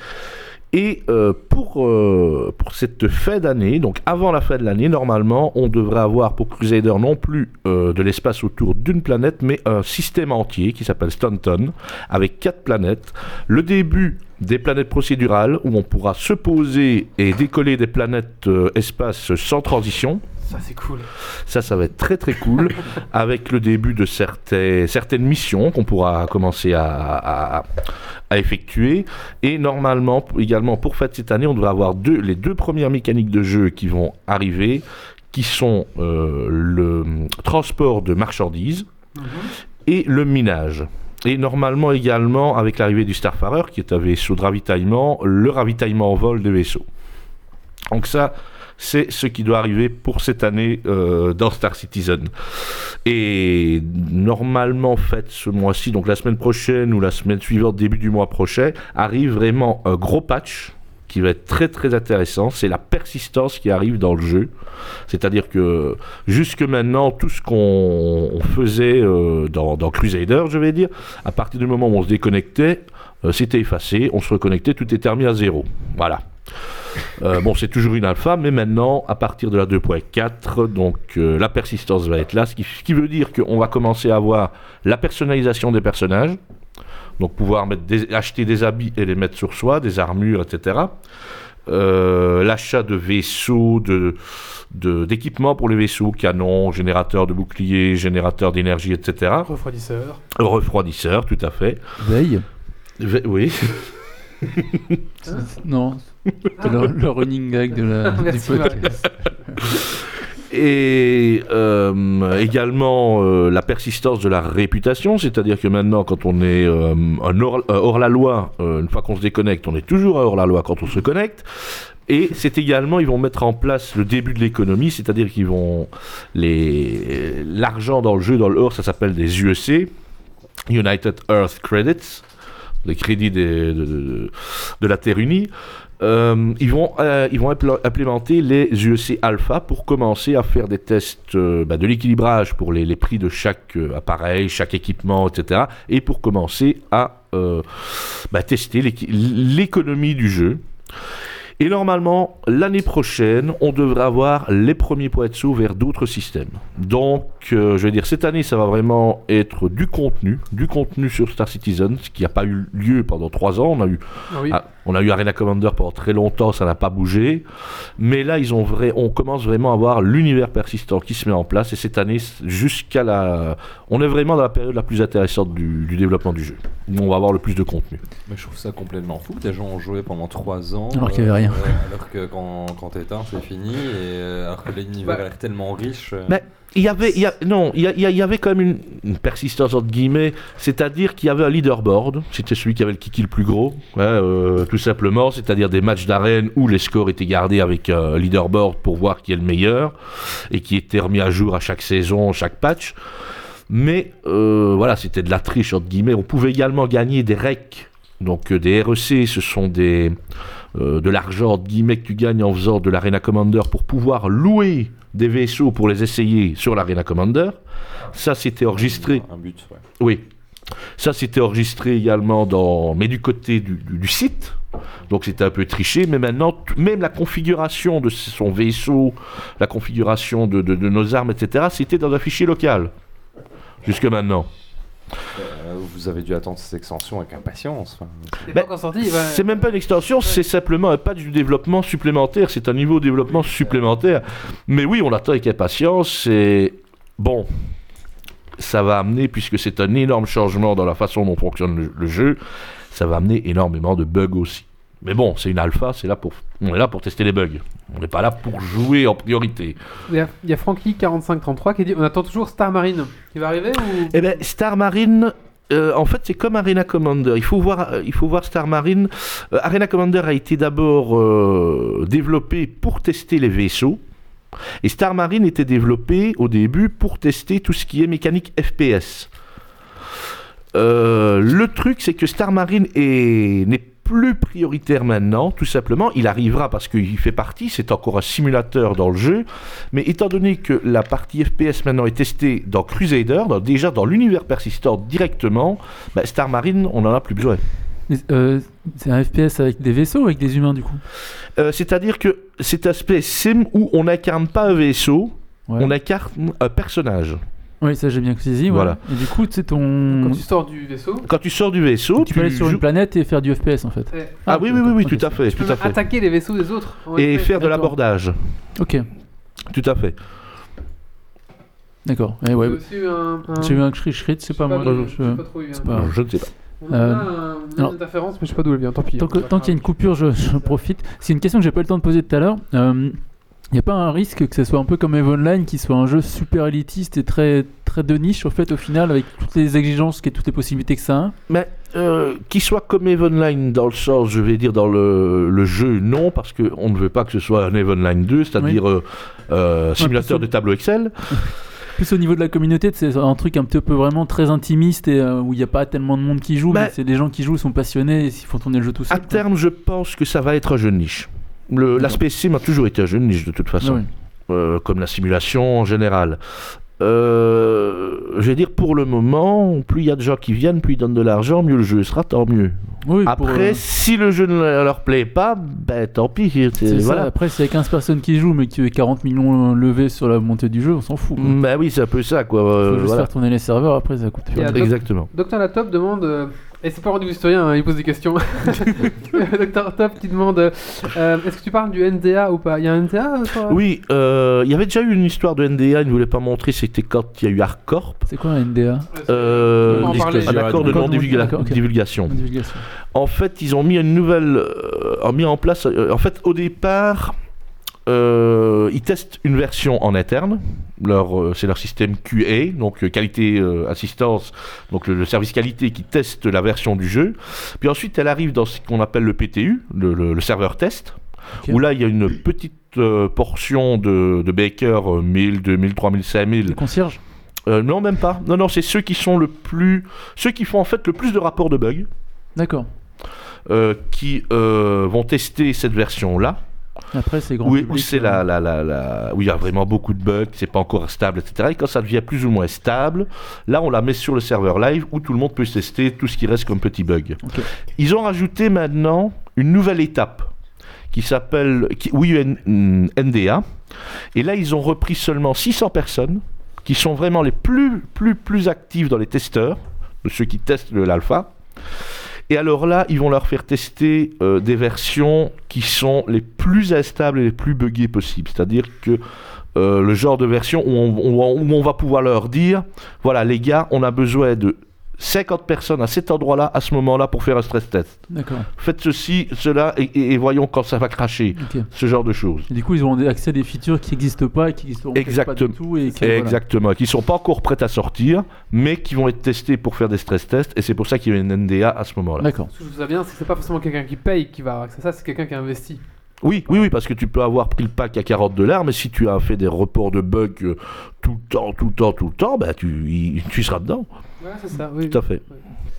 Et euh, pour, euh, pour cette fin d'année, donc avant la fin de l'année, normalement, on devrait avoir pour Crusader non plus euh, de l'espace autour d'une planète, mais un système entier qui s'appelle Stanton, avec quatre planètes. Le début des planètes procédurales, où on pourra se poser et décoller des planètes euh, espace sans transition. Ça, c'est cool. Ça, ça va être très très cool, avec le début de certaines, certaines missions qu'on pourra commencer à, à, à effectuer. Et normalement, également pour fin de cette année, on devrait avoir deux, les deux premières mécaniques de jeu qui vont arriver, qui sont euh, le transport de marchandises Mhm. et le minage. Et normalement également, avec l'arrivée du Starfarer, qui est un vaisseau de ravitaillement, le ravitaillement en vol des vaisseaux. Donc ça, c'est ce qui doit arriver pour cette année euh, dans Star Citizen. Et normalement, fait ce mois-ci, donc la semaine prochaine ou la semaine suivante, début du mois prochain, arrive vraiment un gros patch qui va être très très intéressant. C'est la persistance qui arrive dans le jeu. C'est-à-dire que jusque maintenant, tout ce qu'on on faisait euh, dans, dans Crusader, je vais dire, à partir du moment où on se déconnectait, euh, c'était effacé, on se reconnectait, tout était remis à zéro. Voilà. Euh, bon, c'est toujours une alpha, mais maintenant, à partir de la deux point quatre, donc euh, la persistance va être là, ce qui, ce qui veut dire qu'on va commencer à avoir la personnalisation des personnages, donc pouvoir mettre des, acheter des habits et les mettre sur soi, des armures, et cetera. Euh, l'achat de vaisseaux, de, de, d'équipements pour les vaisseaux, canons, générateurs de boucliers, générateurs d'énergie, et cetera. Refroidisseur. Refroidisseurs, tout à fait. Veille. Ve- oui. Non, c'est le, le running gag de la, du Merci, podcast. Et euh, également euh, la persistance de la réputation, c'est-à-dire que maintenant, quand on est euh, un hors, euh, hors-la-loi, euh, une fois qu'on se déconnecte, on est toujours un hors-la-loi quand on se connecte. Et c'est également, ils vont mettre en place le début de l'économie, c'est-à-dire qu'ils vont... Les, l'argent dans le jeu, dans le hors, ça s'appelle des U E C, United Earth Credits, les crédits des, de, de, de la Terre unie. Euh, ils vont, euh, ils vont impl- implémenter les U E C Alpha pour commencer à faire des tests euh, bah, de l'équilibrage pour les, les prix de chaque euh, appareil, chaque équipement, et cetera. Et pour commencer à euh, bah, tester l'équi- l'économie du jeu. Et normalement, l'année prochaine, on devrait avoir les premiers points de saut vers d'autres systèmes. Donc, euh, je vais dire, cette année, ça va vraiment être du contenu, du contenu sur Star Citizen, ce qui n'a pas eu lieu pendant trois ans. On a eu, Ah oui. ah, on a eu Arena Commander pendant très longtemps, ça n'a pas bougé. Mais là, ils ont vrai, on commence vraiment à voir l'univers persistant qui se met en place. Et cette année, jusqu'à la... On est vraiment dans la période la plus intéressante du, du développement du jeu. Où on va avoir le plus de contenu. Mais je trouve ça complètement fou. Des gens ont joué pendant trois ans. Alors qu'il y avait rien. euh, alors que quand, quand t'éteins, c'est fini. Et euh, alors que l'univers Bah. a l'air tellement riche. euh, Mais il y avait, il y a, non, il y, a- il y a- il y avait quand même une, une persistance entre guillemets, c'est-à-dire qu'il y avait un leaderboard, c'était celui qui avait le kiki le plus gros, ouais, euh, tout simplement, c'est-à-dire des matchs d'arène où les scores étaient gardés avec un leaderboard pour voir qui est le meilleur et qui était remis à jour à chaque saison, chaque patch. Mais euh, voilà, c'était de la triche entre guillemets. On pouvait également gagner des R E C, donc euh, des R E C, ce sont des euh, de l'argent entre guillemets que tu gagnes en faisant de l'Arena Commander pour pouvoir louer des vaisseaux pour les essayer sur l'Arena Commander. Ça, c'était enregistré. Un but, ouais. Oui. Ça, c'était enregistré également dans... mais du côté du, du, du site. Donc, c'était un peu triché. Mais maintenant, t- même la configuration de son vaisseau, la configuration de, de, de nos armes, et cetera, c'était dans un fichier local. Jusque maintenant. Euh, vous avez dû attendre cette extension avec impatience. enfin. C'est Ben, pas encore sorti. il va- C'est même pas une extension, c'est simplement un patch du développement supplémentaire. C'est un niveau de développement supplémentaire. Mais oui, on l'attend avec impatience. Et bon, ça va amener, puisque c'est un énorme changement dans la façon dont fonctionne le, le jeu, ça va amener énormément de bugs aussi. Mais bon, c'est une alpha, c'est là pour, on est là pour tester les bugs. On n'est pas là pour jouer en priorité. Il y a, il y a Frankie quarante-cinq trente-trois qui dit on attend toujours Star Marine. Qui va arriver ou... Eh bien, Star Marine, euh, en fait, c'est comme Arena Commander. Il faut voir, euh, il faut voir Star Marine. Euh, Arena Commander a été d'abord euh, développé pour tester les vaisseaux. Et Star Marine était développé au début pour tester tout ce qui est mécanique F P S. Euh, le truc, c'est que Star Marine est, n'est plus prioritaire maintenant, tout simplement. Il arrivera parce qu'il fait partie, c'est encore un simulateur dans le jeu. Mais étant donné que la partie F P S maintenant est testée dans Crusader, dans- déjà dans l'univers persistant directement, bah, Star Marine, on n'en a plus besoin. Mais, euh, c'est un F P S avec des vaisseaux ou avec des humains du coup? Euh, c'est-à-dire que cet aspect sim où on n'incarne pas un vaisseau, Ouais. on incarne un personnage. Oui, ça j'ai bien saisi. Ouais. Voilà. Et du coup, c'est ton. Quand tu sors du vaisseau, Quand tu sors du vaisseau, Tu peux aller sur joues- une planète et faire du F P S en fait. eh, Ah, oui, oui, oui, oui, ok. tout à fait, tu peux tout à même fait. attaquer les vaisseaux des autres. en Et F P S. faire de D'accord. l'abordage. Ok, Tout à fait. d'accord. Et ouais, J'ai aussi eu un. un- j'ai eu un cri crit, c'est pas moi. d'où- je- je sais pas trop où il vient. c'est pas- Je ne sais pas. On a Euh, un- une alors- interférence, mais je sais pas d'où elle vient. Tant pis. Tant hein, que- c'est pas tant qu'il y a une grave. coupure, je, je profite. C'est une question que j'ai pas eu le temps de poser tout à l'heure. Euh, Il n'y a pas un risque que ce soit un peu comme EVE Online, qui soit un jeu super élitiste et très, très de niche, au fait, au final, avec toutes les exigences et toutes les possibilités que ça a? Mais euh, qu'il soit comme EVE Online dans le sens, je vais dire, dans le, le jeu, non, parce qu'on ne veut pas que ce soit un EVE Online deux, c'est-à-dire Oui. euh, euh, simulateur Ouais, de tableau Excel. Plus au niveau de la communauté, c'est un truc un petit peu vraiment très intimiste et euh, où il n'y a pas tellement de monde qui joue, Bah, mais c'est des gens qui jouent, sont passionnés et ils font tourner le jeu tout seul. À terme, je pense que ça va être un jeu de niche. Le- L'aspect sim a toujours été un jeu de niche de toute façon, Oui. euh, comme la simulation en général. Euh, je vais dire, pour le moment, plus il y a de gens qui viennent, plus ils donnent de l'argent, mieux le jeu sera, tant mieux. Oui, pour, Après, euh, si le jeu ne leur plaît pas, ben tant pis. c'est- c'est ça. voilà. Après, s'il y a quinze personnes qui jouent, mais qu'il y a quarante millions levés sur la montée du jeu, on s'en fout. Quoi. Bah oui, c'est un peu ça, quoi. Faut euh, juste voilà. faire tourner les serveurs, après ça coûte Et plus à rien. Doc- Exactement. Docteur Laptop demande, euh, et c'est pas rendez-vous historien, hein, il pose des questions. Docteur Top qui demande, euh, est-ce que tu parles du N D A ou pas? Il y a un N D A euh, sur la- Oui, euh, il y avait déjà eu une histoire de N D A, il ne voulait pas montrer, c'était quand il y a eu Hardcorp. C'est quoi un N D A? Euh, On va en parler. un accord de D'accord, non-divulgation. d'accord, ok. divulgation. Une divulgation. En fait, ils ont mis une nouvelle, euh, ont mis en place. euh, en fait, au départ, euh, ils testent une version en interne. Leur, euh, c'est leur système Q A, donc euh, qualité euh, assistance, donc le, le service qualité qui teste la version du jeu. Puis ensuite, elle arrive dans ce qu'on appelle le P T U, le, le- le serveur test, Ok. où là, il y a une petite euh, portion de, de Baker, euh, mille, deux mille, trois mille, cinq mille. Le concierge? Euh, non, même pas. Non, non, c'est ceux qui sont le plus, ceux qui font en fait le plus de rapports de bugs. D'accord. Euh, qui euh, vont tester cette version-là, Après, c'est grand où, où public, c'est euh, la, la, la, la- où il y a vraiment beaucoup de bugs, c'est pas encore stable, et cetera. Et quand ça devient plus ou moins stable, là, on la met sur le serveur live où tout le monde peut tester tout ce qui reste comme petit bug. Ok. Ils ont rajouté maintenant une nouvelle étape qui s'appelle, qui, oui, N D A. Et là, ils ont repris seulement six cents personnes qui sont vraiment les plus, plus, plus actives dans les testeurs, de ceux qui testent le- l'alpha. Et alors là, ils vont leur faire tester euh, des versions qui sont les plus instables et les plus buggées possibles. C'est-à-dire que euh, le genre de version où on, où on- où on va pouvoir leur dire, voilà les gars, on a besoin de cinquante personnes à cet endroit-là, à ce moment-là, pour faire un stress test. D'accord. Faites ceci, cela, et, et- et voyons quand ça va cracher. Ok. Ce genre de choses. Et du coup, ils auront accès à des features qui n'existent pas et qui n'existeront peut-être pas Exactement. du tout. Et que, voilà. Exactement, qui ne sont pas encore prêtes à sortir, mais qui vont être testés pour faire des stress tests, et c'est pour ça qu'il y a une N D A à ce moment-là. D'accord. Ce que je trouve ça bien, c'est que c'est pas forcément quelqu'un qui paye qui va avoir accès à ça, c'est quelqu'un qui investit. Oui, oui, oui, parce que tu peux avoir pris le pack à quarante dollars, mais si tu as fait des reports de bugs euh, tout le temps, tout le temps, tout le temps, bah, tu, y- tu seras dedans. Ouais, c'est ça, oui. Tout à fait.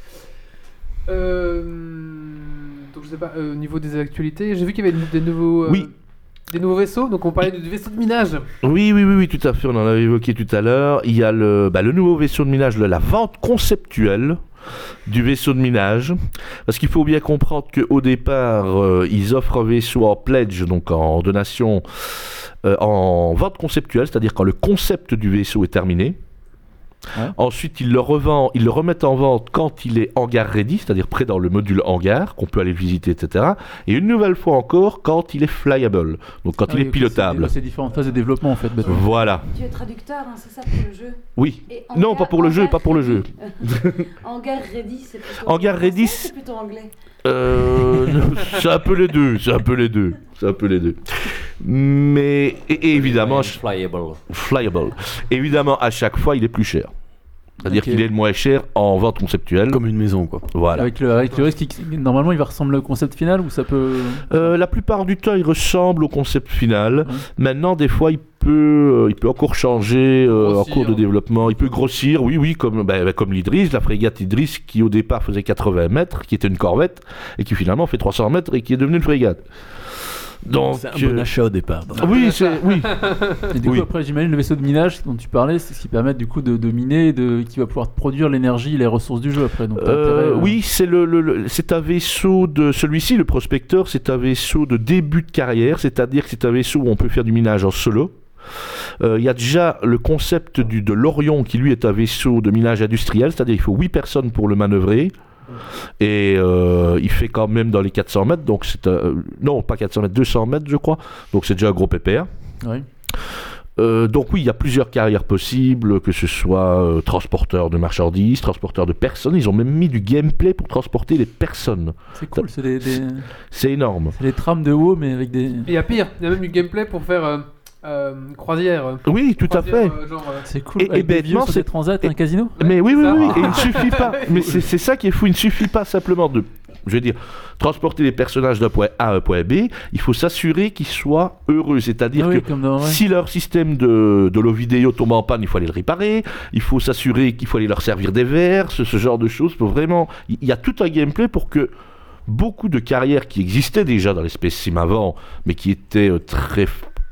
Euh, donc je sais pas, euh, au niveau des actualités, j'ai vu qu'il y avait des nouveaux, euh, Oui. des nouveaux vaisseaux, donc on parlait du vaisseau de minage. Oui, oui, oui, oui, tout à fait, on en avait évoqué tout à l'heure. Il y a le, bah, le nouveau vaisseau de minage, le- la vente conceptuelle du vaisseau de minage. Parce qu'il faut bien comprendre qu'au départ, euh, ils offrent un vaisseau en pledge, donc en donation, euh, en vente conceptuelle, c'est-à-dire quand le concept du vaisseau est terminé. Ouais. Ensuite, ils le revendent, ils le remettent en vente quand il est hangar ready, c'est-à-dire prêt dans le module hangar, qu'on peut aller visiter, et cetera. Et une nouvelle fois encore, quand il est flyable, donc quand Ah il oui, est ok, pilotable. C'est c'est différentes phases de développement en fait. bêtement. Voilà. Tu es traducteur, hein, c'est ça pour le jeu. Oui. Et Non, hangar- pas pour le jeu, hangar pas pour le ready. jeu. Hangar ready, c'est plutôt. Hangar ready, français ou c'est plutôt anglais. Euh, c'est un peu les deux, c'est un peu les deux, c'est un peu les deux. Mais et, et évidemment, je- Flyable. flyable. Évidemment, à chaque fois, il est plus cher. C'est-à-dire Ok. qu'il est le moins cher en vente conceptuelle. Comme une maison, quoi. Voilà. Avec le, avec le risque, qui- normalement, il va ressembler au concept final ou ça peut. Euh, la plupart du temps, il ressemble au concept final. Maintenant, des fois, il peut, euh, il peut encore changer euh, en Grossir. cours de développement. Il peut grossir, oui, oui, comme, ben, ben, comme l'Idris, la frégate Idris, qui au départ faisait quatre-vingts mètres, qui était une corvette, et qui finalement fait trois cents mètres et qui est devenue une frégate. Donc, C'est un bon euh, achat au départ. oui, c'est, oui. Et du Oui. coup, après, j'imagine le vaisseau de minage dont tu parlais, c'est ce qui permet du coup de, de miner, et de, qui va pouvoir produire l'énergie, les ressources du jeu après. Donc, t'as Euh, intérêt, euh, oui, c'est le, le- le- c'est un vaisseau de celui-ci, le Prospector, c'est un vaisseau de début de carrière, c'est-à-dire que c'est un vaisseau où on peut faire du minage en solo. Euh, Il y a déjà le concept du, de l'Orion qui lui est un vaisseau de minage industriel, c'est-à-dire qu'il faut huit personnes pour le manœuvrer. Et euh, il fait quand même dans les quatre cents mètres, donc c'est un, non pas quatre cents mètres, deux cents mètres je crois, donc c'est déjà un gros pépère. ouais. Euh, donc oui, il y a plusieurs carrières possibles, que ce soit euh, transporteur de marchandises, transporteur de personnes. Ils ont même mis du gameplay pour transporter les personnes. C'est cool, c'est des, des, C'est énorme. c'est des trames de haut, mais avec des. Et il y a pire, il y a même du gameplay pour faire euh, euh, croisière. Oui, tout à fait. Croisière, euh, genre, euh, C'est cool. Et- Avec et des vieux bêtement, sur c'est- des transats, et- un casino. Mais oui, oui, ça. oui, et il ne suffit pas. Mais c'est c'est ça qui est fou, il ne suffit pas simplement de, je veux dire, transporter les personnages d'un point A à un point B, il faut s'assurer qu'ils soient heureux. C'est-à-dire Ah oui, que comme dans- ouais. si leur système de, de l'eau vidéo tombe en panne, il faut aller le réparer, il faut s'assurer qu'il faut aller leur servir des verres, ce, ce genre de choses. Pour vraiment, il y a tout un gameplay pour que beaucoup de carrières qui existaient déjà dans les Space Sim avant, mais qui étaient euh, très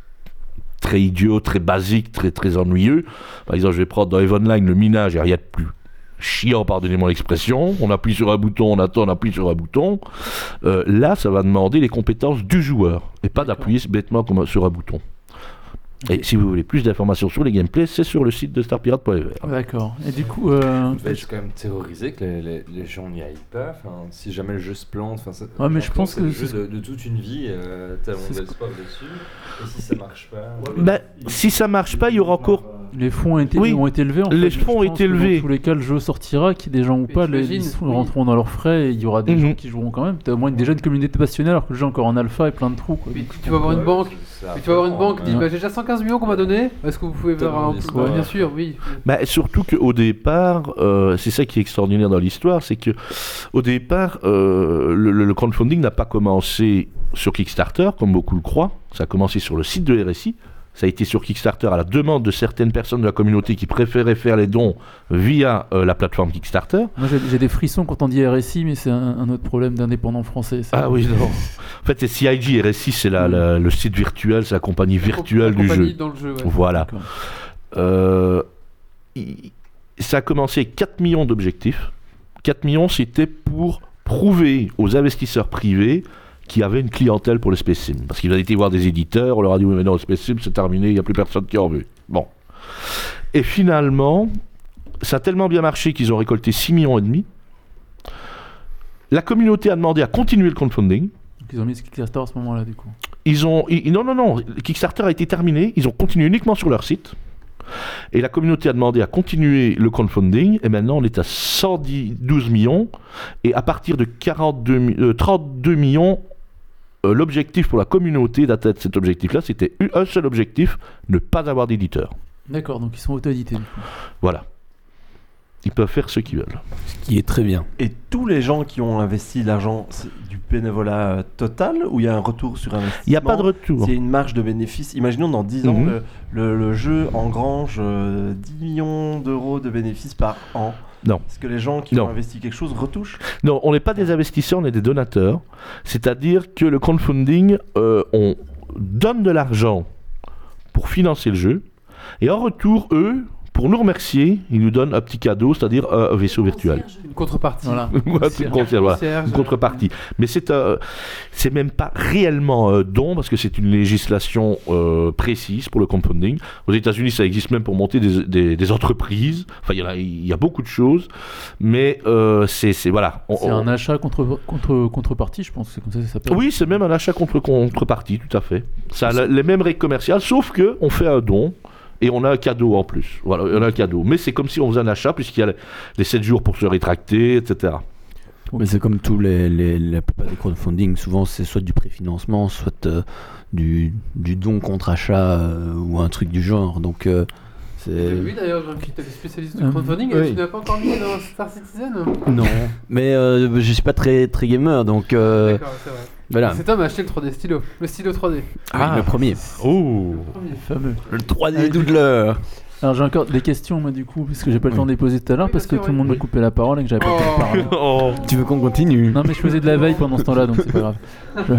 très idiots, très basiques, très très ennuyeux. Par exemple, je vais prendre dans EVE Online le minage, il n'y a rien de plus chiant, pardonnez-moi l'expression. On appuie sur un bouton, on attend, on appuie sur un bouton. Euh, là, ça va demander les compétences du joueur et pas d'appuyer bêtement comme sur un bouton. Et si vous voulez plus d'informations sur les gameplays, c'est sur le site de star pirate point f r. D'accord. Et du coup, euh, Je vais être quand même terrorisé que les, les, les gens n'y aillent pas. Enfin, si jamais le jeu se plante, enfin, ça- Ouais, mais j'ai je pense l'impression que c'est le c'est jeu de, de toute une vie, euh, tellement c'est ce d'espoir dessus. Et si ça marche pas, Ben, si ça marche pas, il y aura encore. les fonds ont été, Oui, ont été élevés. En les fait. fonds ont Je pense été que élevés. Dans tous les cas, le jeu sortira, qu'il y ait des gens ou Mais pas, les, t'imagines, ils sont- oui. rentreront dans leurs frais et il y aura des Mhm. gens qui joueront quand même. T'as au moins déjà une communauté passionnée alors que le jeu est encore en alpha et plein de trous. Quoi. Puis tu vas avoir une banque. Puis tu vas avoir une banque qui dit Ouais. bah, j'ai déjà cent quinze millions qu'on m'a donné. Est-ce que vous pouvez faire Tellement un d'espoir. peu Bien sûr, oui. Bah, surtout qu'au départ, euh, c'est ça qui est extraordinaire dans l'histoire, c'est que au départ, euh, le, le- le crowdfunding n'a pas commencé sur Kickstarter, comme beaucoup le croient. Ça a commencé sur le site de R S I. Ça a été sur Kickstarter à la demande de certaines personnes de la communauté qui préféraient faire les dons via euh, la plateforme Kickstarter. Moi j'ai j'ai des frissons quand on dit R S I, mais c'est un, un autre problème d'indépendant français. ça. Ah oui, non. En fait, c'est C I G. R S I, c'est la, la- le site virtuel, c'est la compagnie virtuelle La du compagnie jeu. dans le jeu, ouais. Voilà. D'accord. Euh, il- ça a commencé avec quatre millions d'objectifs. quatre millions, c'était pour prouver aux investisseurs privés qu'il y avait une clientèle pour le Space Sim. Parce qu'ils avaient été voir des éditeurs, on leur a dit oui mais non, le Space Sim c'est terminé, il n'y a plus personne qui en veut. Bon. Et finalement, ça a tellement bien marché qu'ils ont récolté six millions et demi. La communauté a demandé à continuer le crowdfunding. Donc ils ont mis ce Kickstarter à ce moment-là du coup. Ils ont, ils- non, non, non, le Kickstarter a été terminé, ils ont continué uniquement sur leur site. Et la communauté a demandé à continuer le crowdfunding, et maintenant on est à cent douze millions, et à partir de quarante-deux, mi- euh, trente-deux millions, euh, l'objectif pour la communauté d'atteindre cet objectif-là, c'était un seul objectif, ne pas avoir d'éditeur. D'accord, donc ils sont auto-édités du coup. Voilà. Ils peuvent faire ce qu'ils veulent. Ce qui est très bien. Et tous les gens qui ont investi l'argent, c'est du bénévolat euh, total ou il y a un retour sur investissement? Il n'y a pas de retour. S'il y a une marge de bénéfice, imaginons dans dix ans, Mhm. le, le- le jeu engrange euh, dix millions d'euros de bénéfices par an. Non. Est-ce que les gens qui Non. ont investi quelque chose retouchent? Non, on n'est pas des investisseurs, on est des donateurs. C'est-à-dire que le crowdfunding, euh, on donne de l'argent pour financer le jeu, et en retour, eux, pour nous remercier, ils nous donnent un petit cadeau, c'est-à-dire un, un vaisseau virtuel. Une contrepartie. Voilà. Voilà, c'est une concierge, voilà. Concierge, Une contrepartie. Mais c'est euh, c'est même pas réellement un don parce que c'est une législation euh, précise pour le crowdfunding. Aux États-Unis, ça existe même pour monter des, des- des entreprises. Enfin, il y en a- il y, a beaucoup de choses, mais euh, c'est c'est- voilà. On- C'est on- un achat contre, contre, contrepartie, je pense, c'est comme ça que ça s'appelle. Oui, c'est même un achat contre contrepartie, tout à fait. Ça a la- les mêmes règles commerciales, sauf que on fait un don. Et on a un cadeau en plus. Voilà, on a un cadeau. Mais c'est comme si on faisait un achat, puisqu'il y a les- les sept jours pour se rétracter, et cetera. Mais c'est comme tous les, les- la plupart des crowdfunding, souvent c'est soit du préfinancement, soit euh, du, du don contre achat euh, ou un truc du genre. Donc euh, J'ai c'est. vu d'ailleurs Jean qui était spécialiste du Euh, crowdfunding oui. et tu n'as pas encore mis dans Star Citizen. Non, mais euh, je suis pas très, très gamer donc euh, D'accord, c'est vrai. voilà. Cet homme a acheté le trois D stylo. Le stylo trois D. Ah, le premier. Oh Premier. Fameux. Le trois Ah, D du- Doodler. Alors j'ai encore des questions moi du coup, parce que j'ai pas le temps de les poser tout à l'heure, Oui, parce que bien sûr, tout le monde oui. m'a coupé la parole et que j'avais pas le temps de parler. Oh. Tu veux qu'on continue? Non mais je faisais de la veille pendant ce temps-là, donc c'est pas grave. Je-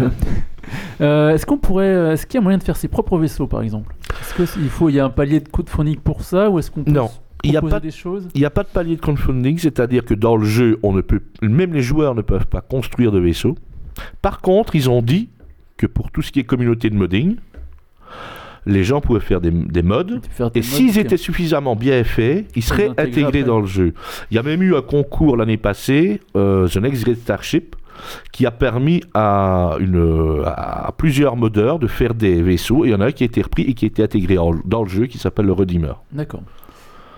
Euh, est-ce qu'on pourrait, euh, est-ce qu'il y a moyen de faire ses propres vaisseaux par exemple? Est-ce qu'il faut, il y a un palier de crowdfunding pour ça, ou est-ce qu'on peut Non, s- il n'y a proposer pas des choses? Il n'y a pas de palier de crowdfunding, c'est-à-dire que dans le jeu, on ne peut, même les joueurs ne peuvent pas construire de vaisseaux. Par contre, ils ont dit que pour tout ce qui est communauté de modding, les gens pouvaient faire des, des mods. Faire des Et mods s'ils qui- étaient suffisamment bien faits, ils seraient intégrer intégrés après. dans le jeu. Il y a même eu un concours l'année passée, euh, The Next Great Starship, qui a permis à, une, à plusieurs modeurs de faire des vaisseaux. Et il y en a un qui a été repris et qui a été intégré en- dans le jeu, qui s'appelle le Redeemer. D'accord.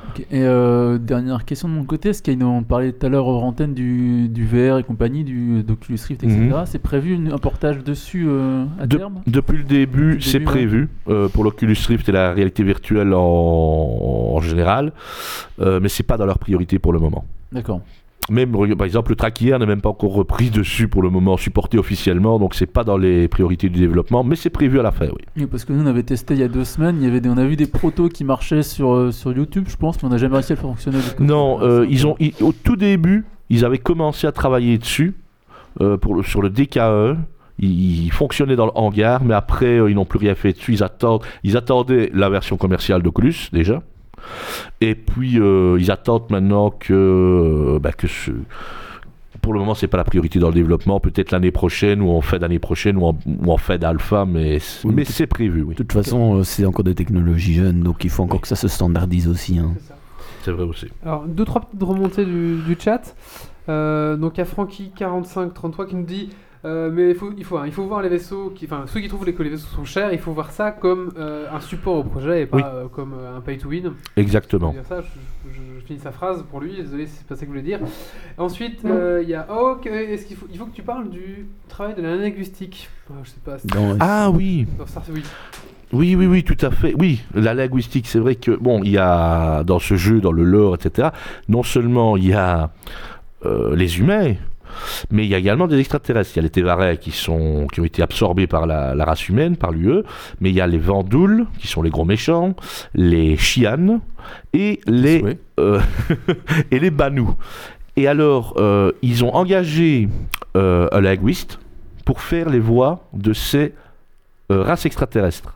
Ok. Et euh, dernière question de mon côté, est-ce qu'il y a une, on parlait tout à l'heure hors antenne du, du V R et compagnie, du d'Oculus Rift, et cetera. Mhm. C'est prévu une- un portage dessus euh, à De- terme? Depuis le début, Depuis le c'est début, ouais. prévu euh, pour l'Oculus Rift et la réalité virtuelle en, en général, euh, mais c'est pas dans leur priorité pour le moment. D'accord. Même, re- par exemple, le traquier n'est même pas encore repris dessus pour le moment, supporté officiellement, donc c'est pas dans les priorités du développement, mais c'est prévu à la fin, oui. Oui, parce que nous on avait testé il y a deux semaines, il y avait des, on a vu des protos qui marchaient sur, euh, sur YouTube, je pense, mais on n'a jamais réussi à le faire fonctionner. Non, euh, ils ont, ils- au tout début, ils avaient commencé à travailler dessus, euh, pour le- sur le D K E. Ils, ils fonctionnaient dans le hangar, mais après, euh, ils n'ont plus rien fait dessus. Ils, attendent, ils attendaient la version commerciale d'Oculus, déjà. Et puis, euh, ils attendent maintenant que, euh, bah, que ce... Pour le moment, c'est pas la priorité dans le développement. Peut-être l'année prochaine, ou en fin d'année prochaine, ou en, ou en fin d'alpha, mais, c- Oui, mais de- c'est prévu, oui. De toute façon, euh, c'est encore des technologies jeunes, donc il faut encore que ça se standardise aussi. Hein. C'est ça. C'est vrai aussi. Alors, deux, trois petites remontées du, du chat. Euh, donc, il y a Francky quarante-cinq trente-trois qui nous dit euh, mais il faut, il, faut, hein, il faut voir les vaisseaux, qui, enfin, ceux qui trouvent les- que les vaisseaux sont chers, il faut voir ça comme euh, un support au projet et pas Oui. euh, comme euh, un pay to win. Exactement. Je veux dire ça, je, je- je finis sa phrase pour lui, désolé si c'est pas ça que je voulais dire. Ensuite, euh, il y a oh, que- est-ce qu'il faut, il faut que tu parles du travail de la linguistique. Euh, je sais pas. si- Dans- Ah oui. dans Star- oui. Oui, oui, oui, tout à fait. Oui, la linguistique, c'est vrai que, bon, il y a dans ce jeu, dans le lore, et cetera, non seulement il y a euh, les humains, mais il y a également des extraterrestres. Il y a les Tévarais qui, sont, qui ont été absorbés par la, la race humaine, par l'U E, mais il y a les Vandouls, qui sont les gros méchants, les Chianes et les, Souhait. euh, et les Banous. Et alors, euh, ils ont engagé euh, un linguiste pour faire les voix de ces euh, races extraterrestres.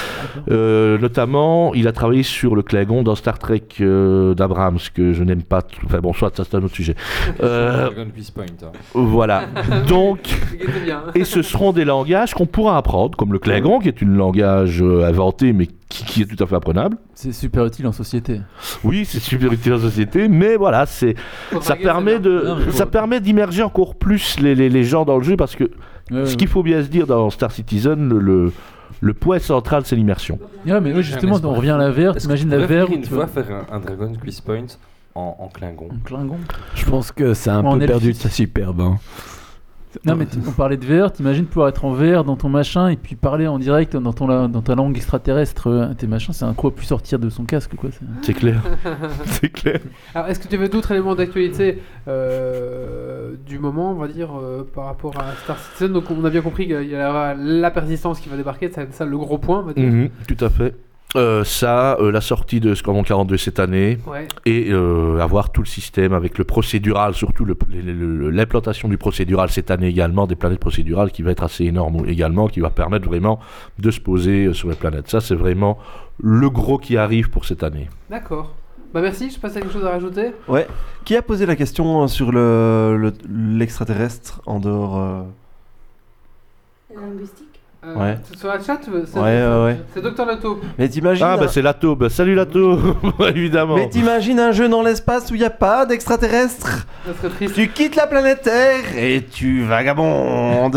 Euh, notamment, il a travaillé sur le Klingon dans Star Trek euh, d'Abrams, que je n'aime pas. tr- Enfin bon, soit ça c'est un autre sujet. Euh, Dragon Quiz Point. hein. voilà. Donc, C'était bien. et ce seront des langages qu'on pourra apprendre, comme le Klingon, qui est un langage euh, inventé, mais qui, qui est tout à fait apprenable. C'est super utile en société. Oui, c'est super utile en société, mais voilà, c'est Faut ça draguer, permet c'est bien. de Non, mais faut- ça permet d'immerger encore plus les, les, les gens dans le jeu, parce que Ouais, ce ouais. qu'il faut bien se dire dans Star Citizen, le, le, le point central, c'est l'immersion. Ouais, mais oui, justement, Est-ce on que- revient à la V R, Est-ce que t'imagines tu la pourrais V R venir où une tu fois vas- faire un, un Dragon Quiz Point en, en Klingon. Un Klingon. Je pense que c'est un En peu perdu de elfique. sa superbe. Hein. Non, mais t- on parlait de V R, t'imagines pouvoir être en V R dans ton machin et puis parler en direct dans, ton, la- dans ta langue extraterrestre. euh, Tes machins, c'est un coup à plus sortir de son casque, quoi. c'est- C'est clair. C'est clair. Alors, est-ce que tu avais d'autres éléments d'actualité euh, du moment, on va dire, euh, par rapport à Star Citizen? Donc, on a bien compris qu'il y a la, la persistance qui va débarquer, c'est ça le gros point, on va dire. Mhm, tout à fait. Euh, ça, euh, la sortie de Squadron quarante-deux cette année, Ouais. et euh, avoir tout le système avec le procédural, surtout le- le- le- l'implantation du procédural cette année également, des planètes procédurales qui va être assez énorme également, qui va permettre vraiment de se poser euh, sur les planètes. Ça, c'est vraiment le gros qui arrive pour cette année. D'accord. Bah, merci, je sais pas si t'as quelque chose à rajouter. Ouais. Qui a posé la question sur le, le- l'extraterrestre en dehors euh, Linguistique. Euh, Ouais. c'est Sur la chat, c'est Ouais, ouais, ouais. c'est Docteur Lato. Mais t'imagines Ah, un- bah c'est Lato. Bah, salut Lato. Évidemment. Mais t'imagines un jeu dans l'espace où il n'y a pas d'extraterrestres? Ça serait triste. Tu quittes la planète Terre et tu vagabondes.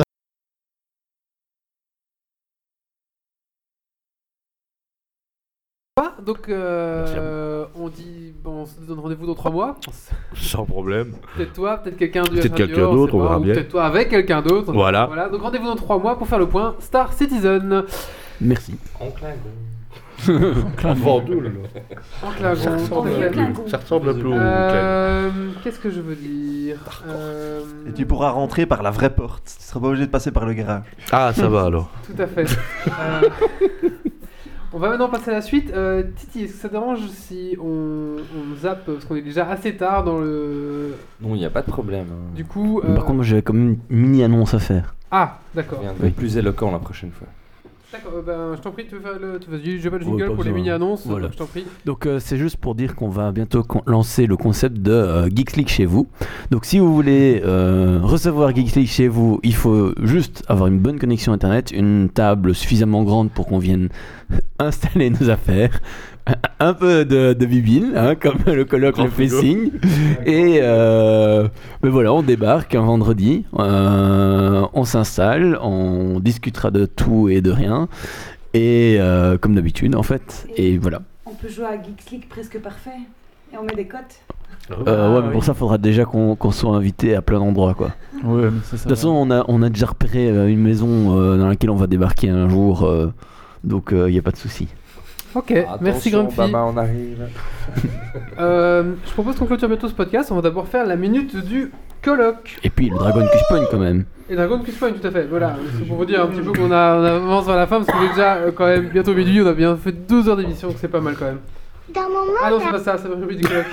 Donc, euh, on dit, bon, on se donne rendez-vous dans trois mois. Sans problème. Peut-être toi, peut-être quelqu'un du Peut-être Radio, quelqu'un sait d'autre, on pas, verra ou bien. Peut-être toi avec quelqu'un d'autre. Voilà. Voilà. Donc rendez-vous dans trois mois pour faire le point Star Citizen. Merci. En Klingon. En Vendoule. En Klingon. Ça ressemble en un Klingon. peu- ça ressemble un peu au Klingon. Euh, Qu'est-ce que je veux dire Euh, Et tu pourras rentrer par la vraie porte. Tu seras pas obligé de passer par le garage. Ah, ça va alors. Tout à fait. Euh, On va maintenant passer à la suite. Euh, Titi, est-ce que ça te dérange si on, on zappe parce qu'on est déjà assez tard dans le. Non, il n'y a pas de problème. hein. Du coup. Mais Par euh, contre, moi, j'avais comme une mini annonce à faire. Ah, d'accord. Rien de Oui. plus éloquent la prochaine fois. D'accord, euh, ben, je t'en prie, tu veux faire le. Tu vas-y, je vais pas le Ouais, jingle pas pour les besoin. mini-annonces. Voilà. donc Je t'en prie. Donc euh, c'est juste pour dire qu'on va bientôt con- lancer le concept de euh, Geeks League chez vous. Donc si vous voulez euh, recevoir Geeks League chez vous, il faut juste avoir une bonne connexion internet, une table suffisamment grande pour qu'on vienne installer nos affaires, un- un peu de, de bibine, hein, comme le colloque Grand le fait frigo. signe. Et euh, ben voilà, on débarque un vendredi, euh, on s'installe, on discutera de tout et de rien. Et euh, comme d'habitude en fait, et voilà. On On peut jouer à Geeks League presque parfait. Et on met des cotes. Euh, ouais, mais oui. pour ça, faudra déjà qu'on qu'on soit invité à plein d'endroits, quoi. Ouais, mais ça, ça De toute façon, on a, on a déjà repéré euh, une maison euh, dans laquelle on va débarquer un jour, euh, donc il n'y a pas de souci. Ok, merci Grumpy. Bama, on arrive. Euh, je propose qu'on clôture bientôt ce podcast. On va d'abord faire la minute du colloque. Et puis le Dragon Quest Point quand même. Et Dragon Quest Point, tout à fait. Voilà, c'est pour vous dire un petit peu qu'on a, on avance vers la fin parce qu'on est déjà euh, quand même bientôt midi. On a bien fait douze heures d'émission, donc c'est pas mal quand même. Dans mon monde, Ah non, c'est pas ça, c'est pas le du colloque.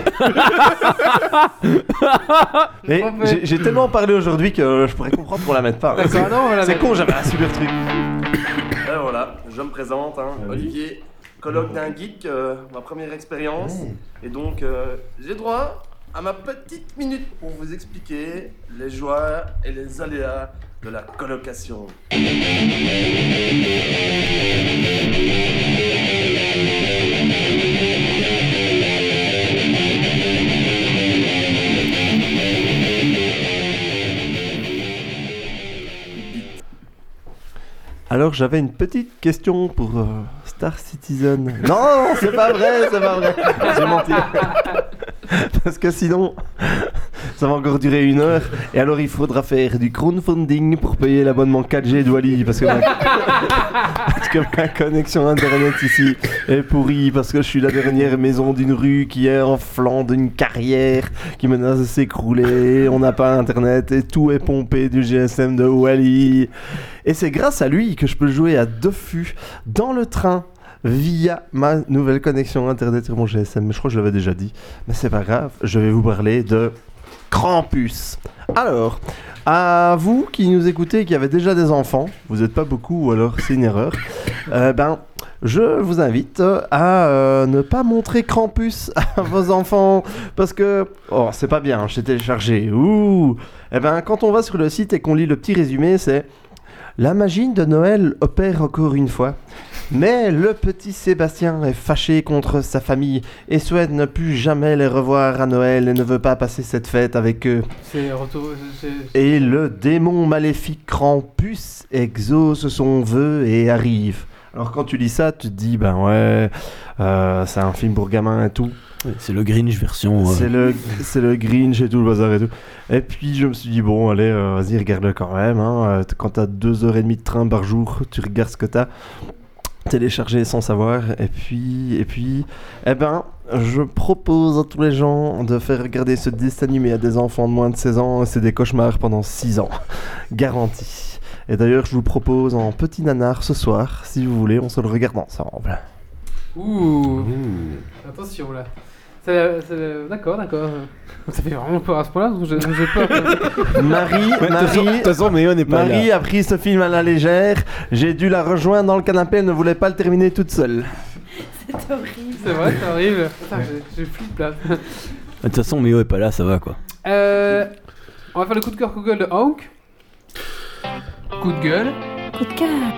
Mais Parfait. j'ai- j'ai tellement parlé aujourd'hui que je pourrais comprendre qu'on la mette pas. D'accord, non, voilà. C'est con, j'avais un super truc. Et voilà, je me présente, hein, Olivier, colloque d'un geek, euh, ma première expérience. Et donc, euh, j'ai droit à ma petite minute pour vous expliquer les joies et les aléas de la colocation. Alors j'avais une petite question pour euh, Star Citizen. Non, non, c'est pas vrai, c'est pas vrai. J'ai menti. Parce que sinon, ça va encore durer une heure. Et alors il faudra faire du crowdfunding pour payer l'abonnement quatre G de Wally. Parce que, ma... parce que ma connexion internet ici est pourrie. Parce que je suis la dernière maison d'une rue qui est en flanc d'une carrière qui menace de s'écrouler. On n'a pas internet et tout est pompé du G S M de Wally. Et c'est grâce à lui que je peux jouer à Dofus dans le train via ma nouvelle connexion internet sur mon G S M. Mais je crois que je l'avais déjà dit. Mais c'est pas grave, je vais vous parler de Krampus. Alors, à vous qui nous écoutez et qui avez déjà des enfants, vous n'êtes pas beaucoup ou alors c'est une erreur, euh, ben, je vous invite à euh, ne pas montrer Krampus à vos enfants parce que, oh, c'est pas bien, j'ai téléchargé. Ouh. Eh ben, quand on va sur le site et qu'on lit le petit résumé, c'est la magie de Noël opère encore une fois. Mais le petit Sébastien est fâché contre sa famille et souhaite ne plus jamais les revoir à Noël et ne veut pas passer cette fête avec eux. C'est retour. c'est- Et le démon maléfique Krampus exauce son vœu et arrive. Alors quand tu lis ça, tu te dis, ben ouais, euh, c'est un film pour gamins et tout. C'est le Grinch version. euh, C'est le, c'est le Grinch et tout, le bazar et tout. Et puis je me suis dit, bon, allez, euh, vas-y, regarde-le quand même. Hein. Euh, t- Quand t'as deux heures et demie de train par jour, tu regardes ce que t'as. Téléchargé sans savoir. Et puis, et puis, eh ben, je propose à tous les gens de faire regarder ce dessin animé à des enfants de moins de seize ans. C'est des cauchemars pendant six ans. Garanti. Et d'ailleurs, je vous propose en petit nanar ce soir, si vous voulez, on se le regarde ensemble. Ouh. Attention là. C'est- c'est- D'accord, d'accord. Ça fait vraiment peur à ce point-là, parce que j'ai j'ai peur. Marie, Marie, De toute façon, Méo n'est pas Marie là. a pris ce film à la légère. J'ai dû la rejoindre dans le canapé, elle ne voulait pas le terminer toute seule. C'est horrible. C'est vrai, ça arrive. Putain, j'ai- j'ai flip là. De toute façon, Méo est pas là, ça va quoi. Euh, on va faire le coup de cœur, coup de gueule de Hank. Coup de gueule. Coup de cœur.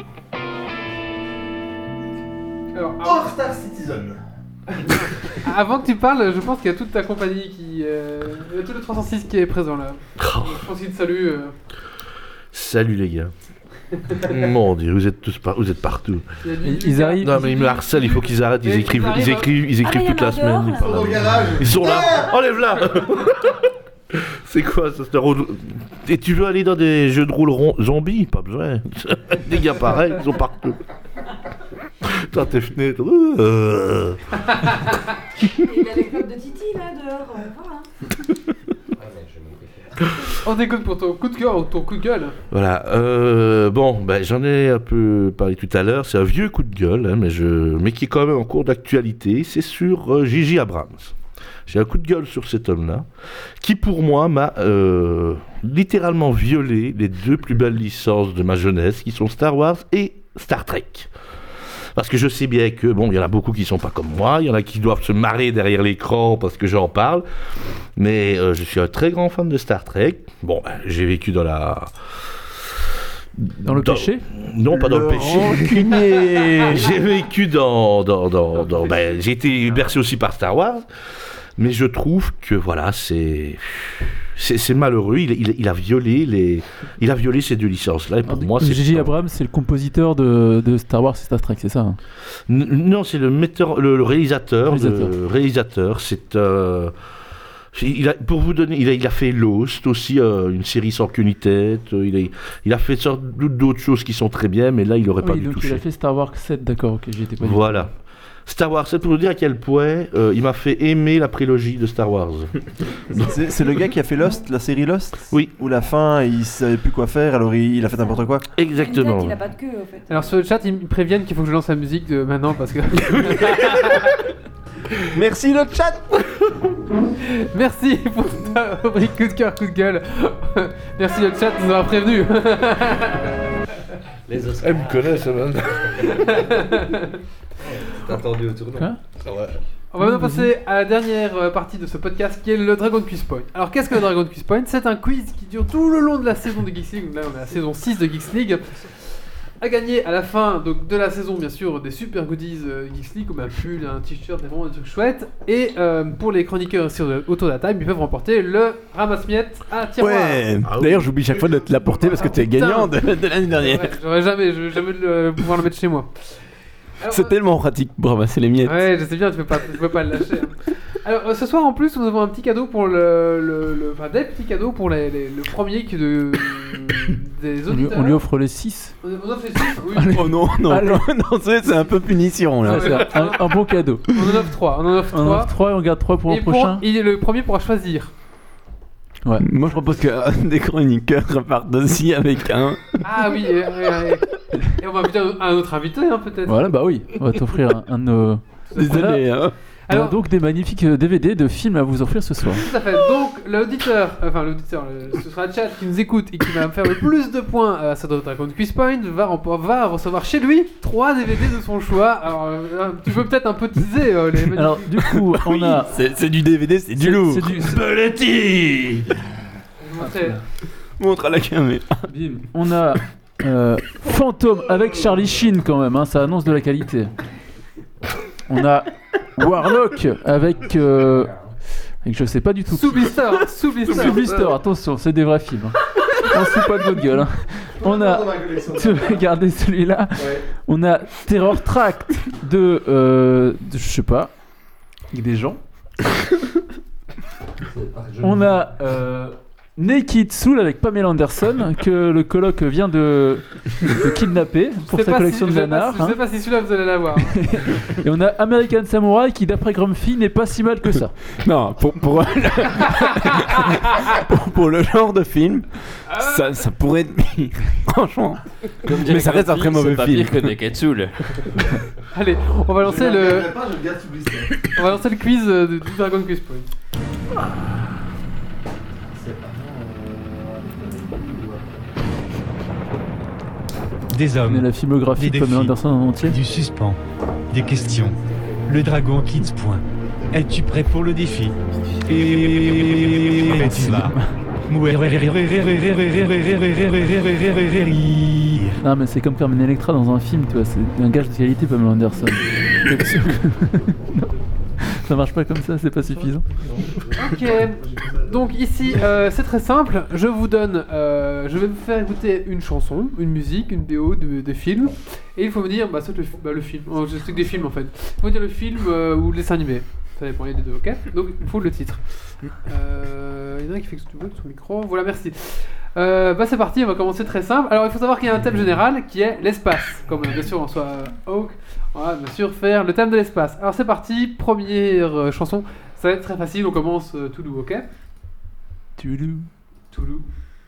Alors, Oh, Star Citizen. avant que tu parles, je pense qu'il y a toute ta compagnie qui. Euh, il y a tout le trois cent six qui est présent là. Je pense qu'il te salue. euh. Salut les gars. Mon dieu, vous êtes tous par... vous êtes partout. Il y a du- Ils- du- ils arrivent. Non mais ils me harcèlent, il faut qu'ils arrêtent, ils Et écrivent, ils arrivent, ils écrivent, ils écrivent Ah, mais toute la il y en a semaine. dehors, ils parlent là. à Au moi. garage. Ils sont là. Enlève-la. C'est quoi ça, c'est un rôle- Et tu veux aller dans des jeux de rôle ron- zombies? Pas besoin. Des gars pareils, ils sont partout. Dans tes fenêtres. Euh. Il y a les clubs de Titi là dehors. On va, hein. On t'écoute pour ton coup de cœur ou ton coup de gueule. Voilà. Euh, bon, ben, j'en ai un peu parlé tout à l'heure. C'est un vieux coup de gueule, hein, mais, je... mais qui est quand même en cours d'actualité. C'est sur euh, J J Abrams. J'ai un coup de gueule sur cet homme-là, qui pour moi m'a euh, littéralement violé les deux plus belles licences de ma jeunesse, qui sont Star Wars et Star Trek. Parce que je sais bien que, bon, il y en a beaucoup qui sont pas comme moi, il y en a qui doivent se marrer derrière l'écran parce que j'en parle, mais euh, je suis un très grand fan de Star Trek. Bon, ben, j'ai vécu dans la... Dans le péché. Non, pas dans le, péché. rancunier. J'ai vécu dans... dans, dans, dans ben, j'ai été bercé aussi par Star Wars, mais je trouve que, voilà, c'est... c'est, c'est malheureux. Il, il, il a violé les, il a violé ces deux licences-là. Et pour Alors, moi, c'est J J Abrams, c'est le compositeur de, de Star Wars et Star Trek, c'est ça hein N- non, c'est le metteur, le, le réalisateur. Réalisateur. Le réalisateur, c'est. Euh, il a, pour vous donner, il a, il a fait Lost aussi, euh, une série sans queue ni tête. euh, Il a, il a fait sorte d'autres choses qui sont très bien, mais là, il n'aurait pas Oui, dû donc toucher. il a fait Star Wars sept, d'accord, ok, j'y étais pas du tout. Voilà. Star Wars, c'est pour vous dire à quel point euh, il m'a fait aimer la prélogie de Star Wars. C'est, c'est le gars qui a fait Lost, la série Lost. Oui. Où la fin, il savait plus quoi faire, alors il, il a fait n'importe quoi. Exactement. Il a pas de queue en fait. Alors sur le chat, ils me préviennent qu'il faut que je lance la musique de maintenant parce que. Merci le chat. Merci pour ta rubrique coup de cœur, coup de gueule. Merci le chat, nous aura prévenu. Les autres. Elle me connaît, ça man. T'as attendu au tournant. Quoi On va maintenant passer à la dernière euh, partie de ce podcast qui est le Dragon Quiz Point. Alors qu'est-ce que le Dragon Quiz Point? C'est un quiz qui dure tout le long de la saison de Geeks League. Donc là on est à la saison six de Geeks League. À gagner à la fin donc, de la saison bien sûr des super goodies euh, Geeks League comme un pull, un t-shirt, des vraiment des trucs chouettes. Et euh, pour les chroniqueurs sur le, autour de la table, ils peuvent remporter le ramasse-miettes à tiroir. Ouais. Ah oui. D'ailleurs, j'oublie chaque fois de te l'apporter parce que tu es Putain. gagnant de, de l'année dernière. Ouais, j'aurais jamais, je vais jamais le, pouvoir le mettre chez moi. Alors, C'est tellement pratique pour ramasser les miettes. Ouais, je sais bien, tu peux pas, tu peux pas le lâcher. hein. Alors, euh, ce soir en plus, nous avons un petit cadeau pour le, le, le- enfin des petits cadeaux pour les, les- le premier que de des On lui, auditeurs. on lui offre les six. On, on offre les six, oui. Oh non, non, Allez. non, non, c'est, c'est un peu punition là. Ouais, c'est un, un bon cadeau. On en offre trois. On en offre On en trois. offre trois et on garde trois pour Et un pour- prochain. et le premier pourra choisir. Ouais. Moi je propose qu'un des chroniqueurs reparte aussi avec un. Ah oui, et, et- et- et on va inviter un, un autre invité, hein, peut-être. Voilà, bah oui, on va t'offrir un, un de nos. Désolé, hein. Alors, Alors- donc des magnifiques euh, D V D de films à vous offrir ce soir. Tout à fait. Donc, l'auditeur, enfin l'auditeur, le- ce sera le chat qui nous écoute et qui va me faire le plus de points à sa Dragon Quiz Point va, rempo- va recevoir chez lui trois D V D de son choix. Alors, euh, tu peux peut-être un peu teaser euh, les. Alors du coup, on a. C'est, c'est du D V D, c'est du c'est- lourd. c'est du- Belletti. Je vais montrer. Montre à la caméra. Bim. On a euh, Fantôme avec Charlie Sheen quand même, hein, ça annonce de la qualité. On a Warlock avec, euh, avec je sais pas du tout. Sous blister, sous blister. Sous Blister, attention, c'est des vrais films. hein. On se fout pas de votre gueule. hein. On a, tu veux regarder celui-là. On a Terror Tract de, euh, de- je sais pas, avec des gens. On a euh, Naked Soul avec Pamela Anderson que le coloc vient de, de kidnapper pour Je sais sa pas collection si- de je sais pas- nanars. Je hein. sais pas si celui-là vous allez l'avoir. Et on a American Samurai qui d'après Grumpy n'est pas si mal que ça. Non, pour, pour, pour, pour le genre de film, ça, ça pourrait être pire. Franchement. Mais ça reste un très mauvais C'est film. pas pire que Neketsul. Allez, on va lancer le, on va lancer le quiz euh, de, du Dragon Quiz Point. Des On a hommes, la filmographie Des de Pamela défis. Anderson en entier. du suspens, des questions. Le dragon Kids Point. Es-tu prêt pour le défi? Et tu vas. Non mais c'est comme Carmen Electra dans un film, tu vois, c'est un gage de qualité Pamela Anderson. Non, ça marche pas comme ça, c'est pas suffisant. Ok, donc ici euh, c'est très simple, je vous donne, euh, je vais vous faire écouter une chanson, une musique, une B O de, de film, et il faut me dire, bah c'est le, bah, le film, oh, je sais que des films en fait, il faut me dire le film euh, ou le dessin animé, ça dépend, il y a des deux, ok? Donc il faut le titre. Euh, il y en a un qui fait que tu veux son micro, voilà merci. Euh, bah c'est parti, on va commencer très simple. Alors il faut savoir qu'il y a un thème général qui est l'espace, comme euh, bien sûr on soit euh, Hawk, on va bien sûr faire le thème de l'espace. Alors c'est parti, première euh, chanson, ça va être très facile, on commence euh, tout doux, ok? Toulou. Toulou.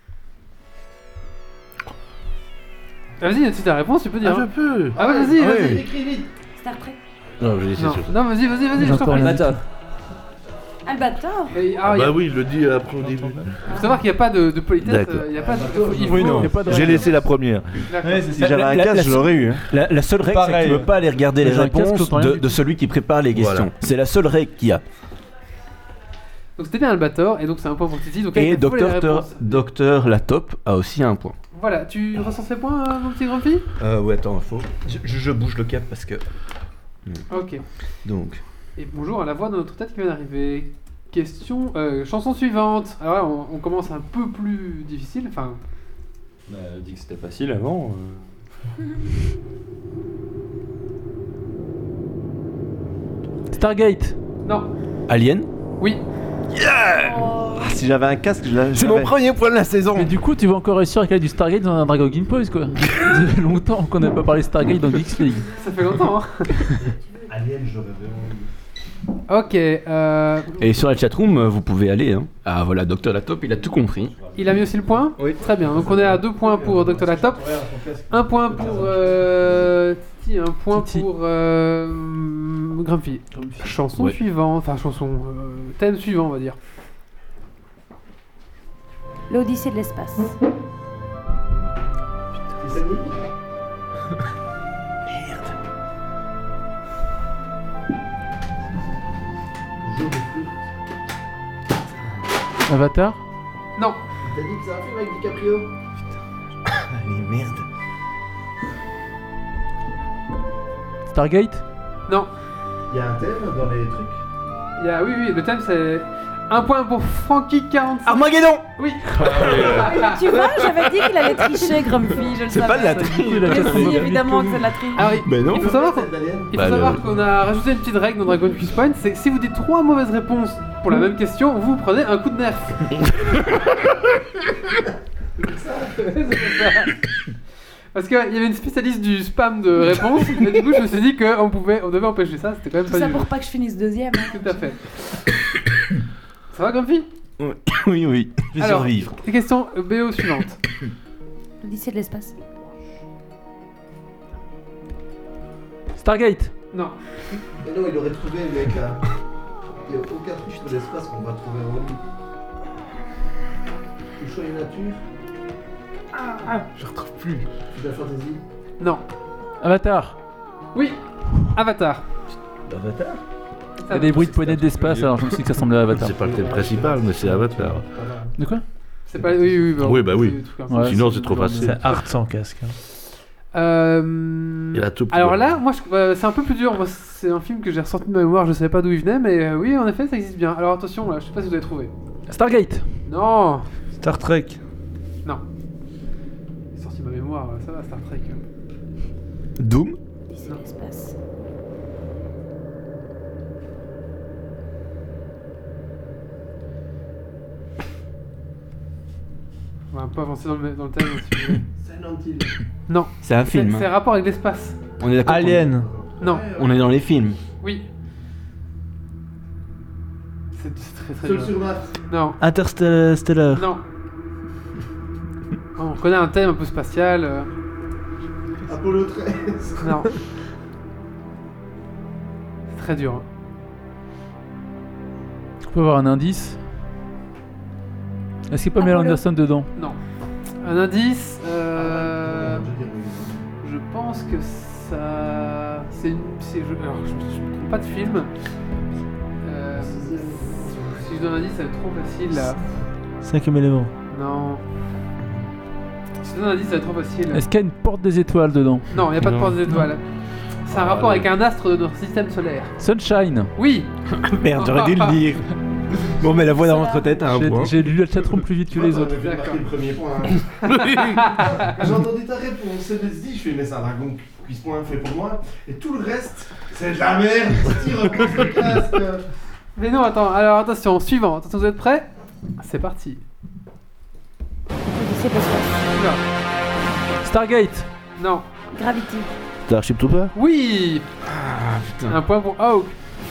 Ah, vas-y, si t'as la réponse, tu peux dire. Ah, hein. je peux. Ah ouais, vas-y, Ah vas-y. ouais. Écris vite. Star Trek. Non, je dis c'est Non, sûr. non, vas-y, vas-y, vas-y, je t'en J'entends prie. rien. Attends. Albator. Et, Ah ah, il y a- bah oui, il le dit après au début. faut savoir qu'il n'y a pas de, de politesse, D'accord. euh, il n'y a pas de. Il faut, Oui, non. Y a pas de J'ai règle. laissé la première. D'accord. Ouais, c'est Si ça. j'avais un la- casque, la- je l'aurais eu. hein. La, la seule règle, c'est que Pareil. tu peux pas aller regarder les J'ai un casque, réponses j'entends rien de, du de celui qui prépare les questions. Voilà. C'est la seule règle qu'il y a. Donc c'était bien Albator, et donc c'est un point pour Titi. Donc avec Et les faux, les Docteur réponses. Docteur La Top a aussi un point. Voilà, tu ressens ces points, euh, mon petit grand-fille? Euh, ouais, attends, faut. Je, je bouge le cap parce que. Ok. Donc. Et bonjour à la voix de notre tête qui vient d'arriver. question, euh, chanson suivante. Alors là, on, on commence un peu plus difficile. Enfin, Bah, elle a dit que c'était facile avant. euh. Stargate. non. Alien. Oui. Ah, si j'avais un casque, je l'avais. C'est mon premier point de la saison. Mais du coup, tu vas encore réussir à caler du Stargate dans un Dragon Game Boys, quoi. Ça fait longtemps qu'on n'a pas parlé Stargate dans Geeks League. Ça fait longtemps, hein. Alien, j'aurais vraiment. Ok. Euh, Et sur la chatroom, vous pouvez aller. Hein. Ah voilà, Docteur Laptop, il a tout compris. il a mis aussi le point. Oui. Très bien. Donc on est à deux points pour Docteur Laptop. Un point pour euh, Titi, un point Titi. pour euh, Grumpy. Chanson Ouais. suivante, enfin chanson, euh, thème suivant, on va dire. L'Odyssée de l'espace. Avatar. Non. T'as dit que c'est un film avec DiCaprio? Allez, merde. Stargate. Non. Il y a un thème dans les trucs. Il y a, oui, oui, le thème c'est un point pour Frankie quarante-cinq. Armageddon. Oui. Tu vois, j'avais dit qu'il allait tricher, Grumpy, je le C'est savais. pas de la Du coup, triche. il a Mais quatre si, mots. évidemment que c'est de la triche. Alors, il, Mais non. il faut savoir, qu'on- il faut Bah, savoir le- qu'on a rajouté une petite règle dans Dragon Quiz Point, c'est que si vous dites trois mauvaises réponses pour la même question, vous prenez un coup de nerf. C'est ça. Parce qu'il y avait une spécialiste du spam de réponses, et du coup je me suis dit qu'on pouvait, on devait empêcher ça, c'était quand même Tout pas ça du pour pas que je finisse deuxième. hein. Tout à fait. Ça va, Grumpy? Oui, oui. Je vais Alors, survivre. les questions B O suivantes. L'Odyssée de l'espace. Stargate. Non. Mais non, il aurait trouvé le mec là. Il n'y a aucun truc sur l'espace qu'on va trouver en lui. Le choix et nature. Ah, Je retrouve plus. De la fantasy. non. Avatar. Oui. Avatar. Avatar. Il y a des bruits de poignettes d'espace, alors je me suis dit que ça ressemblait à Avatar. C'est pas le thème principal, mais c'est Avatar. De quoi? C'est pas. Oui, oui, bah, Oui, bah oui. c'est des trucs comme ça. Ouais, Sinon, c'est trop facile. C'est hard sans casque. hein. Euh... Et la taupe qui Alors va- là, moi, je- euh, c'est un peu plus dur. Moi, c'est un film que j'ai ressorti de ma mémoire. Je savais pas d'où il venait, mais euh, oui, en effet, ça existe bien. Alors attention, là, je sais pas si vous avez trouvé. Stargate. Non, Star Trek. non. C'est sorti de ma mémoire. Ça va, Star Trek. Doom. L'Odyssée de l'espace. On va un peu avancer dans le, dans le thème. Si vous voulez. Silent Hill. Non. C'est un C'est film. c'est hein. rapport avec l'espace. On est d'accord. Alien. Non. On est dans les films. Oui. C'est c'est très très Seul dur. sur Mars. Non. Interstellar. Non. Oh, on connaît un thème un peu spatial. euh, Apollo treize. Non. C'est très dur. hein. On peut avoir un indice. Est-ce qu'il y a pas Mel Apollo. Anderson dedans? Non. Un indice. euh, Je veux dire, oui. Je pense que ça. C'est une. c'est- je- Alors, je ne trouve pas de film. Euh, Si je donne un indice, ça va être trop facile là. Cinquième élément. Non. Si je donne un indice, ça va être trop facile. Est-ce qu'il y a une porte des étoiles dedans? Non, il n'y a pas de Non. porte des étoiles. C'est un rapport avec un astre de notre système solaire. Sunshine. Oui. Merde, j'aurais dû le dire. Bon, mais la voix dans votre tête a un J'ai- point. J'ai lu la chatroom plus vite que les autres. J'avais D'accord. marqué le premier point. hein. J'ai entendu ta réponse, c'est dit, je fais mais c'est un dragon quiz point fait pour moi. Et tout le reste, c'est de la merde. Tire repose le casque. Mais non, attends. Alors attention, suivant. Attention, vous êtes prêts? C'est parti. L'Odyssée de l'espace. Oula. Stargate. Non. Gravity. Starship Trooper. Oui. Ah, putain. Un point pour Hawk.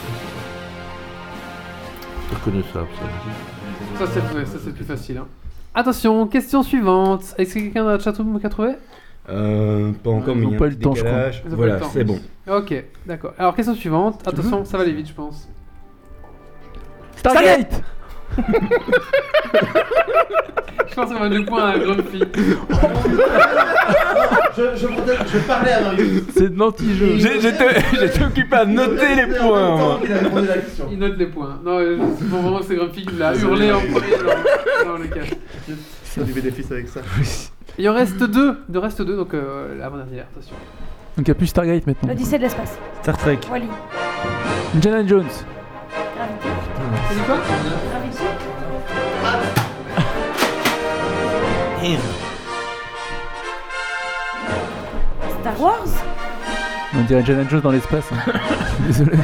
Je reconnais ça, ça. Ça c'est ouais, ça, c'est plus facile. hein. Attention, question suivante. Est-ce que quelqu'un dans la chatroom qui a trouvé? Euh, pas encore, Ils mais ont il y a pas un eu le petit temps, je crois. décalage. Ils ont pas eu Voilà, le temps. c'est bon. Ok, d'accord. Alors question suivante. Attention, ça va aller vite, je pense. Stargate. Je pense qu'on va deux points à la grande fille. Je, je, protège- je parlais à Marius. C'est de l'anti-jeu. J'ai- J'étais j'étais occupé à noter les points, moi. Il a répondu à la question. Il note les points. Non, euh, c'est pour vraiment c'est grande fille qui l'a hurlé en premier dans, dans le cas. C'est du bénéfice avec ça. Il en reste deux. Il en reste deux, donc euh, l'avant-dernière, attention. Donc il n'y a plus Stargate maintenant. L'Odyssée de l'espace. Star Trek. Wally. Indiana Jones. Gravity. T'as dit quoi? Gravity. Star Wars. On dirait Indiana Jones dans l'espace. Hein. Je suis désolé.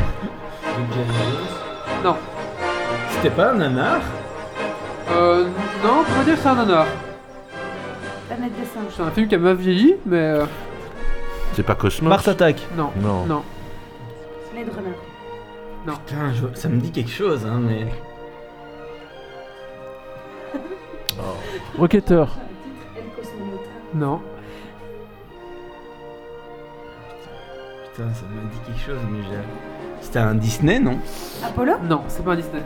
Non. C'était pas un nanar? Euh, non, on peut pas dire que c'est un nanar. Planète des singes. C'est un film qui a mal vieilli, mais... euh, C'est pas Cosmos. Mars Attack. Non, Non. non. Blade Runner. Putain, je- ça me dit quelque chose, hein, mais. Rocketeur. El Cosmonauta. Non. Putain, ça me dit quelque chose, mais j'ai. C'était un Disney, non? Apollo. Non, c'est pas un Disney.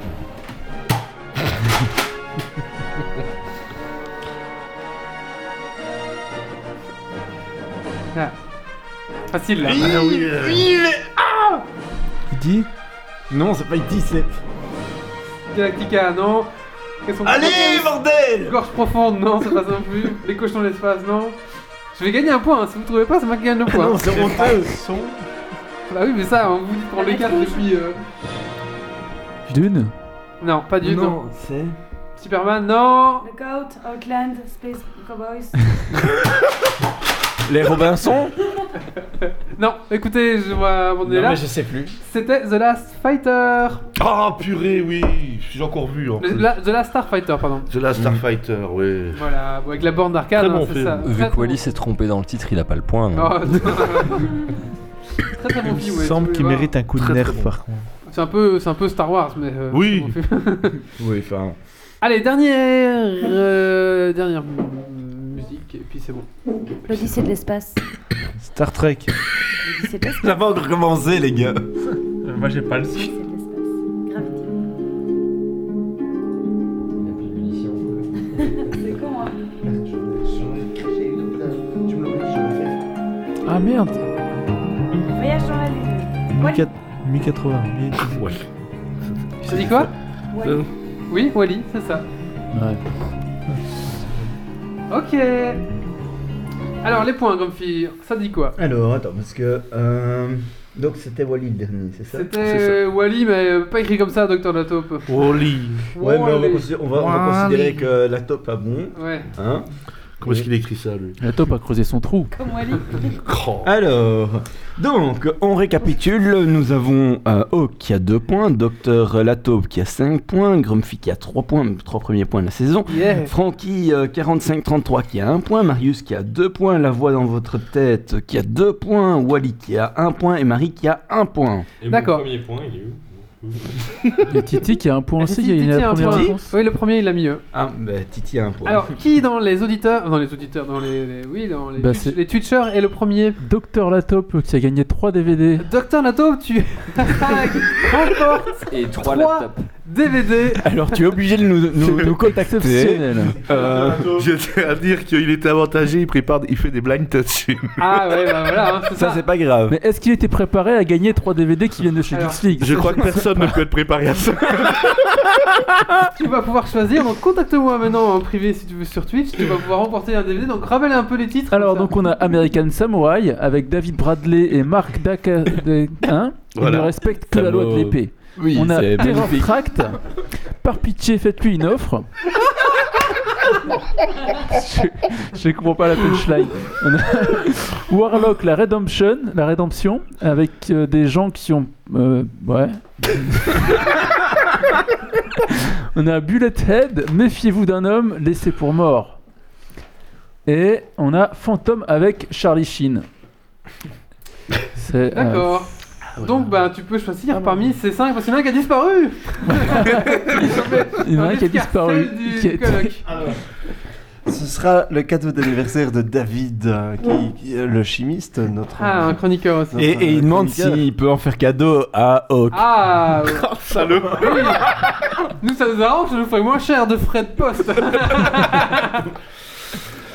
Ah. Facile là. Ah oui, euh, Il dit Non, c'est pas Disney. Galactica, non. Qu'est-ce qu'on Allez, bordel! Gorge profonde, non, c'est pas ça non plus. Les cochons de l'espace, non. Je vais gagner un point, hein. Si vous trouvez pas, c'est moi qui gagne le point. Non, c'est honteux. Bah oui, mais ça, on vous dit de prendre les cartes depuis. Euh... Dune. Non, pas du tout. Non, c'est. Superman, non. Lookout. Outland. Space Cowboys. Les Robinson? Non, écoutez, je vais abandonner Non, là. mais je sais plus. C'était The Last Fighter. Ah purée, oui, j'ai encore vu. En Le- plus. la- The Last Starfighter, pardon. The Last Starfighter, ouais. Voilà, avec la borne d'arcade, Très hein, bon c'est film. ça. Vu Très, que Wally s'est trompé dans le titre, il a pas le point. non Oh, non. Très très bon Il film, me ouais, semble tu peux qu'il voir. mérite un coup de Très, nerf très bon. par contre. C'est un peu, c'est un peu Star Wars, mais. euh, Oui. très bon film. Oui, enfin. Allez, dernière, euh, dernière m- musique, et puis c'est bon. L'Odyssée de l'espace. Star Trek. L'Odyssée de l'espace. Ça va encore commencer, les gars. Euh, moi j'ai pas le son. L'Odyssée de l'espace. Gravity. C'est con, hein. Ah merde. Voyage dans la lune. Wally. mi quatre-vingts. Ouais. Tu dis quoi? Wally. Oui, Wally, c'est ça. Ouais. Ok. Alors, les points, Grumpy, ça dit quoi? Alors, attends, parce que. Euh... Donc, c'était Wally le dernier, c'est ça? C'était euh, Wally, mais euh, pas écrit comme ça, Docteur La Taupe. Wally. Ouais, mais on va, Wally. considérer, on va, on va considérer que la top a bon. Ouais. Hein? Comment est-ce qu'il écrit ça, lui? La taupe a creusé son trou. Comme Wally. Oh. Alors, donc, on récapitule. Nous avons euh, Hawk qui a deux points, Docteur Lataupe qui a cinq points, Grumpy qui a trois points, les trois premiers points de la saison. Yeah. Francky euh, quarante-cinq trente-trois qui a un point, Marius qui a deux points, La Voix dans votre tête qui a deux points, Wally qui a un point et Marie qui a un point. Et D'accord. mon premier point, il est où? Il y a Titi qui a un point aussi. Titi, Il y a Titi une a un première point. réponse. Oui, le premier, il l'a mis. eux. Ah, bah Titi a un point. Alors, qui dans les auditeurs, dans les auditeurs, dans les, les- oui, dans les, Bah, Twitch- c'est- les Twitchers est le premier? Docteur La taupe qui a gagné trois D V D. Docteur La Taupe, tu remportes Et trois trois laptops. D V D. Alors, tu es obligé de nous, nous, nous contacter. Exceptionnel. Euh, Je tiens à dire qu'il est avantagé, il prépare, il fait des blind tests. Ah ouais, bah voilà, hein, c'est ça, ça. c'est pas grave. Mais est-ce qu'il était préparé à gagner trois D V D qui viennent de chez Alors, Geeks League? Je crois que personne ne peut être préparé à ça. Tu vas pouvoir choisir, donc contacte-moi maintenant en privé si tu veux sur Twitch, tu vas pouvoir remporter un D V D, donc rappelle un peu les titres. Alors, comme ça. donc on a American Samurai avec David Bradley et Mark Dacca. de- Hein Voilà. Il ne respecte que Ça la loi vaut- de l'épée. Oui, On a c'est Terror magnifique. Tract. Par pitié, faites-lui une offre. je, je comprends pas la punchline. On a Warlock, la Redemption, la rédemption, avec euh, des gens qui ont. euh, ouais. On a Bullet Head, méfiez-vous d'un homme laissé pour mort. Et on a Phantom avec Charlie Sheen. C'est, euh, D'accord. Donc bah tu peux choisir parmi ces cinq parce qu'il y en a un qui a disparu. il y en a un qui a disparu. Du qui a été- coloc. Ce sera le cadeau d'anniversaire de David, euh, qui, qui- euh, le chimiste, notre. Ah, un chroniqueur aussi. Et, et il demande chroniqueur. s'il peut en faire cadeau à Hawk. Ah, ouais. Salaud. Oui. Nous ça nous arrange, ça nous ferait moins cher de frais de poste.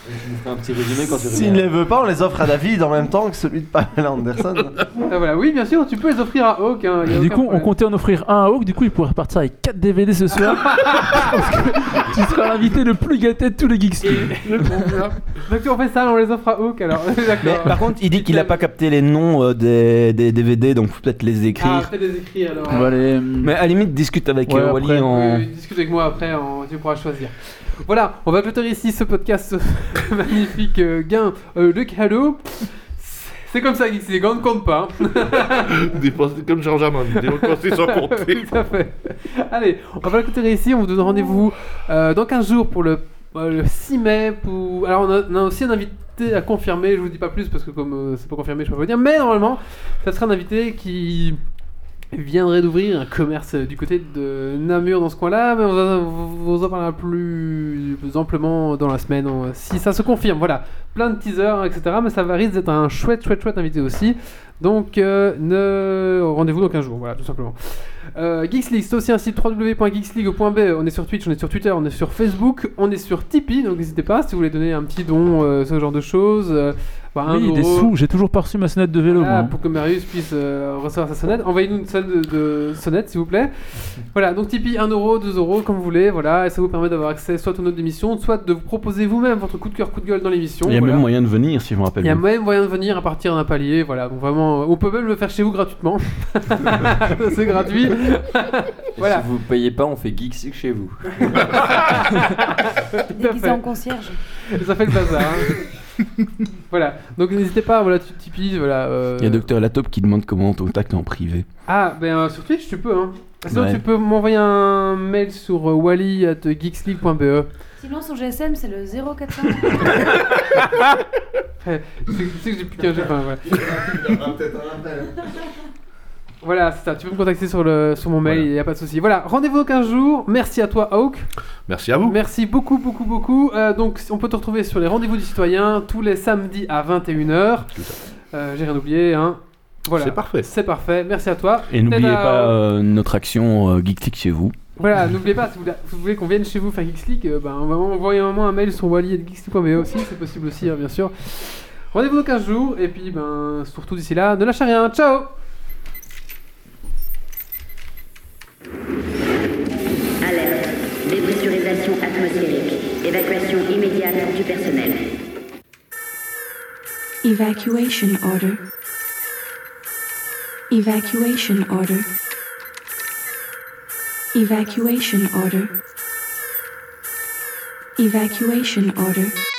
Tu nous feras un petit résumé quand tu S'il ne les veut pas, on les offre à David en même temps que celui de Pamela Anderson. Ah, voilà, oui, bien sûr, tu peux les offrir à Hawk. Hein, du coup, on comptait en offrir un à Hawk, du coup, il pourrait repartir avec quatre D V D ce soir. Je pense que tu seras l'invité le plus gâté de tous les Geeks League. Donc, on fait ça, on les offre à Hawk alors. Mais par contre, il dit qu'il a pas capté les noms euh, des, des D V D, donc faut peut-être les écrire. Ah, peut-être les écrire alors. On va les... Mais à la limite, discute avec Ouais, euh, Wally après, en. Oui, discute avec moi après, en- tu pourras choisir. Voilà, on va clôturer ici ce podcast magnifique euh, gain euh, de cadeaux. C'est comme ça, Geeks League, on ne compte pas. Dépenser comme Jean-Jamin, dépenser sans compter. Tout à fait. Allez, on va le clôturer ici, on vous donne rendez-vous euh, dans quinze jours pour le, euh, le six mai. Pour... Alors on a, on a aussi un invité à confirmer, je vous dis pas plus parce que comme euh, c'est pas confirmé, je peux pas vous dire, mais normalement, ça sera un invité qui viendrait d'ouvrir un commerce du côté de Namur dans ce coin-là, mais on va- vous en parlera plus amplement dans la semaine, on- si ça se confirme. Voilà, plein de teasers, et cetera. Mais ça va risque d'être un chouette, chouette, chouette invité aussi. Donc, euh, ne... rendez-vous dans quinze jours, voilà, tout simplement. Euh, Geeks League, c'est aussi un site w w w point geeks league point b e. On est sur Twitch, on est sur Twitter, on est sur Facebook, on est sur Tipeee, donc n'hésitez pas si vous voulez donner un petit don, euh, ce genre de choses. Euh, bah, un Oui, des euro. sous, j'ai toujours pas reçu ma sonnette de vélo. Voilà, moi, hein. pour que Marius puisse euh, recevoir sa sonnette. Envoyez-nous une sonne de, de sonnette, s'il vous plaît. Voilà, donc Tipeee un euro, deux euros, comme vous voulez. Voilà, et ça vous permet d'avoir accès soit aux notes d'émission, soit de vous proposer vous-même votre coup de cœur, coup de gueule dans l'émission. Il y a Voilà. même moyen de venir, si je me rappelle Il y a bien. même moyen de venir à partir d'un palier. Voilà, donc vraiment, on peut même le faire chez vous gratuitement. C'est gratuit. Voilà. Si vous payez pas, on fait Geeks League chez vous. Tout à Déguisé en fait. concierge. Ça fait le bazar. hein. Voilà, donc n'hésitez pas, voilà, tu Tipeee, voilà. euh, Il y a Docteur Latop qui demande comment on te contacte en privé. Ah, ben euh, sur Twitch, tu peux, hein. Sinon, Ouais. tu peux m'envoyer un mail sur euh, wally arobase geeksleague point b e. Sinon, son G S M, c'est le zéro quatre cents. Ouais, tu sais tu sais que j'ai plus qu'un jeu, enfin, voilà. Il y aura peut-être un appel. Voilà, c'est ça, tu peux me contacter sur, le, sur mon mail, il n'y a pas de souci. Voilà, rendez-vous dans quinze jours. Merci à toi, Hawk. Merci à vous. Merci beaucoup, beaucoup, beaucoup. Euh, donc, on peut te retrouver sur les rendez-vous du citoyen tous les samedis à vingt et une heures. Euh, j'ai rien oublié, hein. Voilà. C'est parfait. C'est parfait, merci à toi. Et n'oubliez Tada. pas euh, notre action euh, Geek League chez vous. Voilà, n'oubliez pas, si vous, si vous voulez qu'on vienne chez vous faire Geeks League, euh, ben, on va envoyer un moment un mail sur wally arobase geeksleague point b e aussi, c'est possible aussi, hein, bien sûr. Rendez-vous dans quinze jours, et puis ben, surtout d'ici là, ne lâchez rien, ciao. Alerte. Dépressurisation atmosphérique. Évacuation immédiate du personnel. Evacuation order. Evacuation order. Evacuation order. Evacuation order.